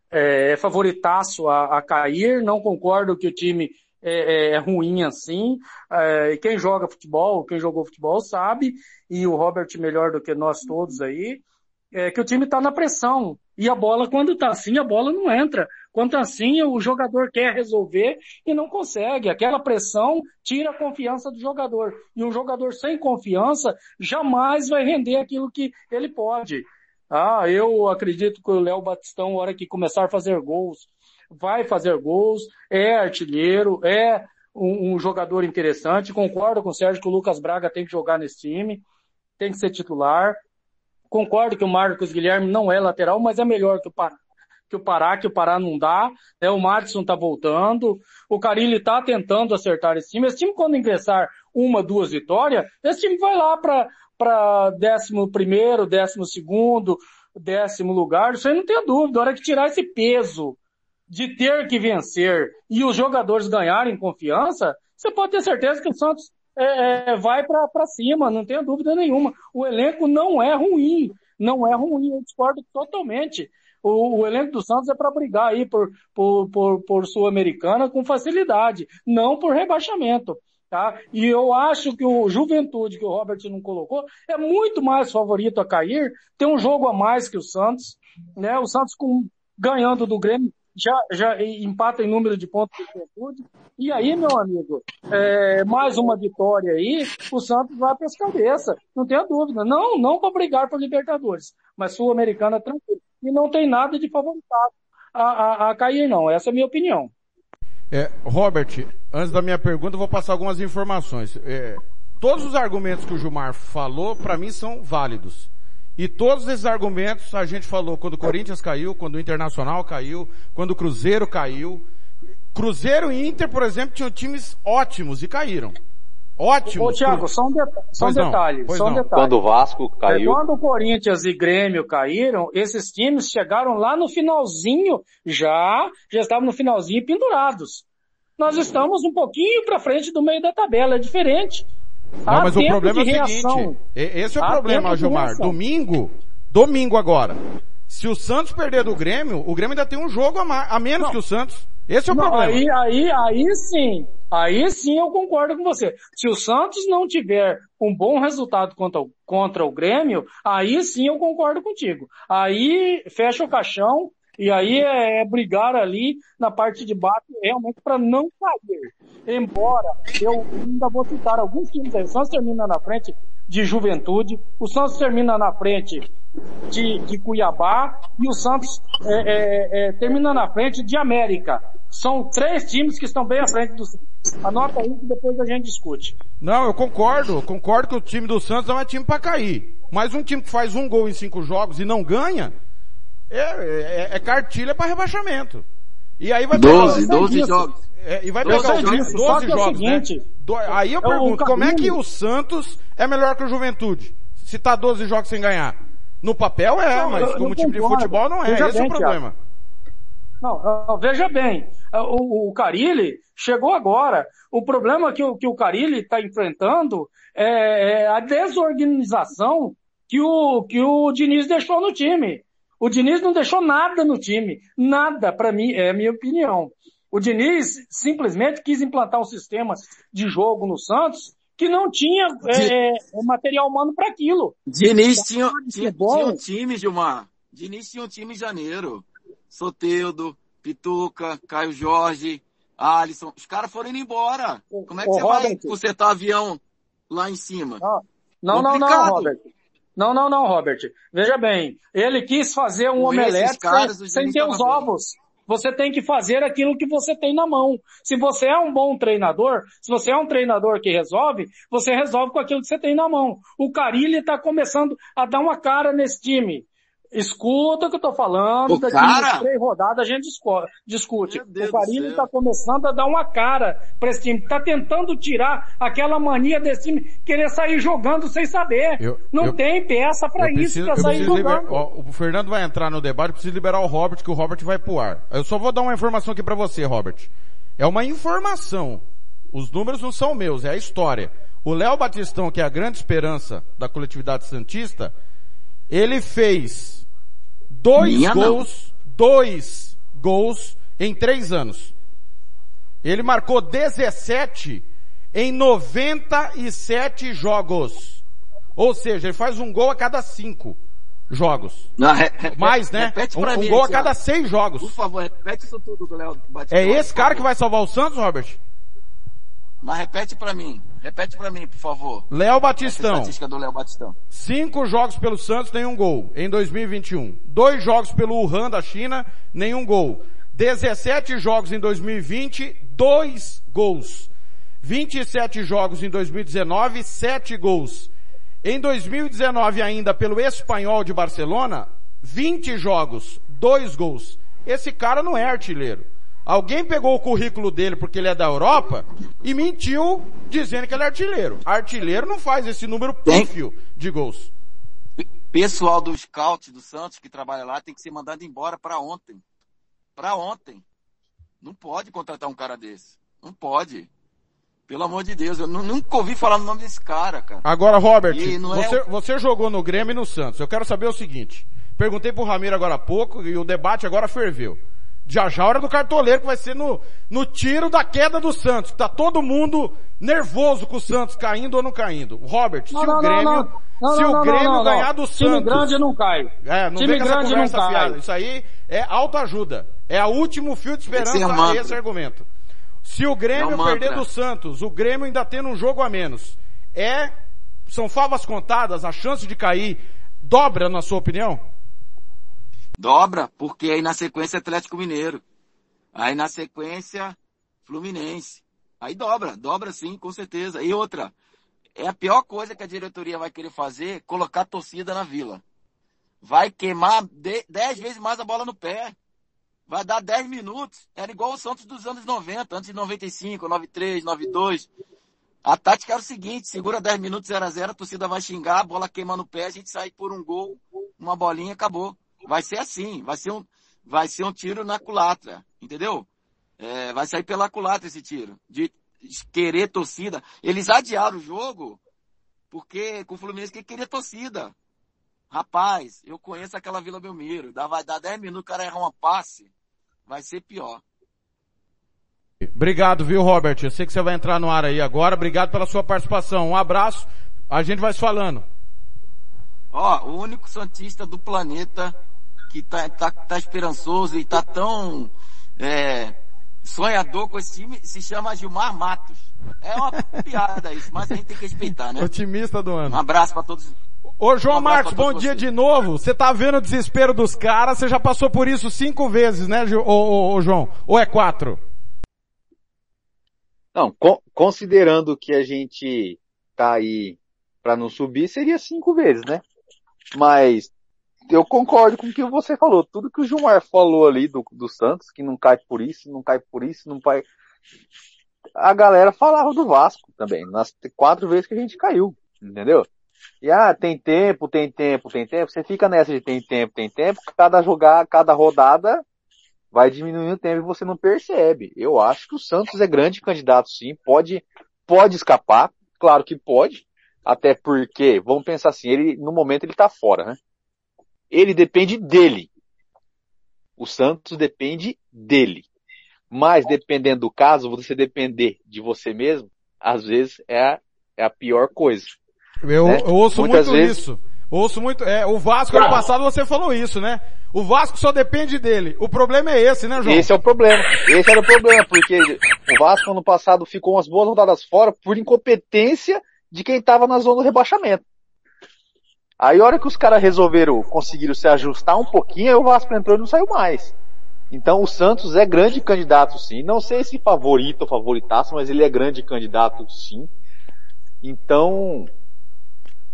é, favoritaço a, a cair, não concordo que o time é, é ruim assim, é, quem joga futebol, quem jogou futebol sabe, e o Robert melhor do que nós todos aí, é que o time está na pressão, e a bola, quando está assim, a bola não entra, quando está assim, o jogador quer resolver e não consegue, aquela pressão tira a confiança do jogador, e um jogador sem confiança jamais vai render aquilo que ele pode. Ah, eu acredito que o Léo Batistão, na hora que começar a fazer gols, vai fazer gols, é artilheiro, é um, um jogador interessante. Concordo com o Sérgio que o Lucas Braga tem que jogar nesse time, tem que ser titular. Concordo que o Marcos Guilherme não é lateral, mas é melhor que o Pará, que o Pará, que o Pará não dá. Né? O Madison tá voltando, o Carille tá tentando acertar esse time. Esse time, quando ingressar uma, duas vitórias, esse time vai lá para para décimo primeiro, décimo segundo, décimo lugar. Isso aí não tem dúvida. A hora que tirar esse peso de ter que vencer e os jogadores ganharem confiança, você pode ter certeza que o Santos é, é, vai para cima, não tenha dúvida nenhuma. O elenco não é ruim, não é ruim, eu discordo totalmente. O, o elenco do Santos é para brigar aí por, por, por, por Sul-Americana com facilidade, não por rebaixamento. Tá? E eu acho que o Juventude, que o Robert não colocou, é muito mais favorito a cair, tem um jogo a mais que o Santos, né? O Santos com, ganhando do Grêmio já, já empata em número de pontos do Juventude, e aí, meu amigo, é, mais uma vitória aí, o Santos vai para as cabeças, não tenha dúvida, não, não para brigar por Libertadores, mas Sul-Americana tranquilo, e não tem nada de favoritado a, a, a cair não, essa é a minha opinião. É, Robert, antes da minha pergunta, eu vou passar algumas informações. É, todos os argumentos que o Gilmar falou, para mim, são válidos. E todos esses argumentos a gente falou quando o Corinthians caiu, quando o Internacional caiu, quando o Cruzeiro caiu. Cruzeiro e Inter, por exemplo, tinham times ótimos e caíram. Ótimos. Ô, Thiago, só um, de... só um pois detalhe. Não, só um não. detalhe. Quando o Vasco caiu. Quando o Corinthians e Grêmio caíram, esses times chegaram lá no finalzinho, já, já estavam no finalzinho pendurados. Nós estamos um pouquinho para frente do meio da tabela, é diferente. Não, Há mas o problema é o reação. seguinte, esse é o Há problema, Gilmar. reação. Domingo, domingo agora, se o Santos perder do Grêmio, o Grêmio ainda tem um jogo a, mais, a menos não. que o Santos. Esse é o não, problema. Aí, aí, aí sim, aí sim eu concordo com você. Se o Santos não tiver um bom resultado contra o, contra o Grêmio, aí sim eu concordo contigo. Aí fecha o caixão e aí é, é brigar ali na parte de baixo realmente para não cair. Embora eu ainda vou citar alguns times aí. O Santos termina na frente de Juventude, o Santos termina na frente de, de Cuiabá e o Santos é, é, é, termina na frente de América. São três times que estão bem à frente do Santos. Anota aí que depois a gente discute. Não, eu concordo. Concordo que o time do Santos não é time para cair. Mas um time que faz um gol em cinco jogos e não ganha, é, é, é cartilha para rebaixamento. E aí vai doze, doze jogos. É, e vai pegar o time, doze jogos, né? Do, aí eu pergunto, como é que o Santos é melhor que o Juventude? Se tá doze jogos sem ganhar. No papel é, não, mas como time de futebol não é. Esse bem, é o problema. Não, não, veja bem, o, o Carille chegou agora. O problema que o, que o Carille está enfrentando é, é a desorganização que o, que o Diniz deixou no time. O Diniz não deixou nada no time. Nada, para mim, é a minha opinião. O Diniz simplesmente quis implantar um sistema de jogo no Santos que não tinha é, é, material humano para aquilo. Diniz tinha, tinha, tinha um time, Gilmar. Diniz tinha um time em janeiro. Soteldo, Pituca, Caio Jorge, Alisson. Os caras foram indo embora. Como é que Ô, você Robert, vai consertar avião lá em cima? Não, não, não, não, Robert. Não, não, não, Robert. Veja bem, ele quis fazer um Com omelete caras, sem, sem ter os ovos. Você tem que fazer aquilo que você tem na mão. Se você é um bom treinador, se você é um treinador que resolve, você resolve com aquilo que você tem na mão. O Carille está começando a dar uma cara nesse time. Escuta o que eu tô falando, O daqui cara- umas três rodadas a gente disco- discute. Deus O Carilli do céu. tá começando a dar uma cara pra esse time, tá tentando tirar aquela mania desse time, querer sair jogando sem saber. Eu- Não eu- tem peça pra Eu isso, preciso- pra eu sair preciso liber- jogando. ó, o Fernando vai entrar no debate, eu preciso liberar o Robert, que o Robert vai pro ar. Eu só vou dar uma informação aqui pra você, Robert. É uma informação. Os números não são meus, é a história. O Léo Batistão, que é a grande esperança da coletividade santista, ele fez dois Minha não. gols, dois gols em três anos. Ele marcou dezessete em noventa e sete jogos. Ou seja, ele faz um gol a cada cinco jogos. Não, re- re- Mais, né? repete Um, pra um mim, gol a Thiago. cada seis jogos. Por favor, repete isso tudo do Léo Batistão. É esse por cara favor. que vai salvar o Santos, Robert? Mas repete pra mim. Repete pra mim, por favor. Léo Essa Batistão. estatística do Léo Batistão. Cinco jogos pelo Santos, nenhum gol. Em dois mil e vinte e um. Dois jogos pelo Wuhan da China, nenhum gol. dezessete jogos em dois mil e vinte, dois gols. vinte e sete jogos em dois mil e dezenove, sete gols. Em dois mil e dezenove ainda pelo Espanhol de Barcelona, vinte jogos, dois gols. Esse cara não é artilheiro. Alguém pegou o currículo dele porque ele é da Europa e mentiu dizendo que ele é artilheiro. Artilheiro não faz esse número pífio de gols. Pessoal do scout do Santos que trabalha lá tem que ser mandado embora pra ontem. Pra ontem. Não pode contratar um cara desse. Não pode. Pelo amor de Deus, eu nu- nunca ouvi falar no nome desse cara, cara. Agora, Robert, E não é você, o- você jogou no Grêmio e no Santos. Eu quero saber o seguinte. Perguntei pro Ramiro agora há pouco e o debate agora ferveu. Já já a hora do cartoleiro que vai ser no, no tiro da queda do Santos. Tá todo mundo nervoso com o Santos caindo ou não caindo. Robert, Não, se não, o Grêmio, não, não. Não, se não, o não, Grêmio não, não. ganhar do Time Santos. grande não cai. É, não Time vem com essa grande não conversa cai. fiada. Isso aí é autoajuda. É o último fio de Tem que esperança ser um a mantra. esse argumento. Se o Grêmio É um mantra. perder do Santos, o Grêmio ainda tendo um jogo a menos, é, são favas contadas, a chance de cair dobra, na sua opinião? Dobra, porque aí na sequência Atlético Mineiro. Aí na sequência Fluminense. Aí dobra, dobra sim, com certeza. E outra, é a pior coisa que a diretoria vai querer fazer, colocar torcida na Vila. Vai queimar de- dez vezes mais a bola no pé. Vai dar dez minutos. Era igual o Santos dos anos noventa, antes de noventa e cinco, noventa e três, noventa e dois. A tática era o seguinte, segura dez minutos zero a zero, a torcida vai xingar, a bola queima no pé, a gente sai por um gol, uma bolinha, acabou. Vai ser assim, vai ser um, vai ser um tiro na culatra, entendeu? É, vai sair pela culatra esse tiro, de querer torcida. Eles adiaram o jogo, porque com o Fluminense que queria torcida. Rapaz, eu conheço aquela Vila Belmiro, dá, vai dar dez minutos, o cara errar uma passe, vai ser pior. Obrigado, viu, Robert? Eu sei que você vai entrar no ar aí agora. Obrigado pela sua participação. Um abraço. A gente vai se falando. Ó, o único santista do planeta que tá, tá, tá esperançoso e tá tão é, sonhador com esse time se chama Gilmar Matos. É uma piada isso, mas a gente tem que respeitar, né? Otimista do ano. Um abraço pra todos. Ô, João Um abraço Marcos, pra bom todos dia vocês. de novo. Você tá vendo o desespero dos caras, você já passou por isso cinco vezes, né, Gil- ô, ô, ô, João? Ou é quatro? Não, co- considerando que a gente tá aí pra não subir, seria cinco vezes, né? Mas eu concordo com o que você falou. Tudo que o Gilmar falou ali do, do Santos, que não cai por isso, não cai por isso, não vai... A galera falava do Vasco também, nas quatro vezes que a gente caiu, entendeu? E ah, tem tempo, tem tempo, tem tempo. Você fica nessa de tem tempo, tem tempo. Cada jogar, cada rodada vai diminuindo o tempo e você não percebe. Eu acho que o Santos é grande candidato, sim. Pode, pode escapar. Claro que pode. Até porque, vamos pensar assim, ele, no momento ele tá fora, né? Ele depende dele. O Santos depende dele. Mas dependendo do caso, você depender de você mesmo, às vezes é a, é a pior coisa. Eu, né? eu ouço Muitas muito vezes... isso. Ouço muito, é, o Vasco ano passado você falou isso, né? O Vasco só depende dele. O problema é esse, né, João? Esse é o problema. Esse era o problema, porque o Vasco ano passado ficou umas boas rodadas fora por incompetência de quem estava na zona do rebaixamento. Aí a hora que os caras resolveram, conseguiram se ajustar um pouquinho, aí o Vasco entrou e não saiu mais. Então o Santos é grande candidato, sim. Não sei se favorito ou favoritaço, mas ele é grande candidato, sim. Então,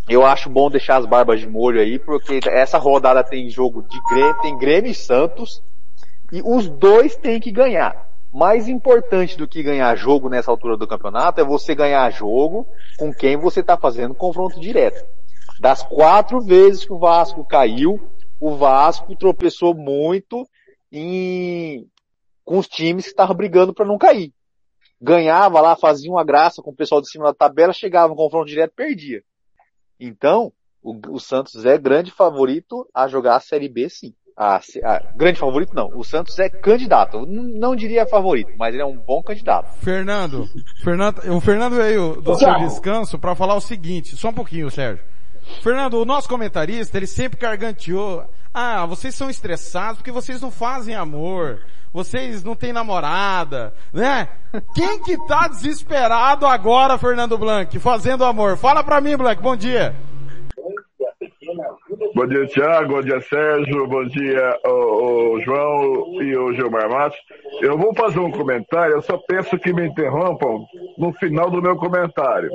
eu acho bom deixar as barbas de molho aí, porque essa rodada tem jogo de Grêmio, tem Grêmio e Santos, e os dois têm que ganhar. Mais importante do que ganhar jogo nessa altura do campeonato é você ganhar jogo com quem você está fazendo confronto direto. Das quatro vezes que o Vasco caiu, o Vasco tropeçou muito em, com os times que estavam brigando para não cair. Ganhava lá, fazia uma graça com o pessoal de cima da tabela, chegava no confronto direto, perdia. Então, o, o Santos é grande favorito a jogar a Série B, sim. A, a, grande favorito não, o Santos é candidato, eu não, não diria favorito, mas ele é um bom candidato. Fernando, Fernando o Fernando veio do seu descanso para falar o seguinte, só um pouquinho, Sérgio. Fernando, o nosso comentarista, ele sempre garganteou, ah, vocês são estressados porque vocês não fazem amor, vocês não têm namorada, né? Quem que tá desesperado agora, Fernando Blanc, fazendo amor? Fala pra mim, Blanc, bom dia. Bom dia, Thiago, bom dia, Sérgio, bom dia, o, o João e o Gilmar Matos. Eu vou fazer um comentário, eu só peço que me interrompam no final do meu comentário.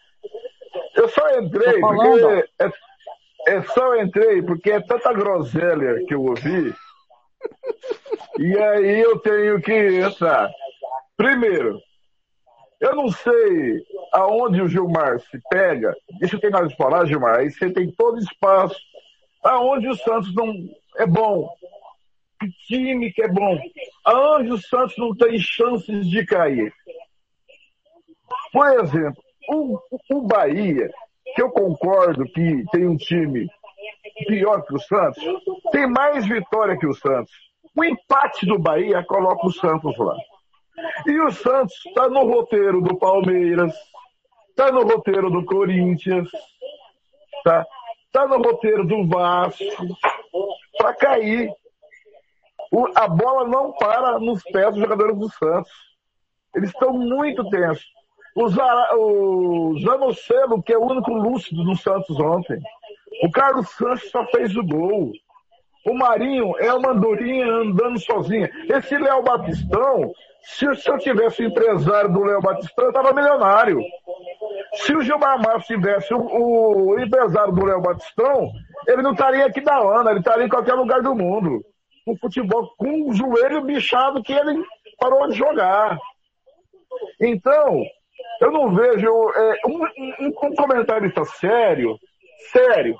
Eu só entrei porque é, é só entrei porque é tanta groselha que eu ouvi, e aí eu tenho que entrar. Primeiro, eu não sei aonde o Gilmar se pega, deixa eu terminar de falar, Gilmar, aí você tem todo espaço. Aonde o Santos não é bom, que time que é bom, aonde o Santos não tem chances de cair. Por exemplo, o, o Bahia, que eu concordo que tem um time pior que o Santos, tem mais vitória que o Santos. O empate do Bahia coloca o Santos lá. E o Santos está no roteiro do Palmeiras, está no roteiro do Corinthians, tá? Está no roteiro do Vasco para cair. O, a bola não para nos pés dos jogadores do Santos. Eles estão muito tensos. O, Zara, o Zanocelo, que é o único lúcido do Santos ontem. O Carlos Sanches só fez o gol. O Marinho é uma andorinha andando sozinha. Esse Léo Batistão, se, se eu tivesse o empresário do Léo Batistão, eu estava milionário. Se o Gilmar Matos tivesse o, o empresário do Léo Batistão, ele não estaria aqui da Ana, ele estaria em qualquer lugar do mundo. Com futebol, com o joelho bichado que ele parou de jogar. Então, eu não vejo é, um, um, um comentarista sério, sério,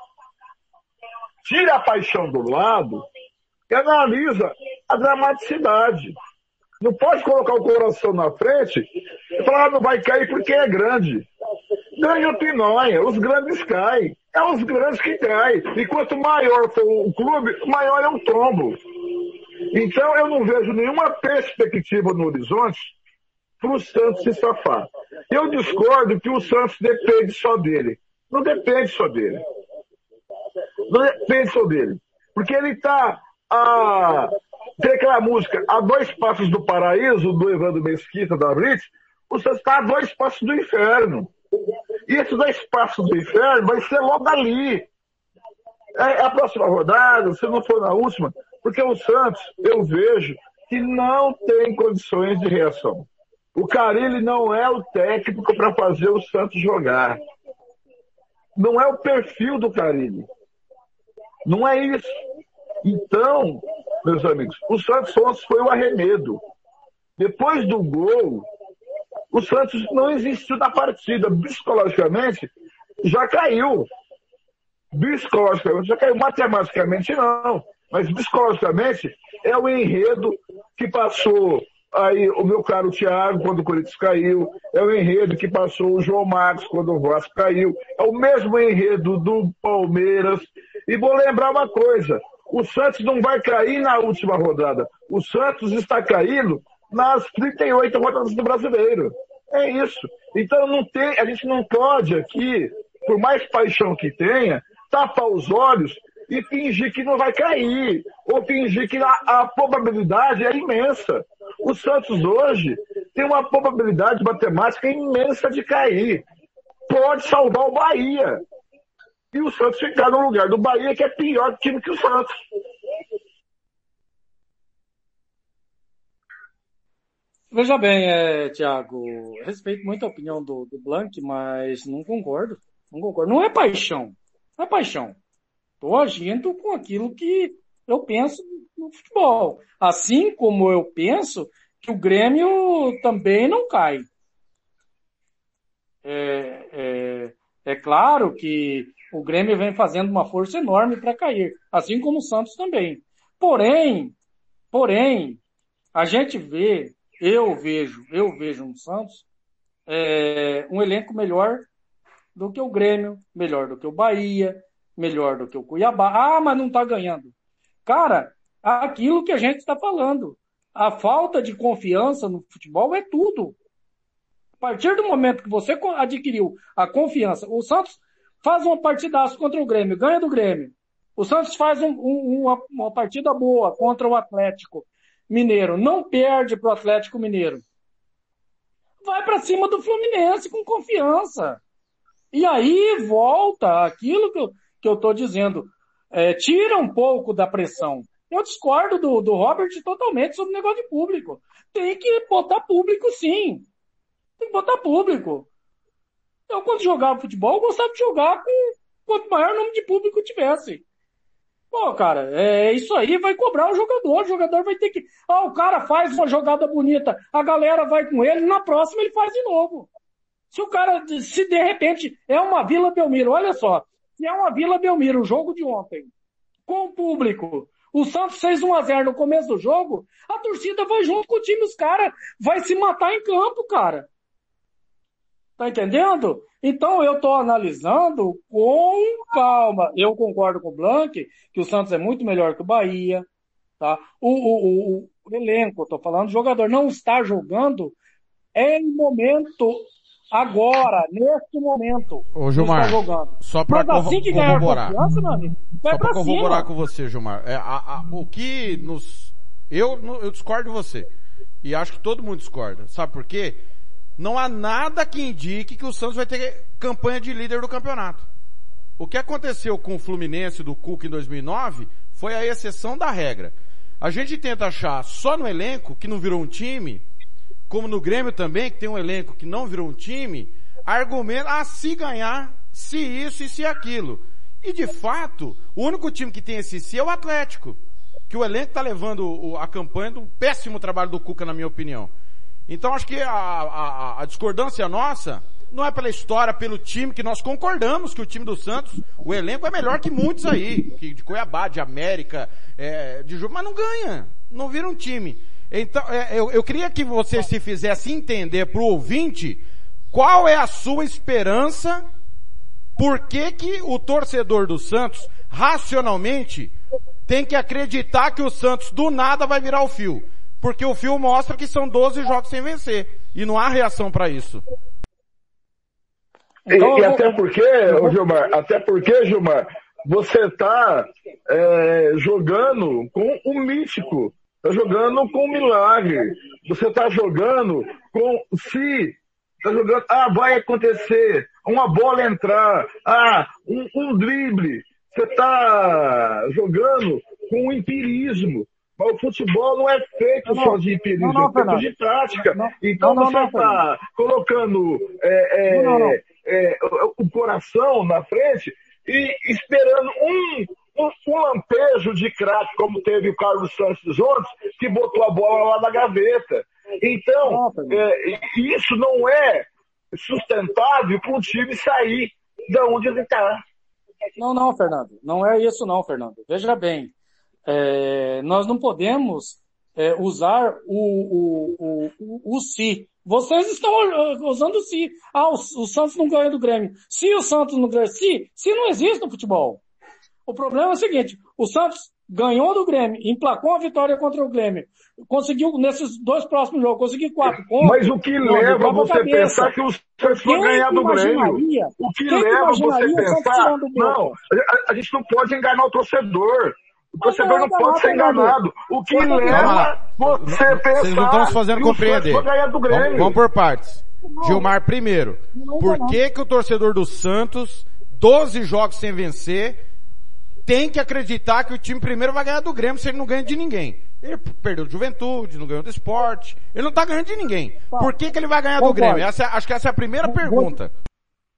tira a paixão do lado e analisa a dramaticidade. Não pode colocar o coração na frente e falar, ah, não vai cair porque é grande. Grande é o pinóia, os grandes caem. É os grandes que caem. E quanto maior for o clube, maior é o tombo. Então eu não vejo nenhuma perspectiva no horizonte para o Santos se safar. Eu discordo que o Santos depende só dele. Não depende só dele. Não depende só dele. Porque ele está a... Tem aquela música, a dois passos do paraíso, do Evandro Mesquita, da Blitz, o Santos está a dois passos do inferno. E esses dois passos do inferno vai ser logo ali. É a próxima rodada, se não for na última, porque o Santos, eu vejo que não tem condições de reação. O Carille não é o técnico para fazer o Santos jogar. Não é o perfil do Carille. Não é isso. Então, meus amigos, o Santos ontem foi o arremedo. Depois do gol, o Santos não existiu na partida. Psicologicamente, já caiu. Psicologicamente, já caiu. Matematicamente, não. Mas psicologicamente, é o enredo que passou aí o meu caro Thiago quando o Corinthians caiu. É o enredo que passou o João Marcos quando o Vasco caiu. É o mesmo enredo do Palmeiras. E vou lembrar uma coisa. O Santos não vai cair na última rodada. O Santos está caindo nas trinta e oito rodadas do Brasileiro. É isso. Então não tem, a gente não pode aqui, por mais paixão que tenha, tapar os olhos e fingir que não vai cair. Ou fingir que a, a probabilidade é imensa. O Santos hoje tem uma probabilidade matemática imensa de cair. Pode salvar o Bahia. E o Santos ficar no lugar do Bahia, que é pior time que o Santos. Veja bem, é, Thiago, respeito muito a opinião do, do Blanc, mas não concordo. Não concordo. Não é paixão. Não é paixão. Estou agindo com aquilo que eu penso no futebol. Assim como eu penso que o Grêmio também não cai. É, é, é claro que o Grêmio vem fazendo uma força enorme para cair, assim como o Santos também. Porém, porém, a gente vê, eu vejo, eu vejo no Santos é, um elenco melhor do que o Grêmio, melhor do que o Bahia, melhor do que o Cuiabá. Ah, mas não está ganhando. Cara, aquilo que a gente está falando, a falta de confiança no futebol é tudo. A partir do momento que você adquiriu a confiança, o Santos faz uma partidaço contra o Grêmio, ganha do Grêmio. O Santos faz um, um, uma, uma partida boa contra o Atlético Mineiro, não perde para o Atlético Mineiro. Vai para cima do Fluminense com confiança. E aí volta aquilo que eu, que eu tô dizendo, é, tira um pouco da pressão. Eu discordo do, do Robert totalmente sobre o negócio de público. Tem que botar público, sim. Tem que botar público. Eu, quando jogava futebol, eu gostava de jogar com quanto maior número de público tivesse. Pô, cara, é isso aí, vai cobrar o jogador. O jogador vai ter que... Ah, o cara faz uma jogada bonita, a galera vai com ele, na próxima ele faz de novo. Se o cara, se de repente é uma Vila Belmiro, olha só, se é uma Vila Belmiro, o jogo de ontem, com o público, o Santos fez um a zero no começo do jogo, a torcida vai junto com o time, os caras vai se matar em campo, cara. Tá entendendo? Então eu tô analisando com calma. Eu concordo com o Blanc que o Santos é muito melhor que o Bahia, tá? O, o, o, o elenco, eu tô falando, o jogador não está jogando em momento agora, neste momento. Ô, Gilmar, está jogando. Só pra Mas assim que ganhar corroborar. confiança, meu amigo, vai Só pra pra corroborar cima. com você, Gilmar. É, a, a, o que nos... Eu, eu discordo de você. E acho que todo mundo discorda. Sabe por quê? Não há nada que indique que o Santos vai ter campanha de líder do campeonato. O que aconteceu com o Fluminense do Cuca em dois mil e nove foi a exceção da regra. A gente tenta achar só no elenco, que não virou um time, como no Grêmio também, que tem um elenco que não virou um time, argumento, ah, se ganhar, se isso e se aquilo. E de fato, o único time que tem esse se é o Atlético, que o elenco está levando a campanha de um péssimo trabalho do Cuca, na minha opinião. Então acho que a, a, a discordância nossa não é pela história, pelo time, que nós concordamos que o time do Santos, o elenco é melhor que muitos aí, que de Cuiabá, de América, é, de jogo, mas não ganha, não vira um time. Então, é, eu, eu queria que você se fizesse entender pro ouvinte qual é a sua esperança, por que que o torcedor do Santos, racionalmente, tem que acreditar que o Santos do nada vai virar o fio. Porque o fio mostra que são doze jogos sem vencer. E não há reação para isso. E, e até porque, Gilmar, até porque, Gilmar, você está é, jogando com o místico. Está jogando com o milagre. Você está jogando com se. Está jogando, ah, vai acontecer. Uma bola entrar. Ah, um, um drible. Você está jogando com o empirismo. Mas o futebol não é feito não, só de empirismo, não, não, é feito de prática. Não, então não, você está colocando é, é, não, não. É, o coração na frente e esperando um, um, um lampejo de craque, como teve o Carlos Santos ontem, que botou a bola lá na gaveta. Então, é, isso não é sustentável para um time sair de onde ele está. Não, não, Fernando. Não é isso não, Fernando. Veja bem. É, nós não podemos é, usar o, o, o, o, o se. Vocês estão usando o se. Ah, o, o Santos não ganha do Grêmio. Se o Santos não ganha, se, se não existe no futebol. O problema é o seguinte, o Santos ganhou do Grêmio, emplacou a vitória contra o Grêmio, conseguiu nesses dois próximos jogos, conseguiu quatro pontos. Mas o que não, leva você a pensar que o Santos vai ganhar do Grêmio? O que leva você a pensar? Não, a, a gente não pode enganar o torcedor. O torcedor não pode ser enganado. O que leva você a pensar Vocês não estão se fazendo compreender. Vamos, vamos por partes. Gilmar primeiro. Por que que o torcedor do Santos, doze jogos sem vencer, tem que acreditar que o time primeiro vai ganhar do Grêmio se ele não ganha de ninguém? Ele perdeu do Juventude, não ganhou do Sport. Ele não tá ganhando de ninguém. Por que que ele vai ganhar do Grêmio? Essa, acho que essa é a primeira pergunta.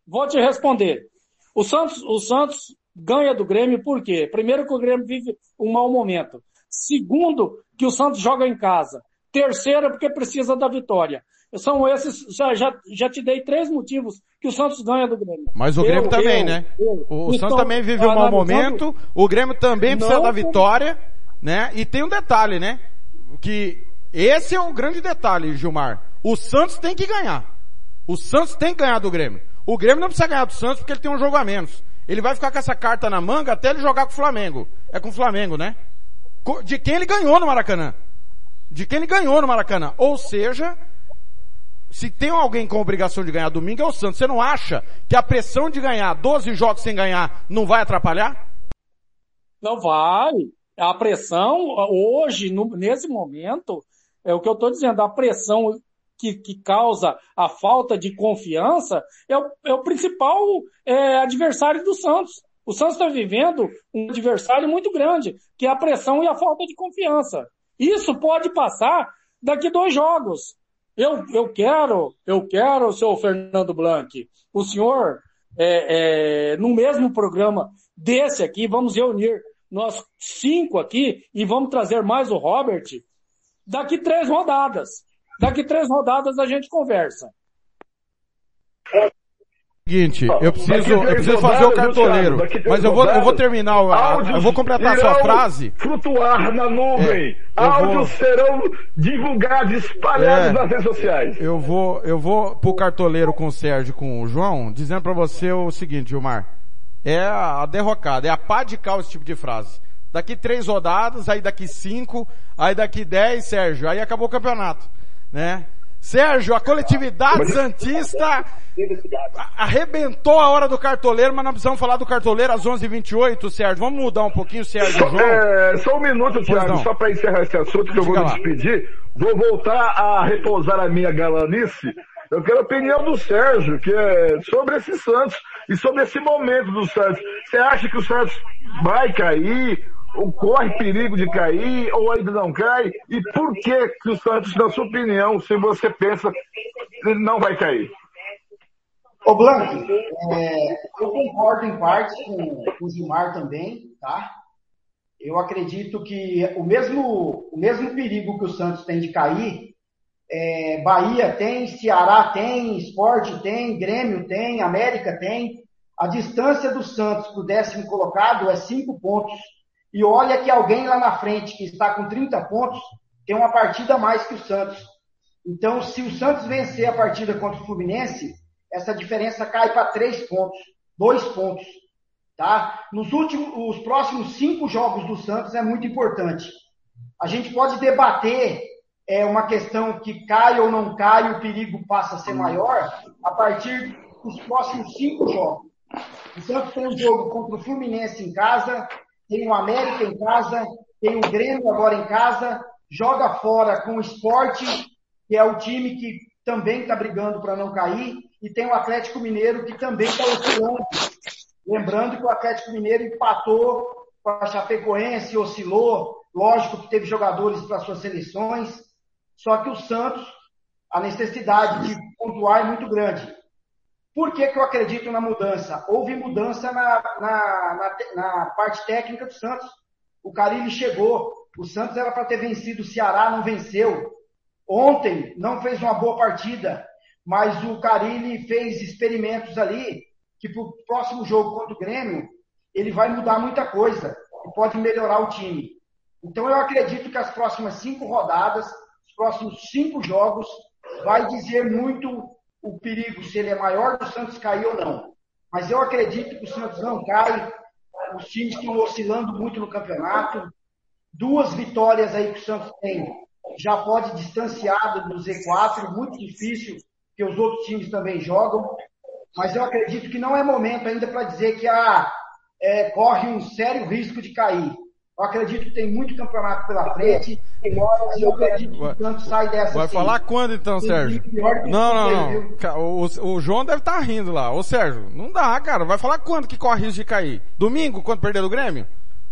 vou te responder. O Santos, o Santos ganha do Grêmio por quê? Primeiro que o Grêmio vive um mau momento. Segundo, que o Santos joga em casa. Terceiro, porque precisa da vitória. São esses, já, já, já te dei três motivos que o Santos ganha do Grêmio. Mas o Grêmio eu, também, eu, né? Eu, o então, Santos também vive um mau momento, o Grêmio também precisa da vitória, né? E tem um detalhe, né? Que esse é um grande detalhe, Gilmar. O Santos tem que ganhar. O Santos tem que ganhar do Grêmio. O Grêmio não precisa ganhar do Santos porque ele tem um jogo a menos. Ele vai ficar com essa carta na manga até ele jogar com o Flamengo. É com o Flamengo, né? De quem ele ganhou no Maracanã. De quem ele ganhou no Maracanã. Ou seja, se tem alguém com obrigação de ganhar domingo é o Santos. Você não acha que a pressão de ganhar doze jogos sem ganhar não vai atrapalhar? Não vai. A pressão, hoje, no, nesse momento, é o que eu estou dizendo, a pressão que, que causa a falta de confiança é o, é o principal é, adversário do Santos. O Santos está vivendo um adversário muito grande, que é a pressão e a falta de confiança. Isso pode passar daqui dois jogos. Eu, eu quero, eu quero, senhor Fernando Blanc, o senhor, é, é, no mesmo programa desse aqui, vamos reunir nós cinco aqui e vamos trazer mais o Robert daqui três rodadas. Daqui três rodadas a gente conversa. Seguinte, eu preciso, eu preciso fazer o cartoleiro, mas eu vou, eu vou terminar, eu vou completar a sua frase. Flutuar na nuvem. É, áudios vou... serão divulgados, espalhados é, nas redes sociais. Eu vou, eu vou pro cartoleiro com o Sérgio e com o João, dizendo pra você o seguinte, Gilmar. É a derrocada, é a pá de cal esse tipo de frase. Daqui três rodadas, aí daqui cinco, aí daqui dez, Sérgio, aí acabou o campeonato, né? Sérgio, a coletividade santista arrebentou a hora do cartoleiro, mas nós precisamos falar do cartoleiro às onze e vinte e oito, Sérgio. Vamos mudar um pouquinho, Sérgio, João? É, só um minuto, Thiago, só para encerrar esse assunto que eu vou me despedir. Vou voltar a repousar a minha galanice. Eu quero a opinião do Sérgio, que é sobre esse Santos e sobre esse momento do Santos. Você acha que o Santos vai cair? Ou corre perigo de cair, ou ainda não cai? E por que que o Santos, na sua opinião, se você pensa, não vai cair? Ô Blanc, é, eu concordo em parte com, com o Gilmar também, tá? Eu acredito que o mesmo, o mesmo perigo que o Santos tem de cair, é, Bahia tem, Ceará tem, Sport tem, Grêmio tem, América tem. A distância do Santos para o décimo colocado é cinco pontos. E olha que alguém lá na frente que está com trinta pontos tem uma partida a mais que o Santos. Então, se o Santos vencer a partida contra o Fluminense, essa diferença cai para três pontos, dois pontos, tá? Nos últimos, os próximos cinco jogos do Santos é muito importante. A gente pode debater é, uma questão que cai ou não cai, o perigo passa a ser maior a partir dos próximos cinco jogos. O Santos tem um jogo contra o Fluminense em casa, tem o América em casa, tem o Grêmio agora em casa, joga fora com o Sport, que é o time que também está brigando para não cair, e tem o Atlético Mineiro, que também está oscilando. Lembrando que o Atlético Mineiro empatou com a Chapecoense, oscilou, lógico que teve jogadores para suas seleções, só que o Santos, a necessidade de pontuar é muito grande. Por que que eu acredito na mudança? Houve mudança na, na, na, na parte técnica do Santos. O Carille chegou. O Santos era para ter vencido o Ceará, não venceu. Ontem não fez uma boa partida, mas o Carille fez experimentos ali que para o próximo jogo contra o Grêmio ele vai mudar muita coisa e pode melhorar o time. Então eu acredito que as próximas cinco rodadas, os próximos cinco jogos, vai dizer muito o perigo, se ele é maior do Santos cair ou não. Mas eu acredito que o Santos não cai, os times estão oscilando muito no campeonato, duas vitórias aí que o Santos tem, já pode distanciar do Z quatro, muito difícil, porque os outros times também jogam, mas eu acredito que não é momento ainda para dizer que ah, é, corre um sério risco de cair. Eu acredito que tem muito campeonato pela frente. E eu acredito que o Santos sai dessa. Vai assim. Falar quando então, Sérgio? Não, não, não. O, o João deve estar rindo lá. Ô Sérgio, não dá, cara. Vai falar quando que corre risco de cair? Domingo, quando perder do Grêmio?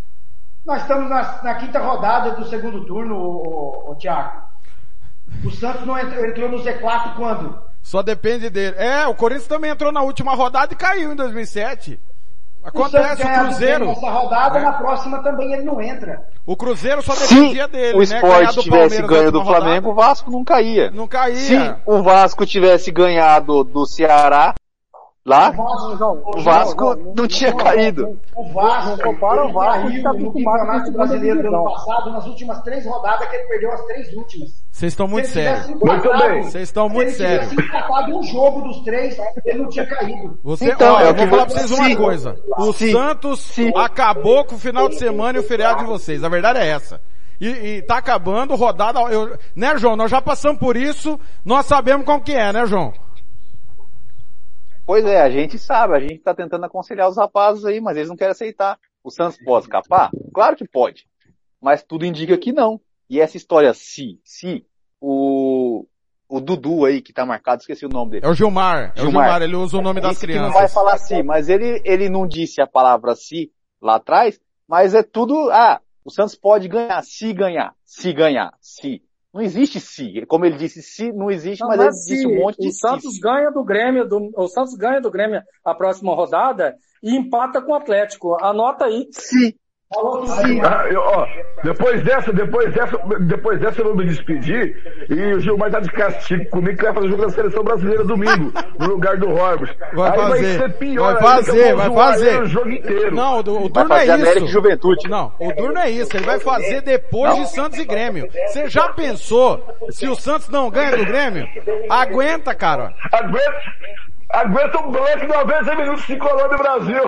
Nós estamos na, na quinta rodada do segundo turno, ô, ô, ô, Thiago. O Santos não entrou, entrou no Z quatro quando? Só depende dele. É, o Corinthians também entrou na última rodada e caiu em dois mil e sete. Acontece, o, o Cruzeiro. Nessa rodada, né? Na próxima também ele não entra. O Cruzeiro só dependia Se dele, o né? Sport tivesse ganho do Flamengo, o Vasco não caía. Não caía. Se o Vasco tivesse ganhado do Ceará, lá, o Vasco, o Vasco não, não tinha caído. O Vasco, compara o Vasco que está no Campeonato Brasileiro do ano passado, nas últimas três rodadas, que ele perdeu as três últimas. Vocês estão muito sérios. Muito bem. Vocês estão muito sérios. Se ele tivesse empatado um jogo dos três, ele não tinha caído. Você, então, ó, é eu o vou que falar pra vocês uma se, coisa. O se, Santos se. acabou com o final de semana e o feriado de vocês. A verdade é essa. E, e tá acabando, rodada, eu, né, João? Nós já passamos por isso, nós sabemos como que é, né, João? Pois é, a gente sabe, a gente tá tentando aconselhar os rapazes aí, mas eles não querem aceitar. O Santos pode escapar? Claro que pode. Mas tudo indica que não. E essa história, se, se, o, o Dudu aí, que tá marcado, esqueci o nome dele. É o Gilmar, é o Gilmar, ele usa o nome das Esse crianças. Que não vai falar se, mas ele, ele não disse a palavra se lá atrás, mas é tudo, ah, o Santos pode ganhar, se ganhar, se ganhar, se. Não existe se. Como ele disse, se não existe, Não, mas, mas ele se disse um monte de o Santos se. ganha do Grêmio, do, o Santos ganha do Grêmio a próxima rodada e empata com o Atlético. Anota aí. Se. Sim. Ah, eu, ó, depois dessa, depois dessa, depois dessa eu vou me despedir e o Gilmar tá de castigo comigo que vai fazer o jogo da Seleção Brasileira domingo, no lugar do Robert. Vai Aí fazer, vai ser pior, vai fazer, vai fazer. O jogo inteiro. Não, o, o Vai Durno é fazer América e isso. Juventude. Não, o Durno é isso, ele vai fazer depois de Santos e Grêmio. Você já pensou, se o Santos não ganha do Grêmio? Aguenta, cara. Aguenta, aguenta um black noventa minutos de Colômbia Brasil.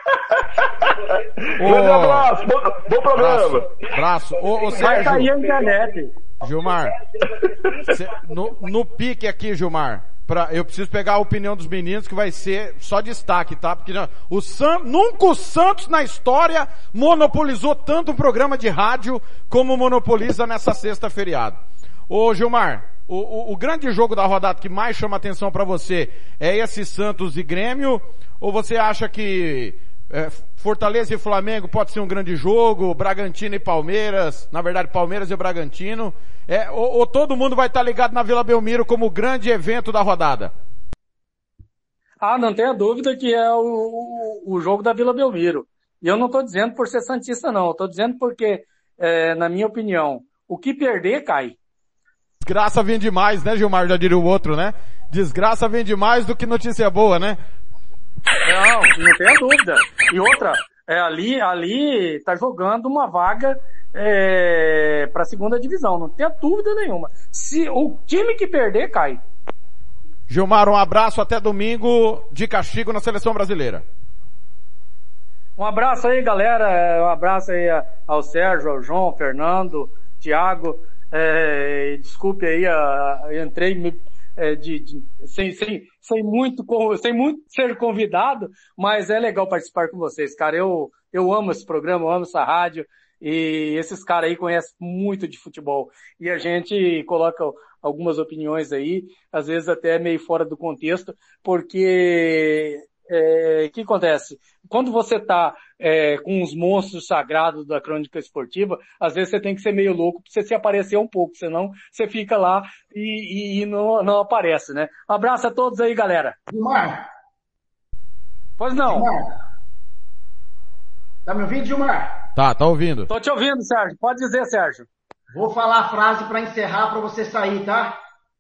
Grande abraço, bom, bom programa. Abraço. Ô, ô, Vai Sérgio. cair a internet. Gilmar, cê, no, no pique aqui, Gilmar, pra, eu preciso pegar a opinião dos meninos que vai ser só destaque, tá? Porque não, o San, nunca o Santos na história monopolizou tanto um programa de rádio como monopoliza nessa sexta feriado. Ô Gilmar, o, o, o grande jogo da rodada que mais chama atenção pra você é esse Santos e Grêmio? Ou você acha que é, Fortaleza e Flamengo pode ser um grande jogo, Bragantino e Palmeiras, na verdade Palmeiras e Bragantino, é, ou, ou todo mundo vai estar ligado na Vila Belmiro como o grande evento da rodada? Ah, não tenha dúvida que é o, o jogo da Vila Belmiro. E eu não estou dizendo por ser santista não, eu estou dizendo porque, é, na minha opinião, o que perder cai. Desgraça vem demais, né, Gilmar? Já diria o outro, né? Desgraça vem demais do que notícia boa, né? Não, não tenha dúvida. E outra, é, ali, ali tá jogando uma vaga é, para a segunda divisão, não tenha dúvida nenhuma. Se o time que perder, cai. Gilmar, um abraço até domingo de castigo na Seleção Brasileira. Um abraço aí, galera. Um abraço aí ao Sérgio, ao João, ao Fernando, Thiago. É, desculpe aí, a, eu entrei me, é, de, de, sem, sem, sem, muito, sem muito ser convidado, mas é legal participar com vocês, cara. Eu, eu amo esse programa, eu amo essa rádio, e esses caras aí conhecem muito de futebol. E a gente coloca algumas opiniões aí, às vezes até meio fora do contexto, porque o é, que acontece? Quando você tá é, com os monstros sagrados da crônica esportiva, às vezes você tem que ser meio louco pra você se aparecer um pouco, senão você fica lá e, e, e não, não aparece, né? Um abraço a todos aí, galera. Gilmar. Pois não. Gilmar. Tá me ouvindo, Gilmar? Tá, tá ouvindo. Tô te ouvindo, Sérgio. Pode dizer, Sérgio. Vou falar a frase pra encerrar pra você sair, tá?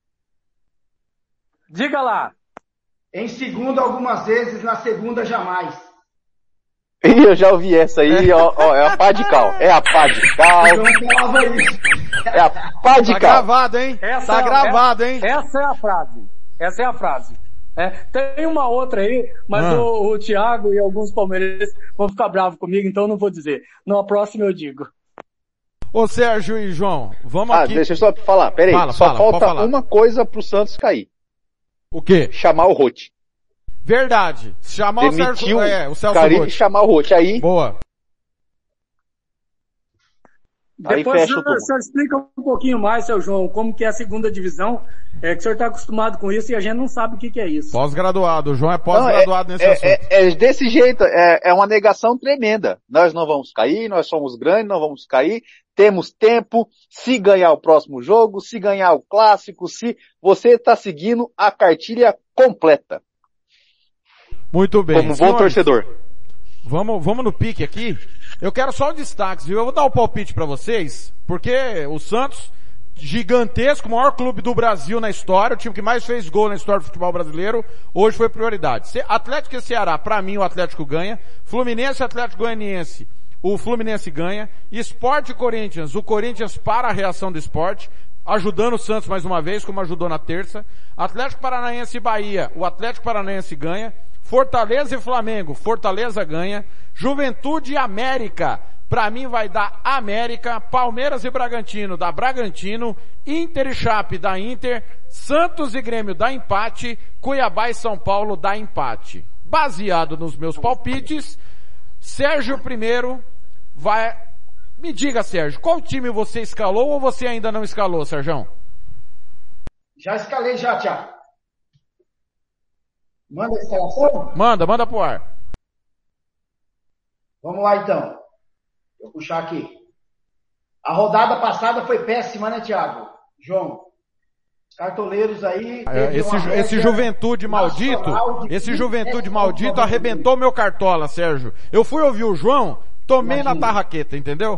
Diga lá. Em segunda algumas vezes, na segunda jamais. Eu já ouvi essa aí, ó, ó, é a pá de cal. É a pá de cal. É a pá de tá cal. Gravado, hein? Essa, tá gravado, hein? Essa é a frase. Essa é a frase. É, tem uma outra aí, mas ah. o, o Thiago e alguns palmeirenses vão ficar bravos comigo, então eu não vou dizer. Na próxima eu digo. Ô Sérgio e João, vamos ah, aqui. Deixa eu só falar, peraí. Fala, só fala, falta uma coisa pro Santos cair. O quê? Chamar o Rote. Verdade. Chamar Demitiu o Sérgio, é, o Celso Carilli Roth. e chamar o Rote. Aí. Boa. Aí Depois fecha o senhor, o senhor explica um pouquinho mais, seu João, como que é a segunda divisão. É que o senhor está acostumado com isso e a gente não sabe o que, que é isso. Pós-graduado. O João é pós-graduado não, é, nesse é, assunto. É, é desse jeito. É, é uma negação tremenda. Nós não vamos cair, nós somos grandes, não vamos cair. temos tempo, se ganhar o próximo jogo, se ganhar o clássico, se você está seguindo a cartilha completa. Muito bem. Como bom Senhores, torcedor. Vamos, vamos no pique aqui. Eu quero só os destaques, viu? Eu vou dar o palpite para vocês, porque o Santos, gigantesco, maior clube do Brasil na história, o time que mais fez gol na história do futebol brasileiro, hoje foi prioridade. Atlético e Ceará, para mim o Atlético ganha. Fluminense e Atlético Goianiense, o Fluminense ganha. Sport e Corinthians, o Corinthians para a reação do Sport, ajudando o Santos mais uma vez, como ajudou na terça. Atlético Paranaense e Bahia, o Atlético Paranaense ganha. Fortaleza e Flamengo, Fortaleza ganha. Juventude e América, pra mim vai dar América. Palmeiras e Bragantino, dá Bragantino. Inter e Chape, dá Inter. Santos e Grêmio, dá empate. Cuiabá e São Paulo, dá empate. Baseado nos meus palpites, Sérgio primeiro vai... Me diga, Sérgio, qual time você escalou ou você ainda não escalou, Sérgio? Já escalei já, Thiago. Manda a escalação? Manda, manda pro ar. Vamos lá então. Vou puxar aqui. A rodada passada foi péssima, né, Thiago? João? Os cartoleiros aí... É, esse, esse juventude maldito, esse juventude maldito arrebentou meu cartola, Sérgio. Eu fui ouvir o João, tomei Imagina. na tarraqueta, entendeu?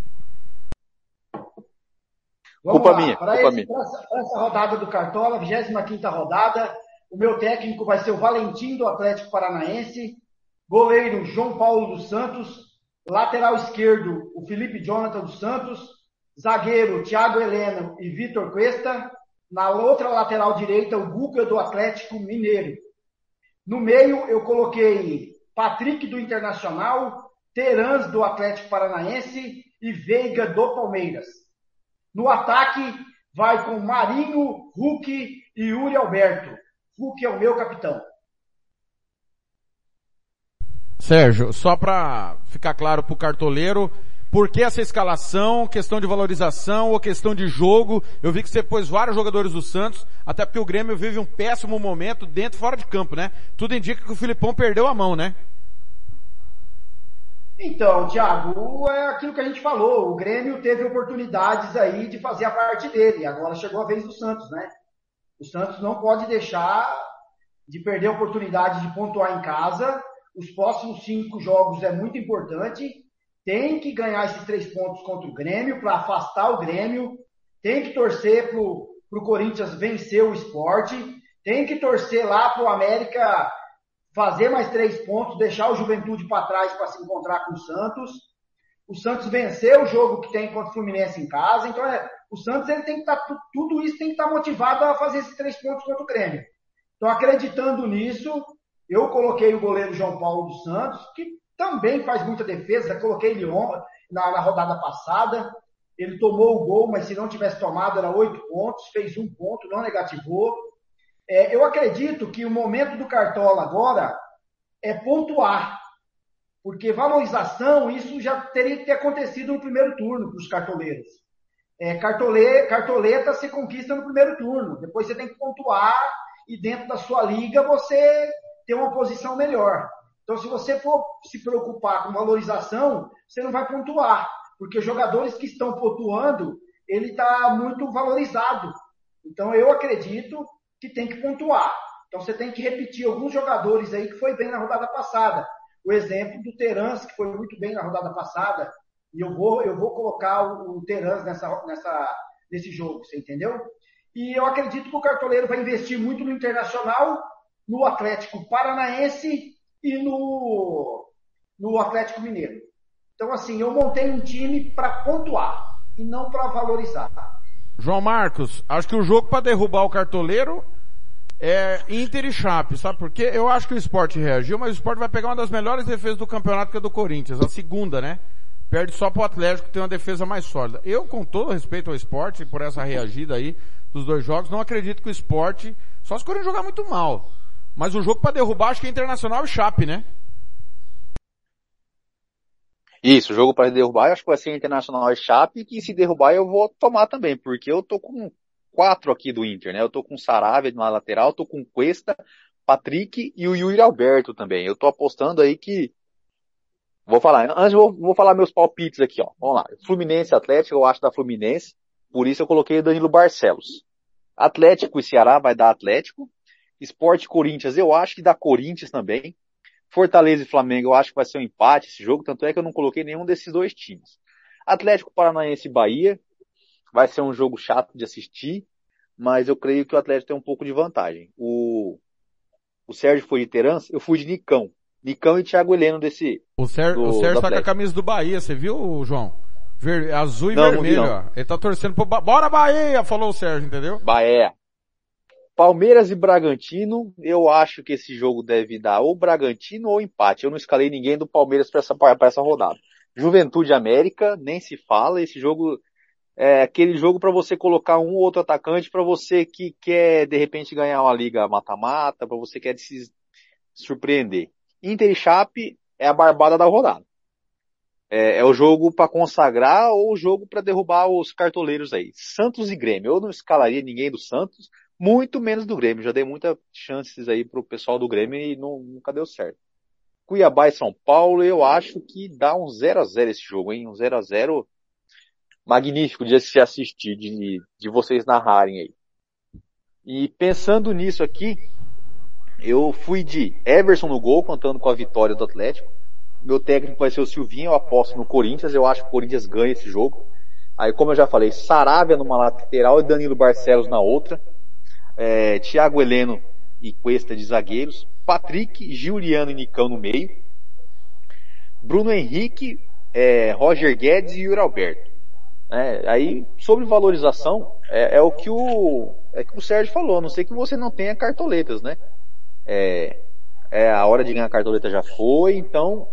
Vamos culpa lá. minha, Para culpa minha. essa, essa rodada do cartola, vigésima quinta rodada, o meu técnico vai ser o Valentim do Atlético Paranaense, goleiro João Paulo dos Santos, lateral esquerdo o Felipe Jonathan dos Santos, zagueiro Thiago Heleno e Vitor Cuesta, na outra lateral direita o Guga do Atlético Mineiro. No meio eu coloquei Patrick do Internacional, Terans do Atlético Paranaense e Veiga do Palmeiras. No ataque vai com Marinho, Hulk e Yuri Alberto. Hulk é o meu capitão. Sérgio, só para ficar claro pro cartoleiro, por que essa escalação, questão de valorização ou questão de jogo? Eu vi que você pôs vários jogadores do Santos, até porque o Grêmio vive um péssimo momento dentro e fora de campo, né? Tudo indica que o Filipão perdeu a mão, né? Então, Thiago, é aquilo que a gente falou, o Grêmio teve oportunidades aí de fazer a parte dele, agora chegou a vez do Santos, né? O Santos não pode deixar de perder a oportunidade de pontuar em casa. Os próximos cinco jogos é muito importante. Tem que ganhar esses três pontos contra o Grêmio para afastar o Grêmio. Tem que torcer para o Corinthians vencer o Sport. Tem que torcer lá para o América fazer mais três pontos, deixar o Juventude para trás para se encontrar com o Santos. O Santos vencer o jogo que tem contra o Fluminense em casa. Então, é, o Santos ele tem que estar, tá, tudo isso tem que estar tá motivado a fazer esses três pontos contra o Grêmio. Então, acreditando nisso, eu coloquei o goleiro João Paulo dos Santos, que também faz muita defesa. Coloquei ele na, na rodada passada. Ele tomou o gol, mas se não tivesse tomado, era oito pontos. Fez um ponto, não negativou. É, eu acredito que o momento do Cartola agora é pontuar. Porque valorização, isso já teria que ter acontecido no primeiro turno para os cartoleiros. É, cartole, cartoleta se conquista no primeiro turno. Depois você tem que pontuar e dentro da sua liga você ter uma posição melhor. Então, se você for se preocupar com valorização, você não vai pontuar. Porque os jogadores que estão pontuando, ele está muito valorizado. Então, eu acredito que tem que pontuar. Então, você tem que repetir alguns jogadores aí que foi bem na rodada passada. O exemplo do Terans, que foi muito bem na rodada passada, e eu vou, eu vou colocar o, o Terans nessa, nessa, nesse jogo, você entendeu? E eu acredito que o cartoleiro vai investir muito no Internacional, no Atlético Paranaense e no, no Atlético Mineiro. Então, assim, eu montei um time para pontuar e não para valorizar. João Marcos, acho que o jogo para derrubar o cartoleiro é Inter e Chape, sabe por quê? Eu acho que o Sport reagiu, mas o Sport vai pegar uma das melhores defesas do campeonato, que é do Corinthians, a segunda, né? Perde só pro Atlético, que tem uma defesa mais sólida. Eu, com todo respeito ao Sport, por essa reagida aí dos dois jogos, não acredito que o Sport, só se o Corinthians jogar muito mal. Mas o jogo para derrubar acho que é Internacional e Chape, né? Isso, o jogo para derrubar acho que vai ser Internacional e Chape, que se derrubar eu vou tomar também, porque eu tô com quatro aqui do Inter, né? Eu tô com o Saravia na lateral, tô com o Cuesta, Patrick e o Yuri Alberto também. Eu tô apostando aí que Vou falar, antes vou, vou falar meus palpites aqui, ó. Vamos lá. Fluminense, Atlético, eu acho da Fluminense. Por isso eu coloquei o Danilo Barcelos. Atlético e Ceará vai dar Atlético. Sport Corinthians, eu acho que dá Corinthians também. Fortaleza e Flamengo, eu acho que vai ser um empate esse jogo, tanto é que eu não coloquei nenhum desses dois times. Atlético Paranaense e Bahia, vai ser um jogo chato de assistir, mas eu creio que o Atlético tem um pouco de vantagem. O, o Sérgio foi de Terans, eu fui de Nicão. Nicão e Thiago Heleno desse... O Sérgio, o Sérgio tá com a camisa do Bahia, você viu, João? Ver, azul e não, vermelho, não vi, não. ó. Ele tá torcendo pro... Ba... Bora Bahia, falou o Sérgio, entendeu? Bahia. Palmeiras e Bragantino, eu acho que esse jogo deve dar ou Bragantino ou empate. Eu não escalei ninguém do Palmeiras para essa, pra essa rodada. Juventude América, nem se fala, esse jogo é aquele jogo para você colocar um ou outro atacante, para você que quer de repente ganhar uma liga mata-mata, para você que quer se surpreender. Inter e Chape é a barbada da rodada. É, é o jogo para consagrar ou o jogo para derrubar os cartoleiros aí. Santos e Grêmio, eu não escalaria ninguém do Santos, muito menos do Grêmio. Já dei muitas chances aí pro pessoal do Grêmio e não, nunca deu certo. Cuiabá e São Paulo, eu acho que dá um zero a zero esse jogo, hein? Um zero a zero magnífico de se assistir, de, de vocês narrarem aí. E pensando nisso aqui, eu fui de Everson no gol, contando com a vitória do Atlético. Meu técnico vai ser o Silvinho, eu aposto no Corinthians, eu acho que o Corinthians ganha esse jogo. Aí, como eu já falei, Saravia numa lateral e Danilo Barcelos na outra. É, Thiago Heleno e Cuesta de zagueiros. Patrick, Giuliano e Nicão no meio. Bruno Henrique, é, Roger Guedes e Yuri Alberto. É, aí, sobre valorização, é, é o que o, é que o Sérgio falou, a não sei que você não tenha cartoletas, né? É, é a hora de ganhar cartoleta já foi, então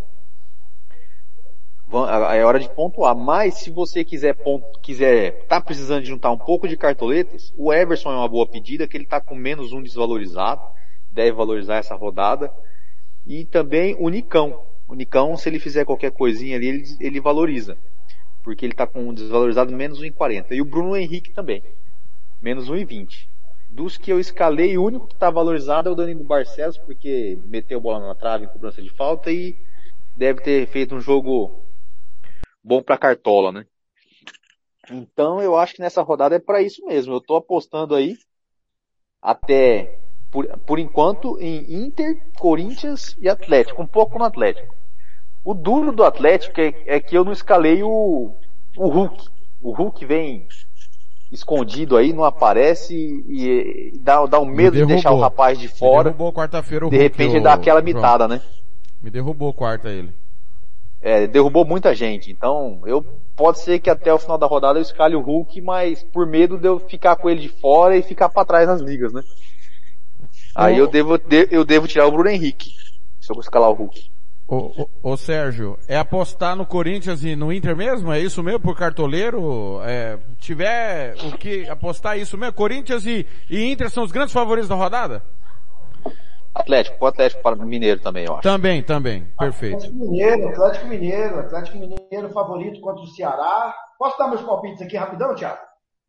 é hora de pontuar. Mas se você quiser ponto, quiser, tá precisando de juntar um pouco de cartoletas, o Everson é uma boa pedida, que ele tá com menos um desvalorizado, deve valorizar essa rodada. E também o Nicão. O Nicão, se ele fizer qualquer coisinha ali, ele, ele valoriza. Porque ele tá com um desvalorizado menos um e quarenta. E o Bruno Henrique também. Menos um e vinte. Dos que eu escalei, o único que tá valorizado é o Danilo Barcelos, porque meteu bola na trave em cobrança de falta e deve ter feito um jogo bom pra cartola, né? Então eu acho que nessa rodada é pra isso mesmo. Eu tô apostando aí até, por, por enquanto, em Inter, Corinthians e Atlético. Um pouco no Atlético. O duro do Atlético é, é que eu não escalei o, o Hulk. O Hulk vem escondido aí, não aparece e, e dá, dá um medo de deixar o rapaz de fora. Me derrubou quarta-feira o De Hulk, repente o, dá aquela mitada, João. né? Me derrubou quarta ele. É, derrubou muita gente. Então, eu pode ser que até o final da rodada eu escalhe o Hulk, mas por medo de eu ficar com ele de fora e ficar pra trás nas ligas, né? Aí eu devo, eu devo tirar o Bruno Henrique, se eu escalar o Hulk. Ô, ô, ô Sérgio, é apostar no Corinthians e no Inter mesmo? É isso mesmo por cartoleiro? É, tiver o que apostar, é isso mesmo? Corinthians e, e Inter são os grandes favoritos da rodada? Atlético, o Atlético para Mineiro também, eu acho. Também, também, perfeito. Atlético Mineiro, Atlético Mineiro, Atlético Mineiro favorito contra o Ceará. Posso dar meus palpites aqui rapidão, Thiago?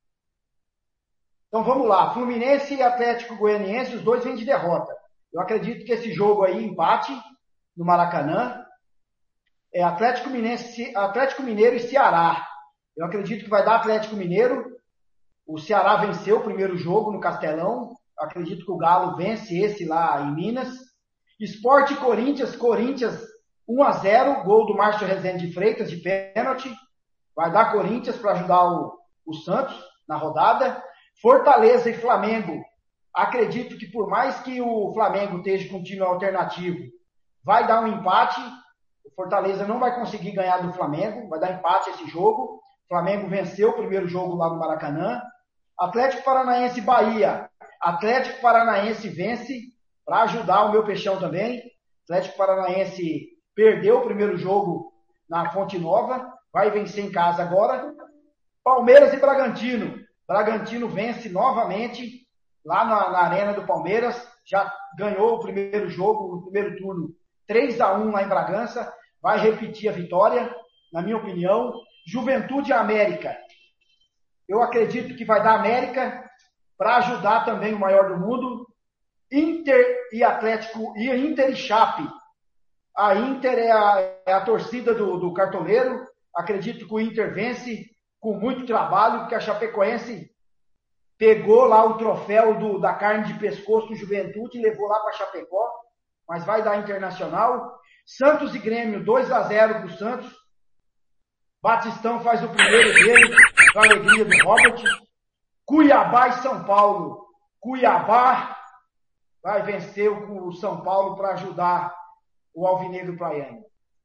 Então vamos lá, Fluminense e Atlético Goianiense, os dois vêm de derrota. Eu acredito que esse jogo aí, empate, no Maracanã, é Atlético Mineiro, Atlético Mineiro e Ceará. Eu acredito que vai dar Atlético Mineiro. O Ceará venceu o primeiro jogo no Castelão. Eu acredito que o Galo vence esse lá em Minas. Sport e Corinthians, Corinthians um a zero, gol do Márcio Rezende de Freitas de pênalti. Vai dar Corinthians para ajudar o, o Santos na rodada. Fortaleza e Flamengo. Acredito que por mais que o Flamengo esteja com um time alternativo, vai dar um empate. O Fortaleza não vai conseguir ganhar do Flamengo. Vai dar empate esse jogo. O Flamengo venceu o primeiro jogo lá no Maracanã. Atlético Paranaense e Bahia. Atlético Paranaense vence para ajudar o meu peixão também. Atlético Paranaense perdeu o primeiro jogo na Fonte Nova. Vai vencer em casa agora. Palmeiras e Bragantino. Bragantino vence novamente lá na, na Arena do Palmeiras. Já ganhou o primeiro jogo, o primeiro turno, três a um lá em Bragança, vai repetir a vitória, na minha opinião. Juventude e América. Eu acredito que vai dar América para ajudar também o maior do mundo. Inter e Atlético, e Inter e Chape. A Inter é a, é a torcida do, do Cartoleiro. Acredito que o Inter vence com muito trabalho, porque a Chapecoense pegou lá o troféu do, da carne de pescoço do Juventude e levou lá para Chapecó, mas vai dar Internacional. Santos e Grêmio, dois a zero para o Santos. Batistão faz o primeiro dele, com a alegria do Robert. Cuiabá e São Paulo. Cuiabá vai vencer o, o São Paulo para ajudar o Alvinegro Praiano.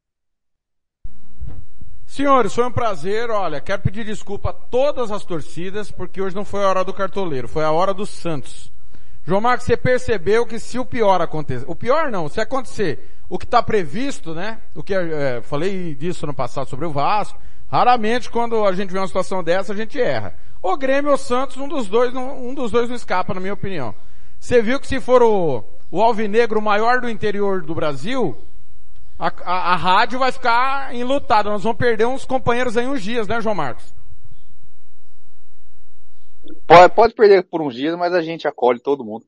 Senhores, foi um prazer. Olha, quero pedir desculpa a todas as torcidas, porque hoje não foi a hora do Cartoleiro, foi a hora do Santos. João Marcos, você percebeu que se o pior acontecer, o pior não, se acontecer o que está previsto, né, o que é, falei disso no passado sobre o Vasco, raramente quando a gente vê uma situação dessa a gente erra. O Grêmio ou o Santos, um dos dois, um dos dois não escapa, na minha opinião. Você viu que se for o, o Alvinegro maior do interior do Brasil, a, a, a rádio vai ficar enlutada. Nós vamos perder uns companheiros aí uns dias, né, João Marcos? Pode, pode perder por uns dias, mas a gente acolhe todo mundo.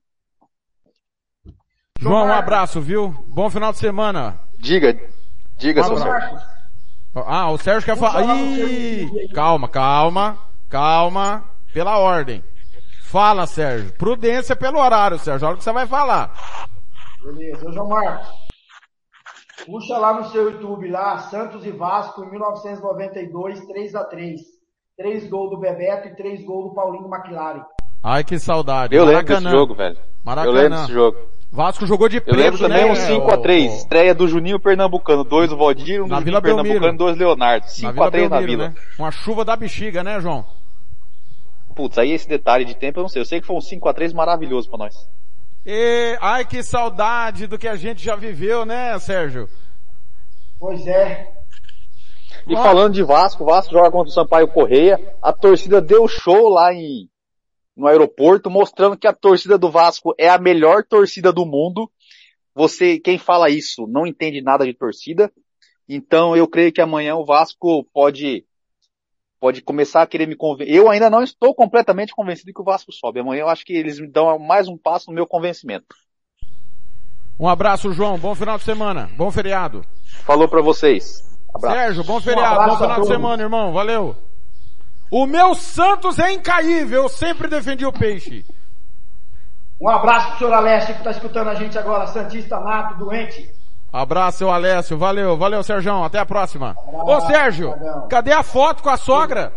João, um abraço, viu? Bom final de semana. Diga, diga, um Sérgio. Ah, o Sérgio quer falar. Ih, calma, calma, calma, pela ordem. Fala, Sérgio. Prudência pelo horário, Sérgio. Olha o que você vai falar. Beleza, ô João Marcos. Puxa lá no seu YouTube, lá, Santos e Vasco, em mil novecentos e noventa e dois, três a três. Três gols do Bebeto e três gols do Paulinho McLaren. Ai, que saudade. Eu lembro desse jogo, velho. Maracanã. Eu lembro desse jogo. Vasco jogou de preto, Eu lembro também né? um cinco a três, estreia do Juninho Pernambucano, dois do Valdir, um do Juninho Pernambucano, dois do Leonardo, cinco a três na Vila. Né? Uma chuva da bexiga, né, João? Putz, aí esse detalhe de tempo eu não sei, eu sei que foi um cinco a três maravilhoso pra nós. E, ai, que saudade do que a gente já viveu, né, Sérgio? Pois é. E Ó. falando de Vasco, o Vasco joga contra o Sampaio Correia, a torcida deu show lá em, no aeroporto, mostrando que a torcida do Vasco é a melhor torcida do mundo. Você, quem fala isso, não entende nada de torcida. Então eu creio que amanhã o Vasco pode, pode começar a querer me convencer. Eu ainda não estou completamente convencido que o Vasco sobe. Amanhã eu acho que eles me dão mais um passo no meu convencimento. Um abraço, João. Bom final de semana. Bom feriado. Falou pra vocês. Abraço. Sérgio, bom feriado. Um bom final de semana, irmão. Valeu. O meu Santos é incaível. Eu sempre defendi o Peixe. Um abraço pro senhor Alessio que tá escutando a gente agora. Santista nato, doente. Abraço, seu Alessio. Valeu, valeu, Sérgio. Até a próxima. Abraço, Ô, Sérgio, Sérgio, cadê a foto com a sogra?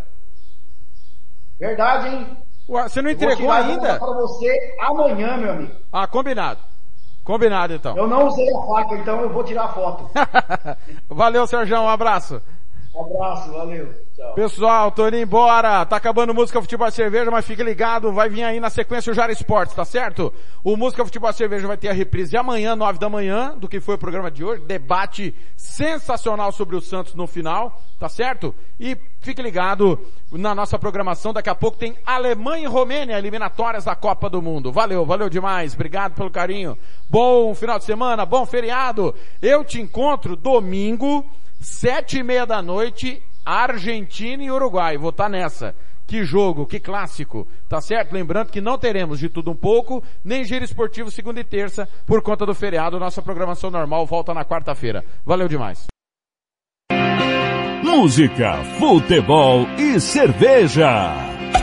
Verdade, hein? Ué, você não entregou eu vou ainda? Pra você amanhã, meu amigo. Ah, combinado. Combinado, então. Eu não usei a faca, então eu vou tirar a foto. Valeu, Sérgio. Um abraço. Um abraço, valeu. Tchau. Pessoal, tô indo embora. Tá acabando Música, Futebol e Cerveja, mas fique ligado. Vai vir aí na sequência o Jara Esportes, tá certo? O Música, Futebol e Cerveja vai ter a reprise amanhã, nove da manhã, do que foi o programa de hoje. Debate sensacional sobre o Santos no final, tá certo? E fique ligado na nossa programação. Daqui a pouco tem Alemanha e Romênia, eliminatórias da Copa do Mundo. Valeu, valeu demais. Obrigado pelo carinho. Bom final de semana, bom feriado. Eu te encontro domingo, sete e meia da noite, Argentina e Uruguai. Vou estar nessa. Que jogo, que clássico. Tá certo? Lembrando que não teremos de tudo um pouco, nem giro esportivo segunda e terça, por conta do feriado. Nossa programação normal volta na quarta-feira. Valeu demais. Música, futebol e cerveja.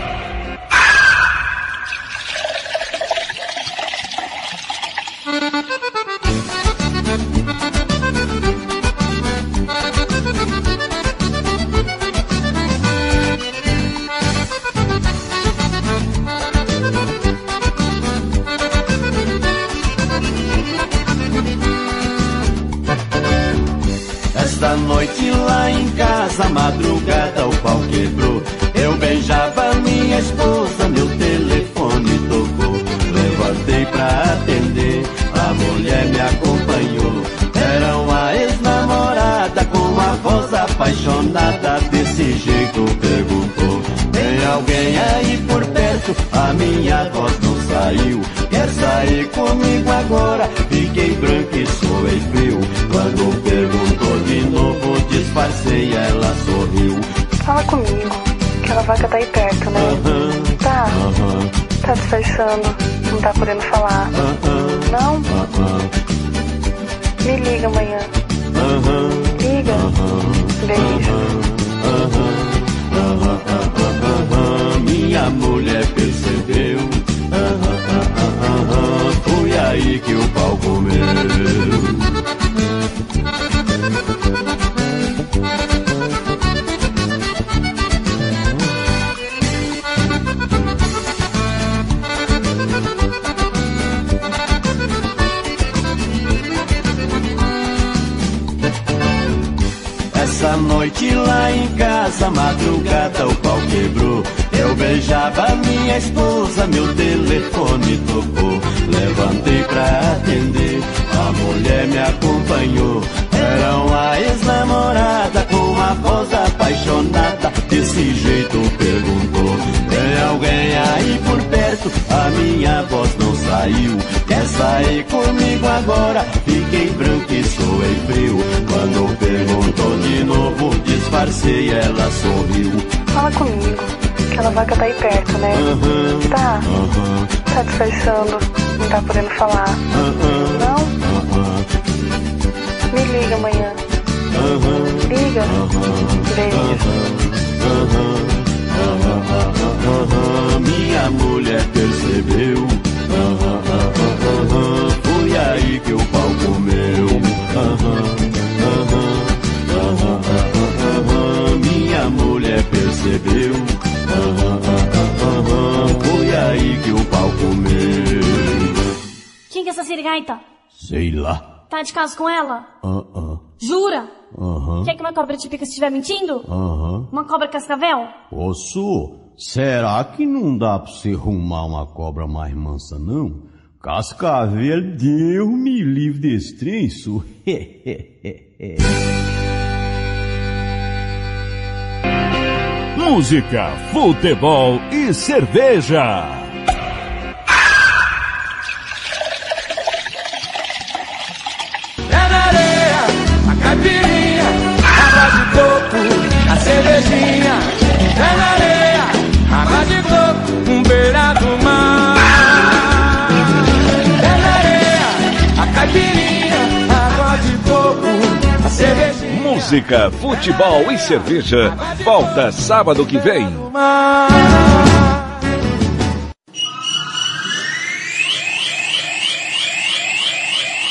Esta noite lá em casa, madrugada o pau quebrou. Eu beijava minha esposa, meu telefone tocou. Levantei pra atender, a mulher me acompanhou. Era uma ex-namorada com a voz apaixonada. Desse jeito perguntou: tem alguém aí por perto? A minha voz não saiu. Quer sair comigo agora? Fiquei branco e soei frio. Quando perguntou de novo, disfarcei, ela sorriu. Fala comigo, aquela vaga tá aí perto, né? Uh-huh, tá, uh-huh. Tá disfarçando, não tá podendo falar. Uh-huh, não? Uh-huh. Me liga amanhã. Liga. Beijo. Minha mulher percebeu. Foi aí que o pau comeu. Essa noite lá em casa, madrugada o pau quebrou. Eu beijava minha esposa, meu telefone tocou. Levantei pra atender, a mulher me acompanhou. Era uma ex-namorada com uma voz apaixonada. Desse jeito perguntou: tem alguém aí por perto? A minha voz não saiu. Quer sair comigo agora? Fiquei branco e soei frio. Quando perguntou de novo, disfarcei, ela sorriu. Fala comigo, aquela vaca tá aí perto, né? Uhum, tá. Uhum. Tá disfarçando, não tá podendo falar. Uhum. Não? Uhum. Me liga amanhã. Uhum. Liga. Uhum. Beijo. Uhum. Uhum. Uhum. Minha mulher percebeu. Uhum. Uhum. Foi aí que o pau comeu. Uhum. Uhum. Uhum. Uhum. Minha mulher percebeu. Uhum. Uhum. Foi aí que o pau comeu. Quem que é essa sirigaita? Sei lá. Tá de caso com ela? Uh-uh. Jura? Uhum. Quer que uma cobra te pica se estiver mentindo? Uhum. Uma cobra cascavel? Ô, Su, será que não dá pra você arrumar uma cobra mais mansa, não? Cascavel, Deus me livre desse trem, Su. Música, futebol e cerveja. Caipirinha, água de coco, a cervejinha, pé na areia, água de coco, um beira do mar. Pé na areia, a caipirinha, água de coco, a cervejinha. Música, futebol e cerveja. Volta sábado que vem.